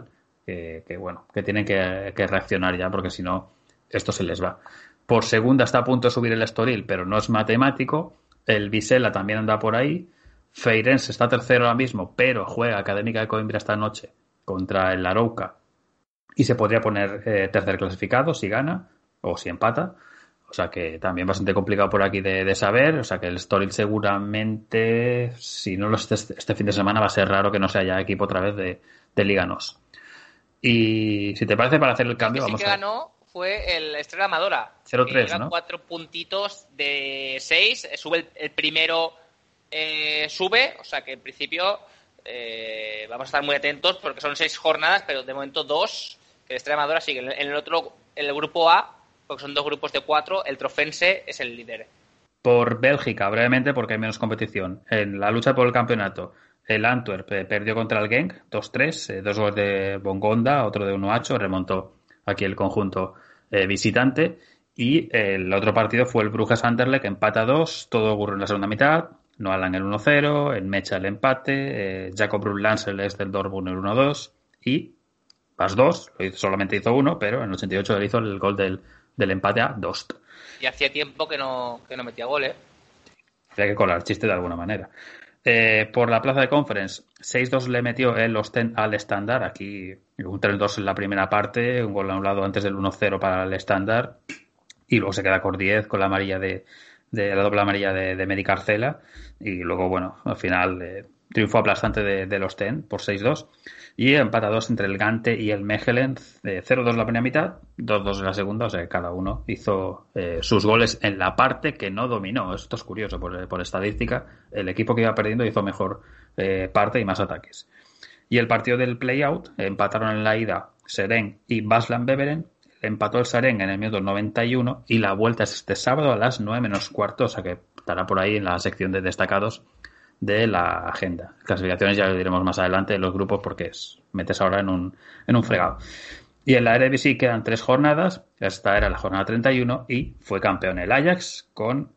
que tienen que reaccionar ya, porque si no, esto se les va. Por segunda está a punto de subir el Estoril, pero no es matemático. El Vizela también anda por ahí. Feirense está tercero ahora mismo, pero juega Académica de Coimbra esta noche contra el Arouca y se podría poner tercer clasificado si gana o si empata. O sea que también bastante complicado por aquí de saber. O sea que el Estoril seguramente, si no lo este fin de semana, va a ser raro que no se haya equipo otra vez de Liga NOS. Y si te parece, para hacer el cambio, vamos a ver. El que ganó fue el Estrella Amadora. 0-3, ¿no? 4 puntitos de 6. Sube el primero, sube. O sea que en principio vamos a estar muy atentos porque son 6 jornadas, pero de momento 2. Que el Estrella Amadora sigue. En el otro, el grupo A, porque son 2 grupos de 4, el Trofense es el líder. Por Bélgica, brevemente, porque hay menos competición. En la lucha por el campeonato, el Antwerp perdió contra el Genk 2-3, 2 goles de Bongonda, otro de Unuacho, remontó aquí el conjunto visitante. Y el otro partido fue el Bruges Anderlecht, empata 2, todo ocurrió en la segunda mitad. Noalan el 1-0, en Mecha el empate, Jacob Brun-Lansel es del Dortmund el 1-2 y Pas 2, solamente hizo 1, pero en el 88 le hizo el gol del empate a Dost. Y hacía tiempo que no metía gol, ¿eh? Había que colar chiste de alguna manera. Por la plaza de Conference, 6-2 le metió el Ostend al Standard. Aquí un 3-2 en la primera parte, un gol anulado antes del 1-0 para el Standard. Y luego se queda con 10 con la amarilla de la doble amarilla de Medi Carcela. Y luego, bueno, al final triunfo aplastante del Ostend por 6-2. Y empata 2 entre el Gante y el Mechelen, 0-2 la primera mitad, 2-2 en la segunda, o sea que cada uno hizo sus goles en la parte que no dominó. Esto es curioso, por estadística, el equipo que iba perdiendo hizo mejor parte y más ataques. Y el partido del play-out, empataron en la ida Seren y Baslan Beveren, empató el Seren en el minuto 91 y la vuelta es este sábado a las 9:15, o sea que estará por ahí en la sección de destacados de la agenda. Clasificaciones ya lo diremos más adelante en los grupos porque metes ahora en un fregado. Y en la Eredivisie quedan 3 jornadas. Esta era la jornada 31 y fue campeón el Ajax con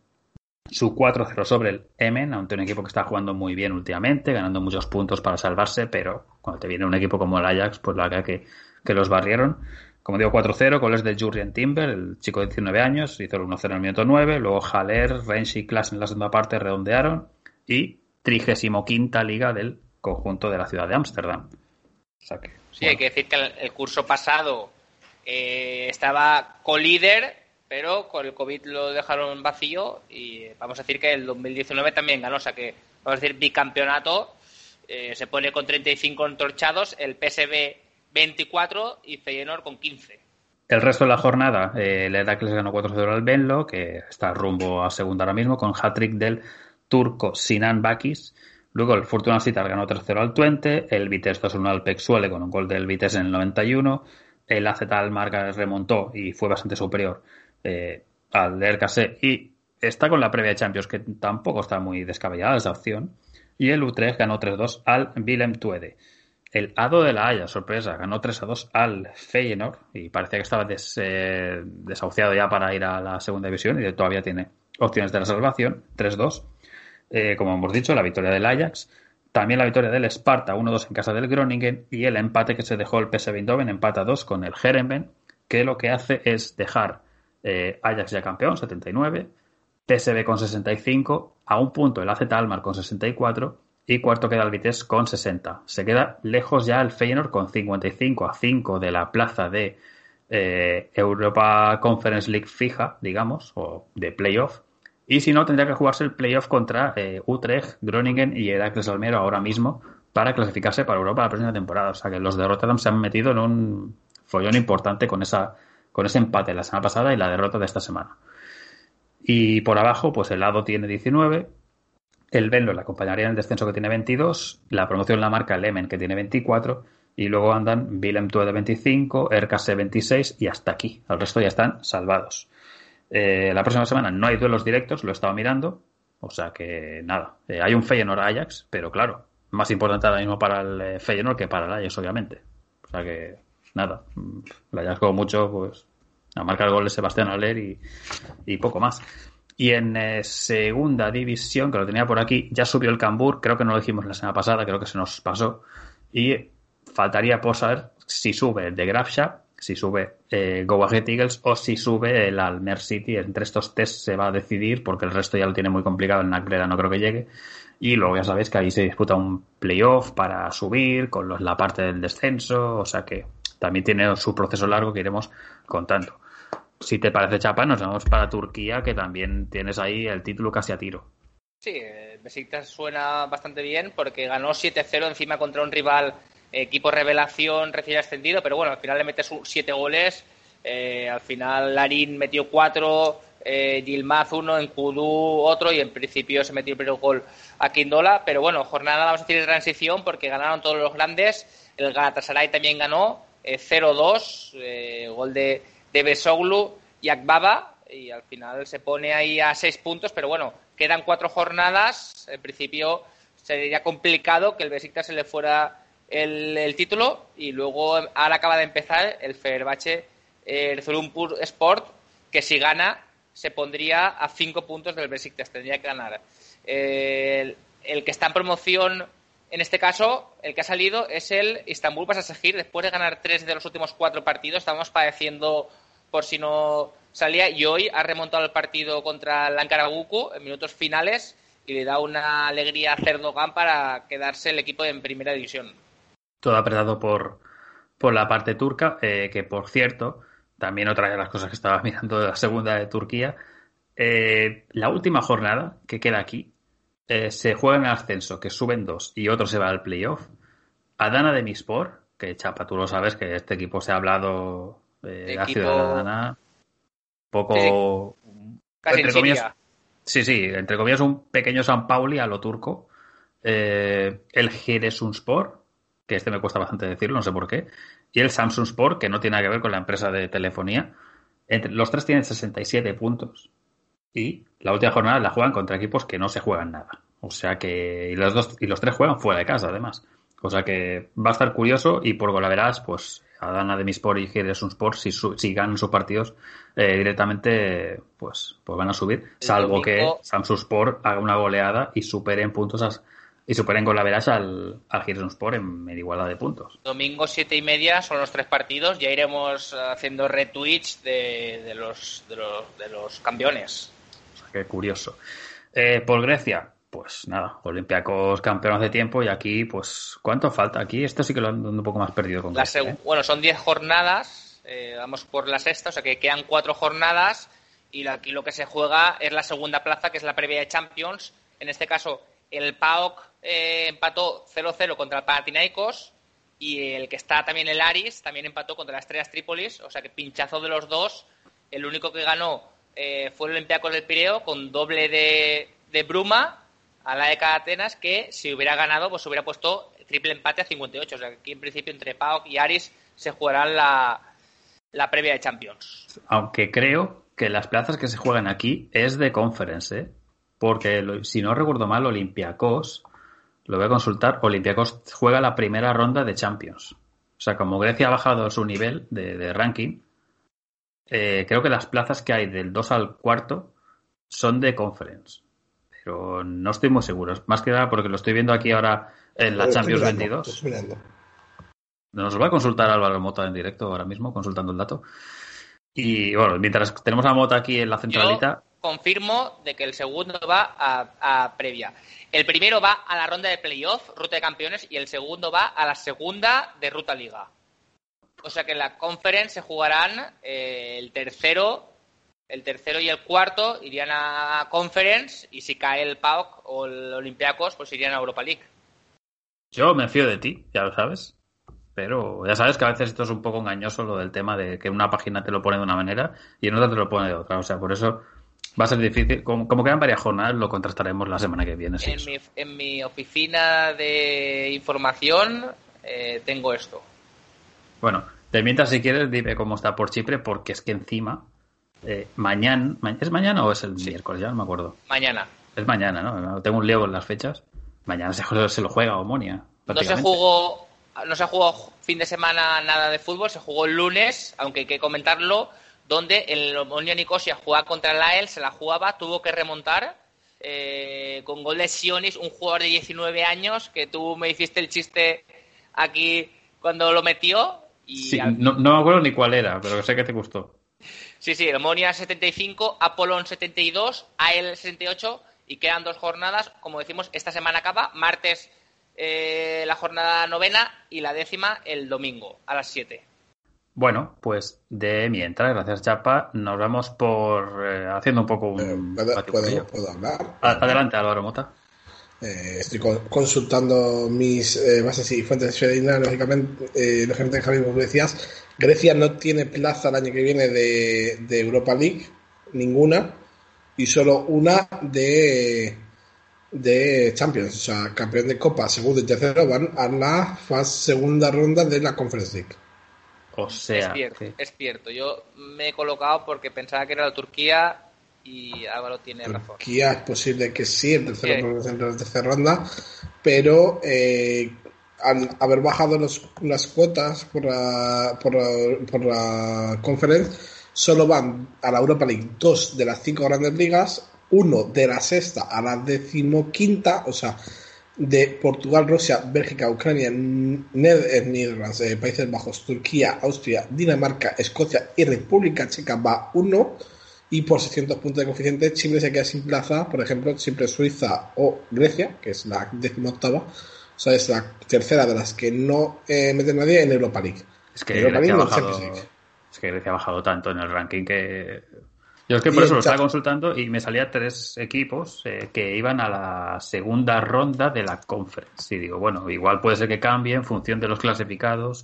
su 4-0 sobre el Emmen, aunque un equipo que está jugando muy bien últimamente, ganando muchos puntos para salvarse, pero cuando te viene un equipo como el Ajax, pues la verdad que los barrieron. Como digo, 4-0, goles de Jurrien Timber, el chico de 19 años, hizo el 1-0 en el minuto 9, luego Haller, Rensch y Klaas en la segunda parte redondearon y 35ª liga del conjunto de la ciudad de Ámsterdam. O sea que Sí, bueno. Hay que decir que el curso pasado estaba colíder, pero con el COVID lo dejaron vacío y vamos a decir que el 2019 también ganó, o sea que vamos a decir bicampeonato, se pone con 35 entorchados, el PSV 24 y Feyenoord con 15. El resto de la jornada, el Heracles ganó 4-0 al Venlo, que está rumbo a segunda ahora mismo, con hat-trick del turco Sinan Bakis. Luego el Fortuna Sittard ganó 3-0 al Twente, el Vitesse 2-1 al PEC Zwolle con un gol del Vitesse en el 91, el AZ Alkmaar remontó y fue bastante superior al RKC y está con la previa de Champions, que tampoco está muy descabellada esa opción, y el Utrecht ganó 3-2 al Willem Twede. El ADO de La Haya, sorpresa, ganó 3-2 al Feyenoord y parecía que estaba desahuciado ya para ir a la segunda división y todavía tiene opciones de la salvación, 3-2. Como hemos dicho, la victoria del Ajax, también la victoria del Sparta 1-2 en casa del Groningen y el empate que se dejó el PSV Eindhoven, empata 2 con el Heerenveen, que lo que hace es dejar Ajax ya campeón, 79, PSV con 65, a un punto el AZ Alkmaar con 64 y cuarto queda el Vitesse con 60. Se queda lejos ya el Feyenoord con 55 a 5 de la plaza de Europa Conference League fija, digamos, o de playoff. Y si no, tendría que jugarse el playoff contra Utrecht, Groningen y Heracles Almelo ahora mismo para clasificarse para Europa la próxima temporada. O sea que los de Rotterdam se han metido en un follón importante con ese empate la semana pasada y la derrota de esta semana. Y por abajo, pues el ADO tiene 19, el Venlo le acompañaría en el descenso que tiene 22, la promoción la marca el Emmen que tiene 24 y luego andan Willem Twede 25, RKC 26 y hasta aquí. El resto ya están salvados. La próxima semana no hay duelos directos, lo he estado mirando, o sea que nada, hay un Feyenoord-Ajax, pero claro, más importante ahora mismo para el Feyenoord que para el Ajax, obviamente. O sea que nada, el Ajax como mucho, pues a marcar el gol de Sebastián Haller y poco más. Y en segunda división, que lo tenía por aquí, ya subió el Cambuur, creo que no lo dijimos la semana pasada, creo que se nos pasó, y faltaría por saber si sube el de Graafschap, si sube Go Ahead Eagles o si sube el Almer City. Entre estos test se va a decidir porque el resto ya lo tiene muy complicado, el Nagrera no creo que llegue. Y luego ya sabéis que ahí se disputa un playoff para subir con la parte del descenso, o sea que también tiene su proceso largo que iremos contando. Si te parece, Chapa, nos vamos para Turquía, que también tienes ahí el título casi a tiro. Sí, Besiktas suena bastante bien porque ganó 7-0 encima contra un rival equipo revelación recién ascendido, pero bueno, al final le metes 7 goles, al final Larin metió 4, Yilmaz 1, Enkudu otro y en principio se metió el primer gol a Quindola, pero bueno, jornada vamos a decir de transición porque ganaron todos los grandes, el Galatasaray también ganó 0-2, gol de Besoglu y Akbaba y al final se pone ahí a 6 puntos, pero bueno, quedan 4 jornadas, en principio sería complicado que el Besiktas se le fuera el título y luego ahora acaba de empezar el Fenerbahçe Erzurumspor Sport, que si gana se pondría a 5 puntos del Besiktas, tendría que ganar. El que está en promoción en este caso, el que ha salido es el Istanbul Basaksehir, después de ganar 3 de los últimos 4 partidos, estábamos padeciendo por si no salía y hoy ha remontado el partido contra el Ankaragucu en minutos finales y le da una alegría a Erdogan para quedarse el equipo en primera división. Todo apretado por la parte turca, que por cierto, también otra de las cosas que estaba mirando de la segunda de Turquía, la última jornada que queda aquí, se juega en el ascenso, que suben 2 y otro se va al playoff. Adana Demirspor, que Chapa, tú lo sabes, que este equipo se ha hablado de la ciudad de Adana, poco... Sí, casi entre comillas, sí, entre comillas un pequeño San Pauli a lo turco. El Giresunspor, que este me cuesta bastante decirlo, no sé por qué, y el Samsunspor, que no tiene nada que ver con la empresa de telefonía. Los 3 tienen 67 puntos. Y la última jornada la juegan contra equipos que no se juegan nada. O sea que... Y los 3 juegan fuera de casa, además. O sea que va a estar curioso y por golaveras, pues Adana Demirspor y Giresunspor, si ganan sus partidos directamente, pues van a subir. Salvo que Samsunspor haga una goleada y superen puntos y superen golaveras al Giresunspor en igualdad de puntos. Domingo 7:30 son los 3 partidos. Ya iremos haciendo retweets de los campeones. O sea que curioso. Por Grecia, pues nada, Olympiacos campeón hace tiempo y aquí, pues, ¿cuánto falta? Aquí esto sí que lo han un poco más perdido con Bueno, son 10 jornadas, vamos por la sexta, o sea que quedan 4 jornadas y aquí lo que se juega es la segunda plaza, que es la previa de Champions. En este caso, el PAOK empató 0-0 contra el Panathinaikos y el que está también el Aris también empató contra las Estrellas Trípolis, o sea que pinchazo de los dos. El único que ganó fue el Olympiacos del Pireo con doble de Bruma a la EK Atenas, que si hubiera ganado pues hubiera puesto triple empate a 58, o sea que aquí en principio entre PAOK y Aris se jugarán la previa de Champions. Aunque creo que las plazas que se juegan aquí es de Conference, porque si no recuerdo mal, Olympiacos, lo voy a consultar, Olympiacos juega la primera ronda de Champions. O sea, como Grecia ha bajado su nivel de ranking, creo que las plazas que hay del 2 al 4 son de Conference. Pero no estoy muy seguro. Más que nada porque lo estoy viendo aquí ahora en la Champions 22. Nos lo va a consultar Álvaro Mota en directo ahora mismo, consultando el dato. Y bueno, mientras tenemos a Mota aquí en la centralita... Yo confirmo de que el segundo va a previa. El primero va a la ronda de playoff, ruta de campeones, y el segundo va a la segunda de ruta liga. O sea que en la Conference se jugarán el tercero y el cuarto irían a Conference, y si cae el PAOK o el Olympiacos, pues irían a Europa League. Yo me fío de ti, ya lo sabes. Pero ya sabes que a veces esto es un poco engañoso, lo del tema de que una página te lo pone de una manera y en otra te lo pone de otra. O sea, por eso va a ser difícil. Como quedan varias jornadas, lo contrastaremos la semana que viene. En mi oficina de información tengo esto. Bueno, de mientras, si quieres, dime cómo está por Chipre, porque es que encima... mañana, ¿es mañana o es el miércoles? Ya no me acuerdo. Mañana. Es mañana, ¿no? Tengo un lío con las fechas. Mañana se lo juega Omonia. No se jugó fin de semana nada de fútbol, se jugó el lunes, aunque hay que comentarlo, donde el Omonia Nicosia jugaba contra el AEL, se la jugaba, tuvo que remontar con gol de Sionis, un jugador de 19 años, que tú me hiciste el chiste aquí cuando lo metió. Y sí, no me acuerdo ni cuál era, pero sé que te gustó. Sí, el Omonia 75, Apollon 72, AEL 68 y quedan 2 jornadas. Como decimos, esta semana acaba, martes la jornada 9ª y la 10ª el domingo a las 7. Bueno, pues de mientras, gracias Chapa, nos vamos por haciendo un poco un... ¿Puedo hablar? Adelante, Álvaro Mota. Estoy consultando mis bases y fuentes fidedignas, lógicamente, Javi, como decías, Grecia no tiene plaza el año que viene de Europa League, ninguna, y solo una de Champions, o sea, campeón de Copa, segundo y tercero van a la segunda ronda de la Conference League. O sea, es cierto. Yo me he colocado porque pensaba que era la Turquía y Álvaro tiene razón. Turquía es posible que sí, el tercero en la tercera ronda, pero al haber bajado las cuotas por la Conference, solo van a la Europa League 2 de las 5 grandes ligas, 1 de la sexta a la 15ª, o sea, de Portugal, Rusia, Bélgica, Ucrania, Netherlands, Países Bajos, Turquía, Austria, Dinamarca, Escocia y República Checa va 1, y por 600 puntos de coeficiente Chipre se queda sin plaza, por ejemplo, Chipre, Suiza o Grecia, que es la 18ª, o sea, es la tercera de las que no mete nadie en Europa League. Es que Grecia ha bajado tanto en el ranking que... Yo es que por eso lo estaba consultando y me salía 3 equipos que iban a la segunda ronda de la Conference. Y digo, bueno, igual puede ser que cambie en función de los clasificados.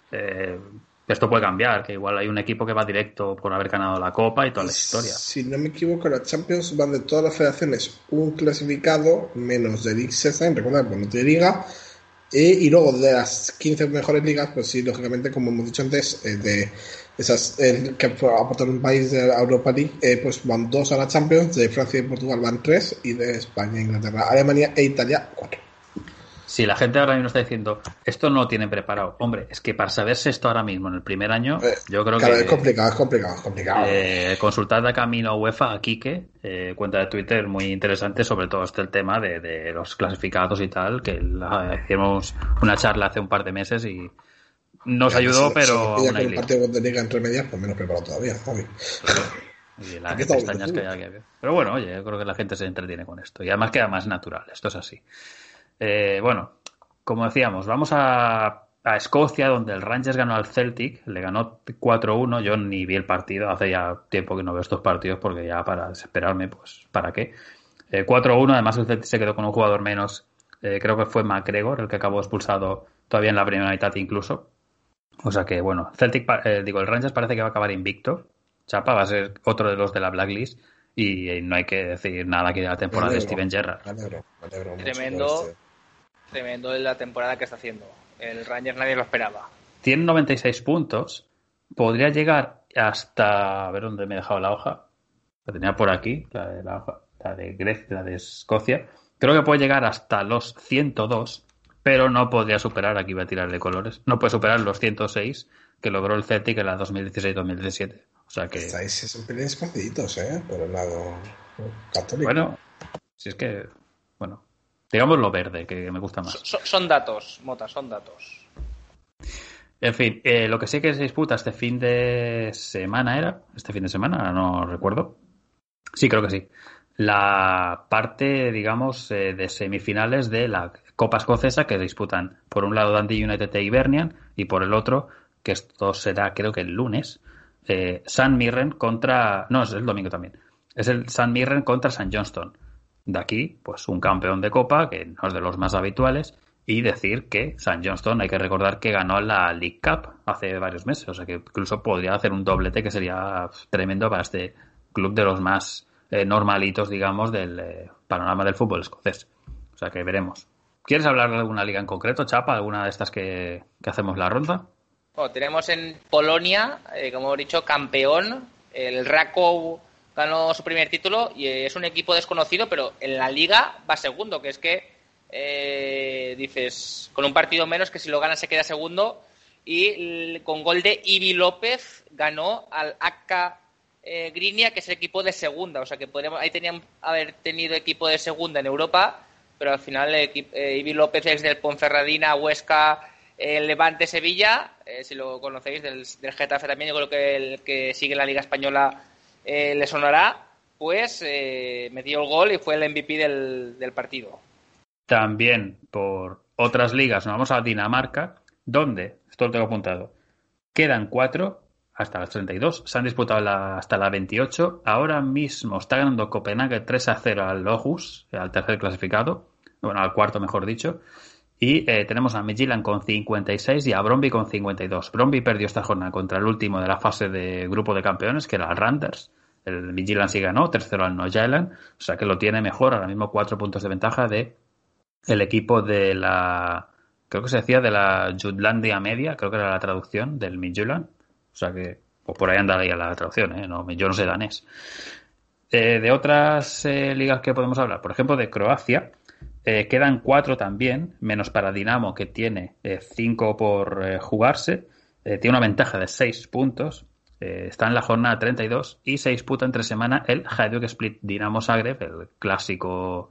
Esto puede cambiar, que igual hay un equipo que va directo por haber ganado la Copa y toda la historia. Si no me equivoco, las Champions van de todas las federaciones un clasificado, menos de League Session, recuerda que no tiene liga. Y luego de las 15 mejores ligas, pues sí, lógicamente, como hemos dicho antes, de esas que aportan un país de la Europa League, pues van 2 a la Champions, de Francia y Portugal van 3, y de España, Inglaterra, Alemania e Italia 4. Si la gente ahora mismo está diciendo, esto no lo tienen preparado, hombre, es que para saberse esto ahora mismo en el primer año, yo creo que... Es complicado. Consultad a Camino UEFA, a Quique, cuenta de Twitter muy interesante sobre todo el tema de los clasificados y tal, que hicimos una charla hace un par de meses y nos ayudó, pero... Ya con el partido de liga entre medias, pues menos preparado todavía, Javi. Y las pestañas que hay que ver. Pero bueno, oye, yo creo que la gente se entretiene con esto. Y además queda más natural. Esto es así. Bueno, como decíamos, vamos a Escocia, donde el Rangers ganó al Celtic. Le ganó 4-1. Yo ni vi el partido. Hace ya tiempo que no veo estos partidos porque ya para desesperarme, pues, ¿para qué? 4-1. Además, el Celtic se quedó con un jugador menos. Creo que fue McGregor el que acabó expulsado todavía en la primera mitad incluso. O sea que, bueno, el Rangers parece que va a acabar invicto. Chapa va a ser otro de los de la blacklist y no hay que decir nada aquí de la temporada de Steven Gerrard. Tremendo de la temporada que está haciendo. El Rangers nadie lo esperaba. Tiene 96 puntos. Podría llegar hasta... A ver dónde me he dejado la hoja. La tenía por aquí, la de Grecia, la de Escocia. Creo que puede llegar hasta los 102, pero no podría superar, aquí voy a tirar de colores, no puede superar los 106 que logró el Celtic en la 2016-2017. O sea que... Estáis siempre escondiditos, por el lado católico. Bueno, si es que... Bueno, digamos lo verde, que me gusta más. Son datos, Mota, son datos. En fin, lo que sí que se disputa este fin de semana era... ¿Este fin de semana? No recuerdo. Sí, creo que sí. La parte, digamos, de semifinales de la Copa Escocesa que disputan por un lado Dundee United e Hibernian y por el otro, que esto será creo que el lunes, St Mirren contra... No, es el domingo también. Es el St Mirren contra St Johnstone. De aquí, pues un campeón de Copa, que no es de los más habituales, y decir que St Johnstone, hay que recordar que ganó la League Cup hace varios meses, o sea que incluso podría hacer un doblete que sería tremendo para este club de los más... normalitos, digamos, del panorama del fútbol escocés. O sea que veremos. ¿Quieres hablar de alguna liga en concreto, Chapa? ¿Alguna de estas que hacemos la ronda? Bueno, tenemos en Polonia, como hemos dicho, campeón. El Rakow ganó su primer título y es un equipo desconocido, pero en la liga va segundo, que es que dices, con un partido menos que si lo gana se queda segundo, y con gol de Ivi López ganó al AK Grinia, que es el equipo de segunda, o sea que ahí tenían haber tenido equipo de segunda en Europa, pero al final Ivi López es del Ponferradina, Huesca, Levante, Sevilla, si lo conocéis, del Getafe también, yo creo que el que sigue la Liga Española le sonará, pues metió el gol y fue el MVP del partido. También por otras ligas nos vamos a Dinamarca, donde, esto lo tengo apuntado, quedan 4 hasta las 32, se han disputado hasta la 28. Ahora mismo está ganando Copenhague 3-0 al Aarhus, al tercer clasificado, bueno, al cuarto mejor dicho, y tenemos a Midtjylland con 56 y a Brøndby con 52. Brøndby perdió esta jornada contra el último de la fase de grupo de campeones, que era el Randers. El Midtjylland sí ganó, tercero al Nordsjælland, o sea que lo tiene mejor, ahora mismo 4 puntos de ventaja de el equipo de la, creo que se decía de la Jutlandia Media, creo que era la traducción del Midtjylland. O sea que, pues por ahí andaría la traducción, no, yo no sé danés. De otras ligas que podemos hablar, por ejemplo, de Croacia, quedan 4 también, menos para Dinamo, que tiene 5 por jugarse. Tiene una ventaja de 6 puntos. Está en la jornada 32 y se disputa entre semana el Hajduk Split Dinamo Zagreb, el clásico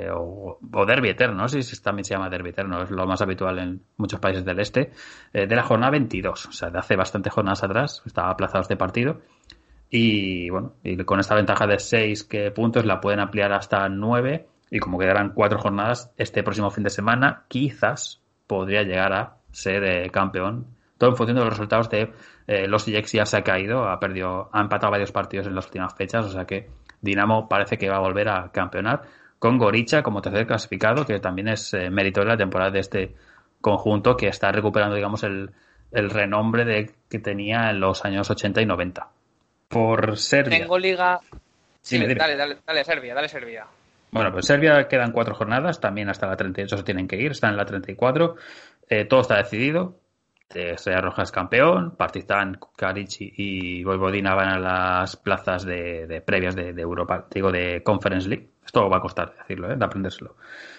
o derbi eterno, no sé si también se llama derbi eterno, es lo más habitual en muchos países del este, de la jornada 22, o sea, de hace bastantes jornadas atrás, estaba aplazado este partido, y bueno, y con esta ventaja de 6 puntos la pueden ampliar hasta 9, y como quedarán 4 jornadas, este próximo fin de semana quizás podría llegar a ser campeón, todo en función de los resultados de los Ajax. Ya se ha caído, ha empatado varios partidos en las últimas fechas, o sea que Dinamo parece que va a volver a campeonar, con Gorica como tercer clasificado, que también es mérito de la temporada de este conjunto, que está recuperando, digamos, el renombre que tenía en los años 80 y 90. Por Serbia. Tengo liga... Sí, dime. Dale, Serbia. Bueno, pues Serbia quedan 4 jornadas, también hasta la 38 se tienen que ir, están en la 34. Todo está decidido. Estrella Roja es campeón, Partizan, Karići y Vojvodina van a las plazas de previas de Europa, digo, de Conference League. Esto va a costar decirlo, de aprendérselo.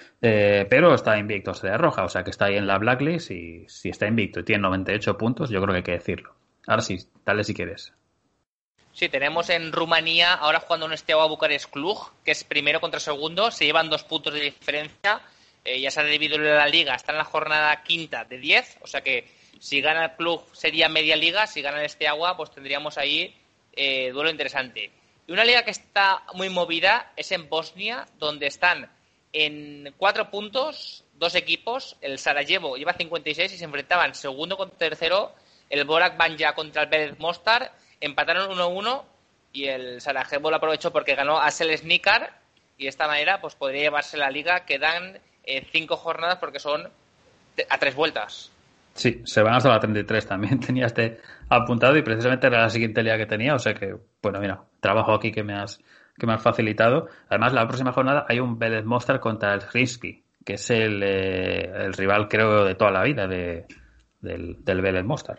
Pero está invicto Estrella Roja, o sea que está ahí en la blacklist, y si está invicto y tiene 98 puntos, yo creo que hay que decirlo. Ahora sí, dale si quieres. Sí, tenemos en Rumanía ahora jugando un Steaua Bucarest Cluj, que es primero contra segundo, se llevan 2 puntos de diferencia, ya se ha dividido la liga, está en la jornada quinta de 10, o sea que si gana el Cluj sería media liga, si gana el Steaua pues tendríamos ahí duelo interesante. Y una liga que está muy movida es en Bosnia, donde están en 4 puntos 2 equipos. El Sarajevo lleva 56 y se enfrentaban segundo contra tercero. El Borac Banja contra el Velez Mostar. Empataron 1-1 y el Sarajevo lo aprovechó porque ganó a Selesnikar y de esta manera pues podría llevarse la liga. Quedan 5 jornadas porque son a 3 vueltas. Sí, se van hasta la 33 también. Tenía apuntado y precisamente era la siguiente liga que tenía. O sea que, bueno, mira, trabajo aquí que me has facilitado. Además, la próxima jornada hay un Velez Mostar contra el Hrinsky, que es el rival, creo, de toda la vida del Velez Mostar.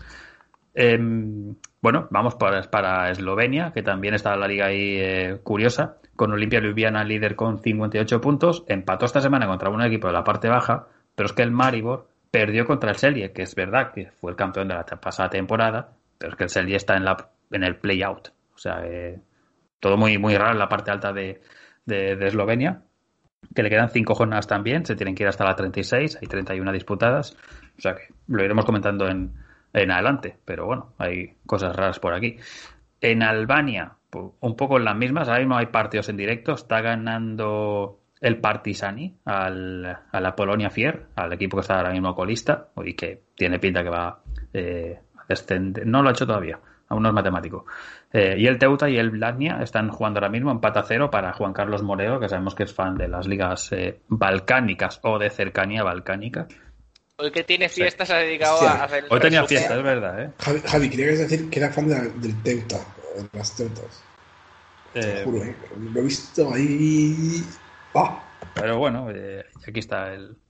Bueno, vamos para Eslovenia, que también está en la liga ahí curiosa, con Olimpia Ljubljana líder con 58 puntos. Empató esta semana contra un equipo de la parte baja, pero es que el Maribor perdió contra el Celje, que es verdad que fue el campeón de la pasada temporada, pero es que el Celje está en el play-out. O sea, todo muy, muy raro en la parte alta de Eslovenia, que le quedan 5 jornadas también, se tienen que ir hasta la 36, hay 31 disputadas, o sea que lo iremos comentando en adelante, pero bueno, hay cosas raras por aquí. En Albania, pues, un poco las mismas, ahora mismo hay partidos en directo, está ganando el Partizani a la Polonia Fier, al equipo que está ahora mismo colista y que tiene pinta que va a descender, no lo ha hecho todavía, aún no es matemático. Y el Teuta y el Blatnia están jugando ahora mismo empate a 0 para Juan Carlos Moreo, que sabemos que es fan de las ligas balcánicas o de cercanía balcánica. Hoy que tiene fiestas, sí. Se ha dedicado a hacer... Hoy tenía fiestas, es verdad, ¿eh? Javi, quería decir que era fan del Teuta, de las Teutas. Te juro, lo he visto ahí... ¡Ah! Pero bueno, aquí está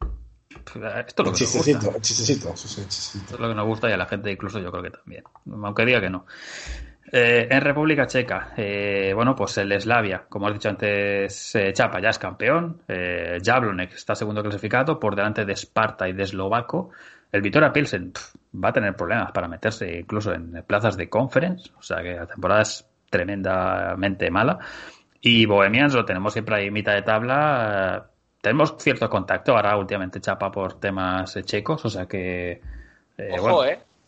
esto es lo que nos gusta. Chistecito. Esto es lo que nos gusta y a la gente incluso yo creo que también, aunque diga que no. En República Checa, bueno, pues el Slavia, como has dicho antes, Chapa ya es campeón, Jablonec está segundo clasificado por delante de Sparta y de Eslovaco. El Vitoria Pilsen va a tener problemas para meterse incluso en plazas de conference, o sea que la temporada es tremendamente mala. Y Bohemians lo tenemos siempre ahí mitad de tabla. Tenemos cierto contacto ahora últimamente Chapa por temas checos, o sea que... Ojo,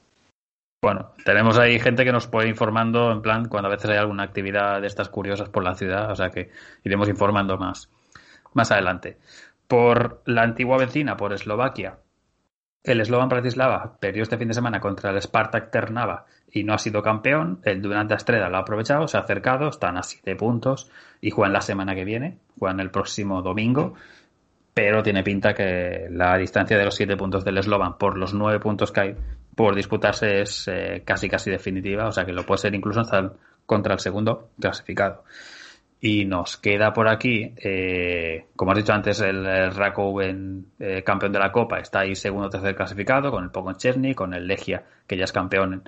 Bueno, tenemos ahí gente que nos puede ir informando en plan cuando a veces hay alguna actividad de estas curiosas por la ciudad, o sea que iremos informando más adelante. Por la antigua vecina, por Eslovaquia, el Slovan Bratislava perdió este fin de semana contra el Spartak Trnava y no ha sido campeón. El Dunant Astreda lo ha aprovechado, se ha acercado, están a 7 puntos y juegan la semana que viene, juegan el próximo domingo, pero tiene pinta que la distancia de los 7 puntos del Slovan por los 9 puntos que hay por disputarse es casi definitiva, o sea que lo puede ser incluso hasta contra el segundo clasificado. Y nos queda por aquí, como has dicho antes, el Rakoven, campeón de la Copa, está ahí segundo o tercer clasificado, con el Pogoń Szczecin, con el Legia, que ya es campeón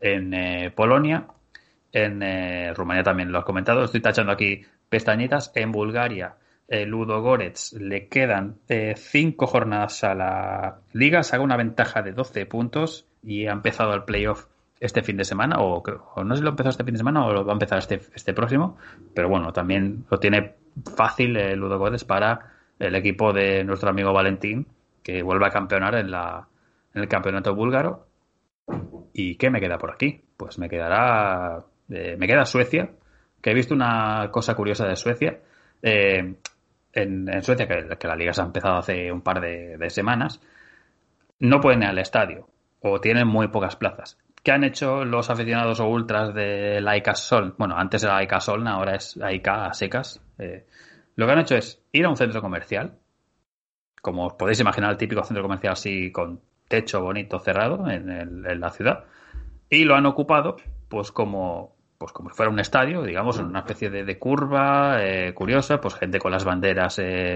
en Polonia. En Rumanía también lo has comentado, estoy tachando aquí pestañitas. En Bulgaria, Ludogorets, le quedan 5 jornadas a la liga, saca una ventaja de 12 puntos y ha empezado el playoff este fin de semana, o no sé si lo empezó este fin de semana o lo va a empezar este próximo, pero bueno, también lo tiene fácil Ludogorets para el equipo de nuestro amigo Valentín, que vuelve a campeonar en el campeonato búlgaro. ¿Y qué me queda por aquí? Pues me queda Suecia, que he visto una cosa curiosa de Suecia. En Suecia, que la liga se ha empezado hace un par de semanas, no pueden ir al estadio o tienen muy pocas plazas. ¿Qué han hecho los aficionados o ultras de la AIK Solna? Bueno, antes era AIK Solna, ahora es AIK a secas. Lo que han hecho es ir a un centro comercial, como os podéis imaginar, el típico centro comercial así con techo bonito cerrado en la ciudad, y lo han ocupado pues como si fuera un estadio, digamos, en una especie de curva curiosa, pues gente con las banderas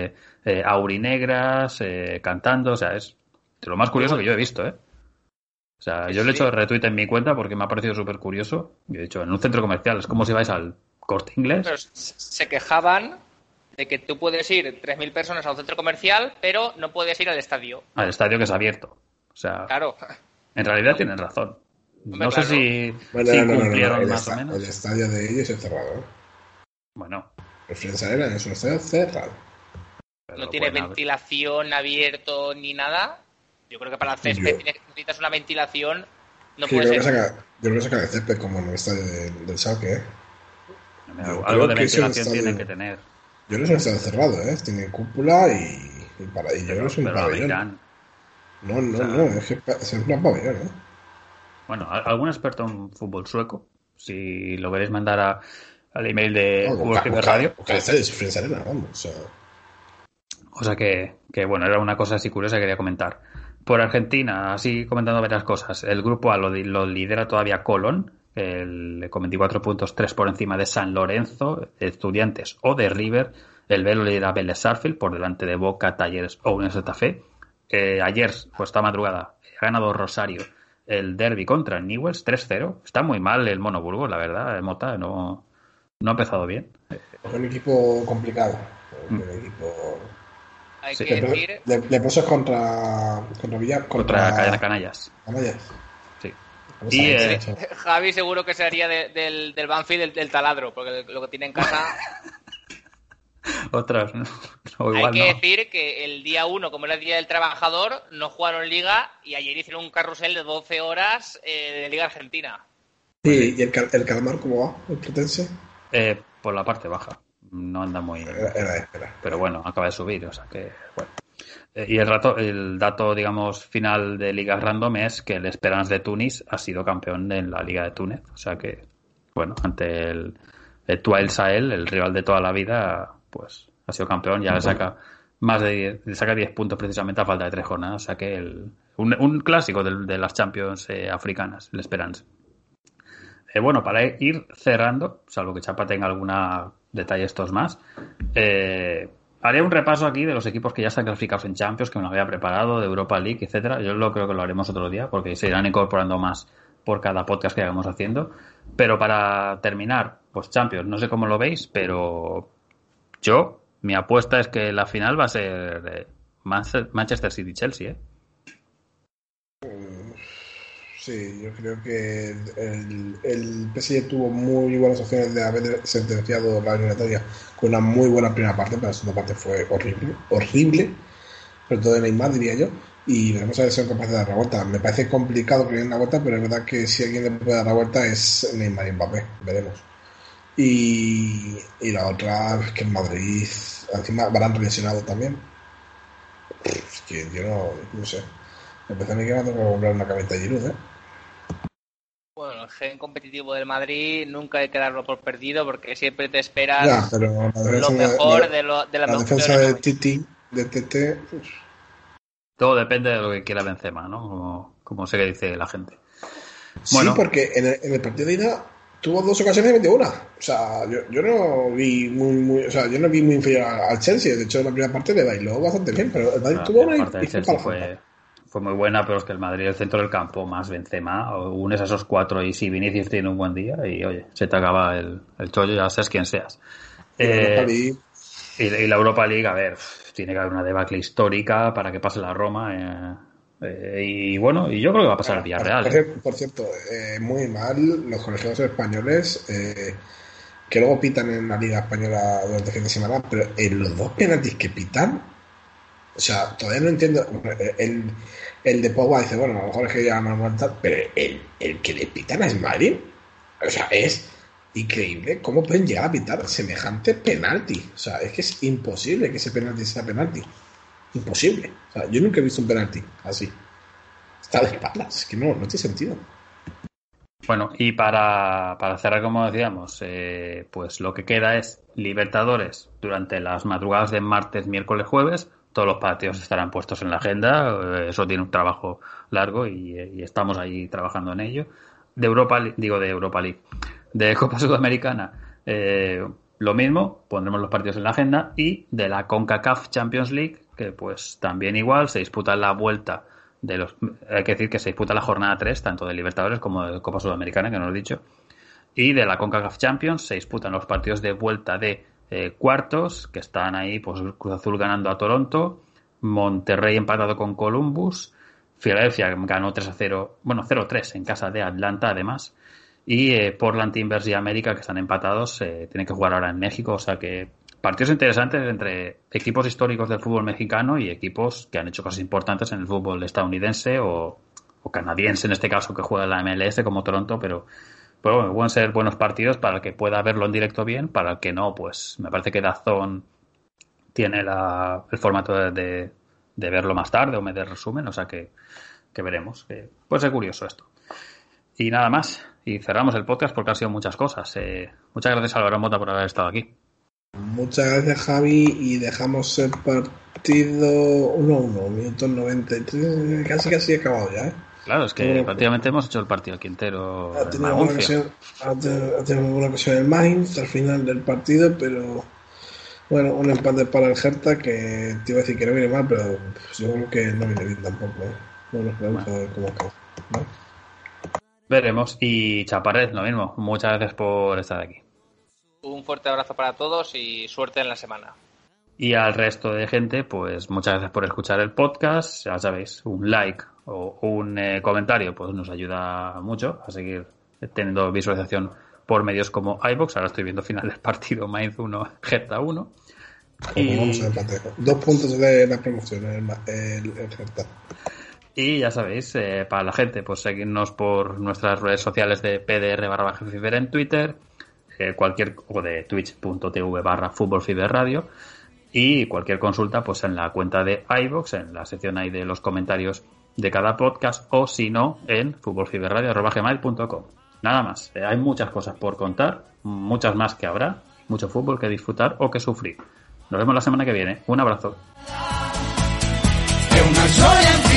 aurinegras, cantando, o sea, es de lo más curioso que yo he visto, O sea, yo le he hecho retweet en mi cuenta porque me ha parecido súper curioso. Yo he dicho, en un centro comercial, es como si vais al Corte Inglés. Pero se quejaban de que tú puedes ir 3.000 personas a un centro comercial, pero no puedes ir al estadio. Al estadio que es abierto. O sea, claro. En realidad tienen razón. No sé si cumplieron más o menos. El estadio de ellos es cerrado. Bueno. El Friends Arena es un estadio cerrado. No tiene ventilación abierto ni nada. Yo creo que para el césped necesitas una ventilación. No puede ser. Yo creo que saca de césped como en el estadio del Schalke, Algo de ventilación tienen que tener. Yo no sé si está cerrado, tiene cúpula y yo creo que es un pabellón. No, es que es un plan pabellón, Bueno, algún experto en fútbol sueco, si lo queréis mandar al email de Fútbol Fever Radio. O sea que, bueno, era una cosa así curiosa que quería comentar. Por Argentina, así comentando varias cosas. El grupo A lo lidera todavía Colón, con 24 puntos, 3 por encima de San Lorenzo, Estudiantes o de River. El B lo lidera Vélez Sarsfield, por delante de Boca, Talleres o Unión Santa Fe. Ayer, pues esta madrugada, ha ganado Rosario el derbi contra el Newell's 3-0. Está muy mal el Mono Burgos, la verdad, Mota, no ha empezado bien. Es un equipo complicado. Un equipo... Hay que decir... Le puso contra Villar, contra Canallas. Sí. Y Javi seguro que sería del Banfield del taladro, porque lo que tiene en casa... Otras, ¿no? Hay que decir que el día 1, como era el Día del Trabajador, no jugaron Liga y ayer hicieron un carrusel de 12 horas de Liga Argentina. Sí, ¿y el Calamar cómo va? ¿El Platense? Por la parte baja. No anda muy... Era. Pero bueno, acaba de subir, o sea que... Bueno. Y el dato, digamos, final de Liga Random es que el Esperance de Tunis ha sido campeón en la Liga de Túnez. O sea que, bueno, ante el Tuail Sahel, el rival de toda la vida... pues ha sido campeón, ya le saca 10 puntos precisamente a falta de 3 jornadas, o sea que un clásico de las Champions africanas, el Esperance. Bueno, para ir cerrando, salvo que Chapa tenga alguna detalle estos más, haré un repaso aquí de los equipos que ya están clasificados en Champions, que me lo había preparado, de Europa League, etcétera. Yo creo que lo haremos otro día, porque se irán incorporando más por cada podcast que vayamos haciendo. Pero para terminar, pues Champions, no sé cómo lo veis, pero... mi apuesta es que la final va a ser Manchester City-Chelsea, Sí, yo creo que el PSG tuvo muy buenas opciones de haber sentenciado la eliminatoria con una muy buena primera parte, pero la segunda parte fue horrible, sobre todo de Neymar, diría yo, y veremos a ver si son capaces de dar la vuelta. Me parece complicado que den la vuelta, pero es verdad que si alguien le puede dar la vuelta es Neymar y Mbappé, veremos. Y la otra es que en Madrid encima van lesionado también. Es que yo no sé. Me parece a mí que me tengo que comprar una camiseta de Giroud, Bueno, el gen competitivo del Madrid nunca hay que darlo por perdido porque siempre te esperas lo mejor de la defensa de Tite. Todo depende de lo que quiera Benzema, ¿no? Como sé que dice la gente. Bueno. Sí, porque en el partido de ida tuvo 2 ocasiones y metió una. O sea, yo no vi muy inferior al Chelsea. De hecho, en la primera parte le bailó bastante bien, pero el Madrid tuvo una y fue muy buena, pero es que el Madrid, el centro del campo, más Benzema, unes a esos 4 y si Vinicius tiene un buen día y oye, se te acaba el chollo, ya seas quien seas. Y la Europa League, a ver, tiene que haber una debacle histórica para que pase la Roma. Y bueno, y yo creo que va a pasar el Villarreal. Por cierto, muy mal los colegiados españoles que luego pitan en la Liga Española durante el fin de semana, pero en los 2 penaltis que pitan, o sea, todavía no entiendo. El de Pogba dice, bueno, a lo mejor es que ya no aguanta, pero el que le pitan a Smalling, o sea, es increíble cómo pueden llegar a pitar semejante penalti. O sea, es que es imposible que ese penalti sea penalti. Imposible. O sea, yo nunca he visto un penalti así. Está de espaldas, es que no tiene sentido. Bueno, y para cerrar, como decíamos, pues lo que queda es Libertadores durante las madrugadas de martes, miércoles, jueves. Todos los partidos estarán puestos en la agenda. Eso tiene un trabajo largo y estamos ahí trabajando en ello. De Europa League. De Copa Sudamericana, lo mismo, pondremos los partidos en la agenda. Y de la CONCACAF Champions League, que pues también igual, se disputa la vuelta hay que decir que se disputa la jornada 3, tanto de Libertadores como de Copa Sudamericana, que no lo he dicho. Y de la CONCACAF Champions se disputan los partidos de vuelta de cuartos, que están ahí, pues Cruz Azul ganando a Toronto, Monterrey empatado con Columbus, Filadelfia ganó 0-3 en casa de Atlanta además, y Portland Timbers y América, que están empatados, tienen que jugar ahora en México, o sea que partidos interesantes entre equipos históricos del fútbol mexicano y equipos que han hecho cosas importantes en el fútbol estadounidense o canadiense en este caso, que juega en la MLS como Toronto, pero Pero bueno, pueden ser buenos partidos para el que pueda verlo en directo bien, para el que no, pues me parece que DAZN tiene el formato de verlo más tarde o me de resumen, o sea que veremos. Puede ser curioso esto. Y nada más. Y cerramos el podcast porque han sido muchas cosas. Muchas gracias, Álvaro Mota, por haber estado aquí. Muchas gracias, Javi, y dejamos el partido 1-1, minutos 93, casi acabado ya, ¿eh? Claro, es que prácticamente hemos hecho el partido aquí entero. Ha tenido una ocasión el Mainz al final del partido, pero bueno, un empate para el Hertha que te iba a decir que no viene mal, pero yo creo que no viene bien tampoco, ¿eh? No nos podemos saber cómo acaba, ¿no? Veremos. Y Chaparret, lo mismo. Muchas gracias por estar aquí. Un fuerte abrazo para todos y suerte en la semana. Y al resto de gente, pues muchas gracias por escuchar el podcast. Ya sabéis, un like o un comentario pues nos ayuda mucho a seguir teniendo visualización por medios como iVoox. Ahora estoy viendo final del partido Mainz 1, Hertha 1. Y vamos a empate. 2 puntos de la promoción el Hertha. Y ya sabéis, para la gente, pues seguidnos por nuestras redes sociales de PDR/Fever en Twitter, o de twitch.tv/FootballFeverRadio, y cualquier consulta pues en la cuenta de iVoox, en la sección ahí de los comentarios de cada podcast, o si no, en footballfiberradio@gmail.com. Nada más, hay muchas cosas por contar, muchas más que habrá, mucho fútbol que disfrutar o que sufrir. Nos vemos la semana que viene. Un abrazo.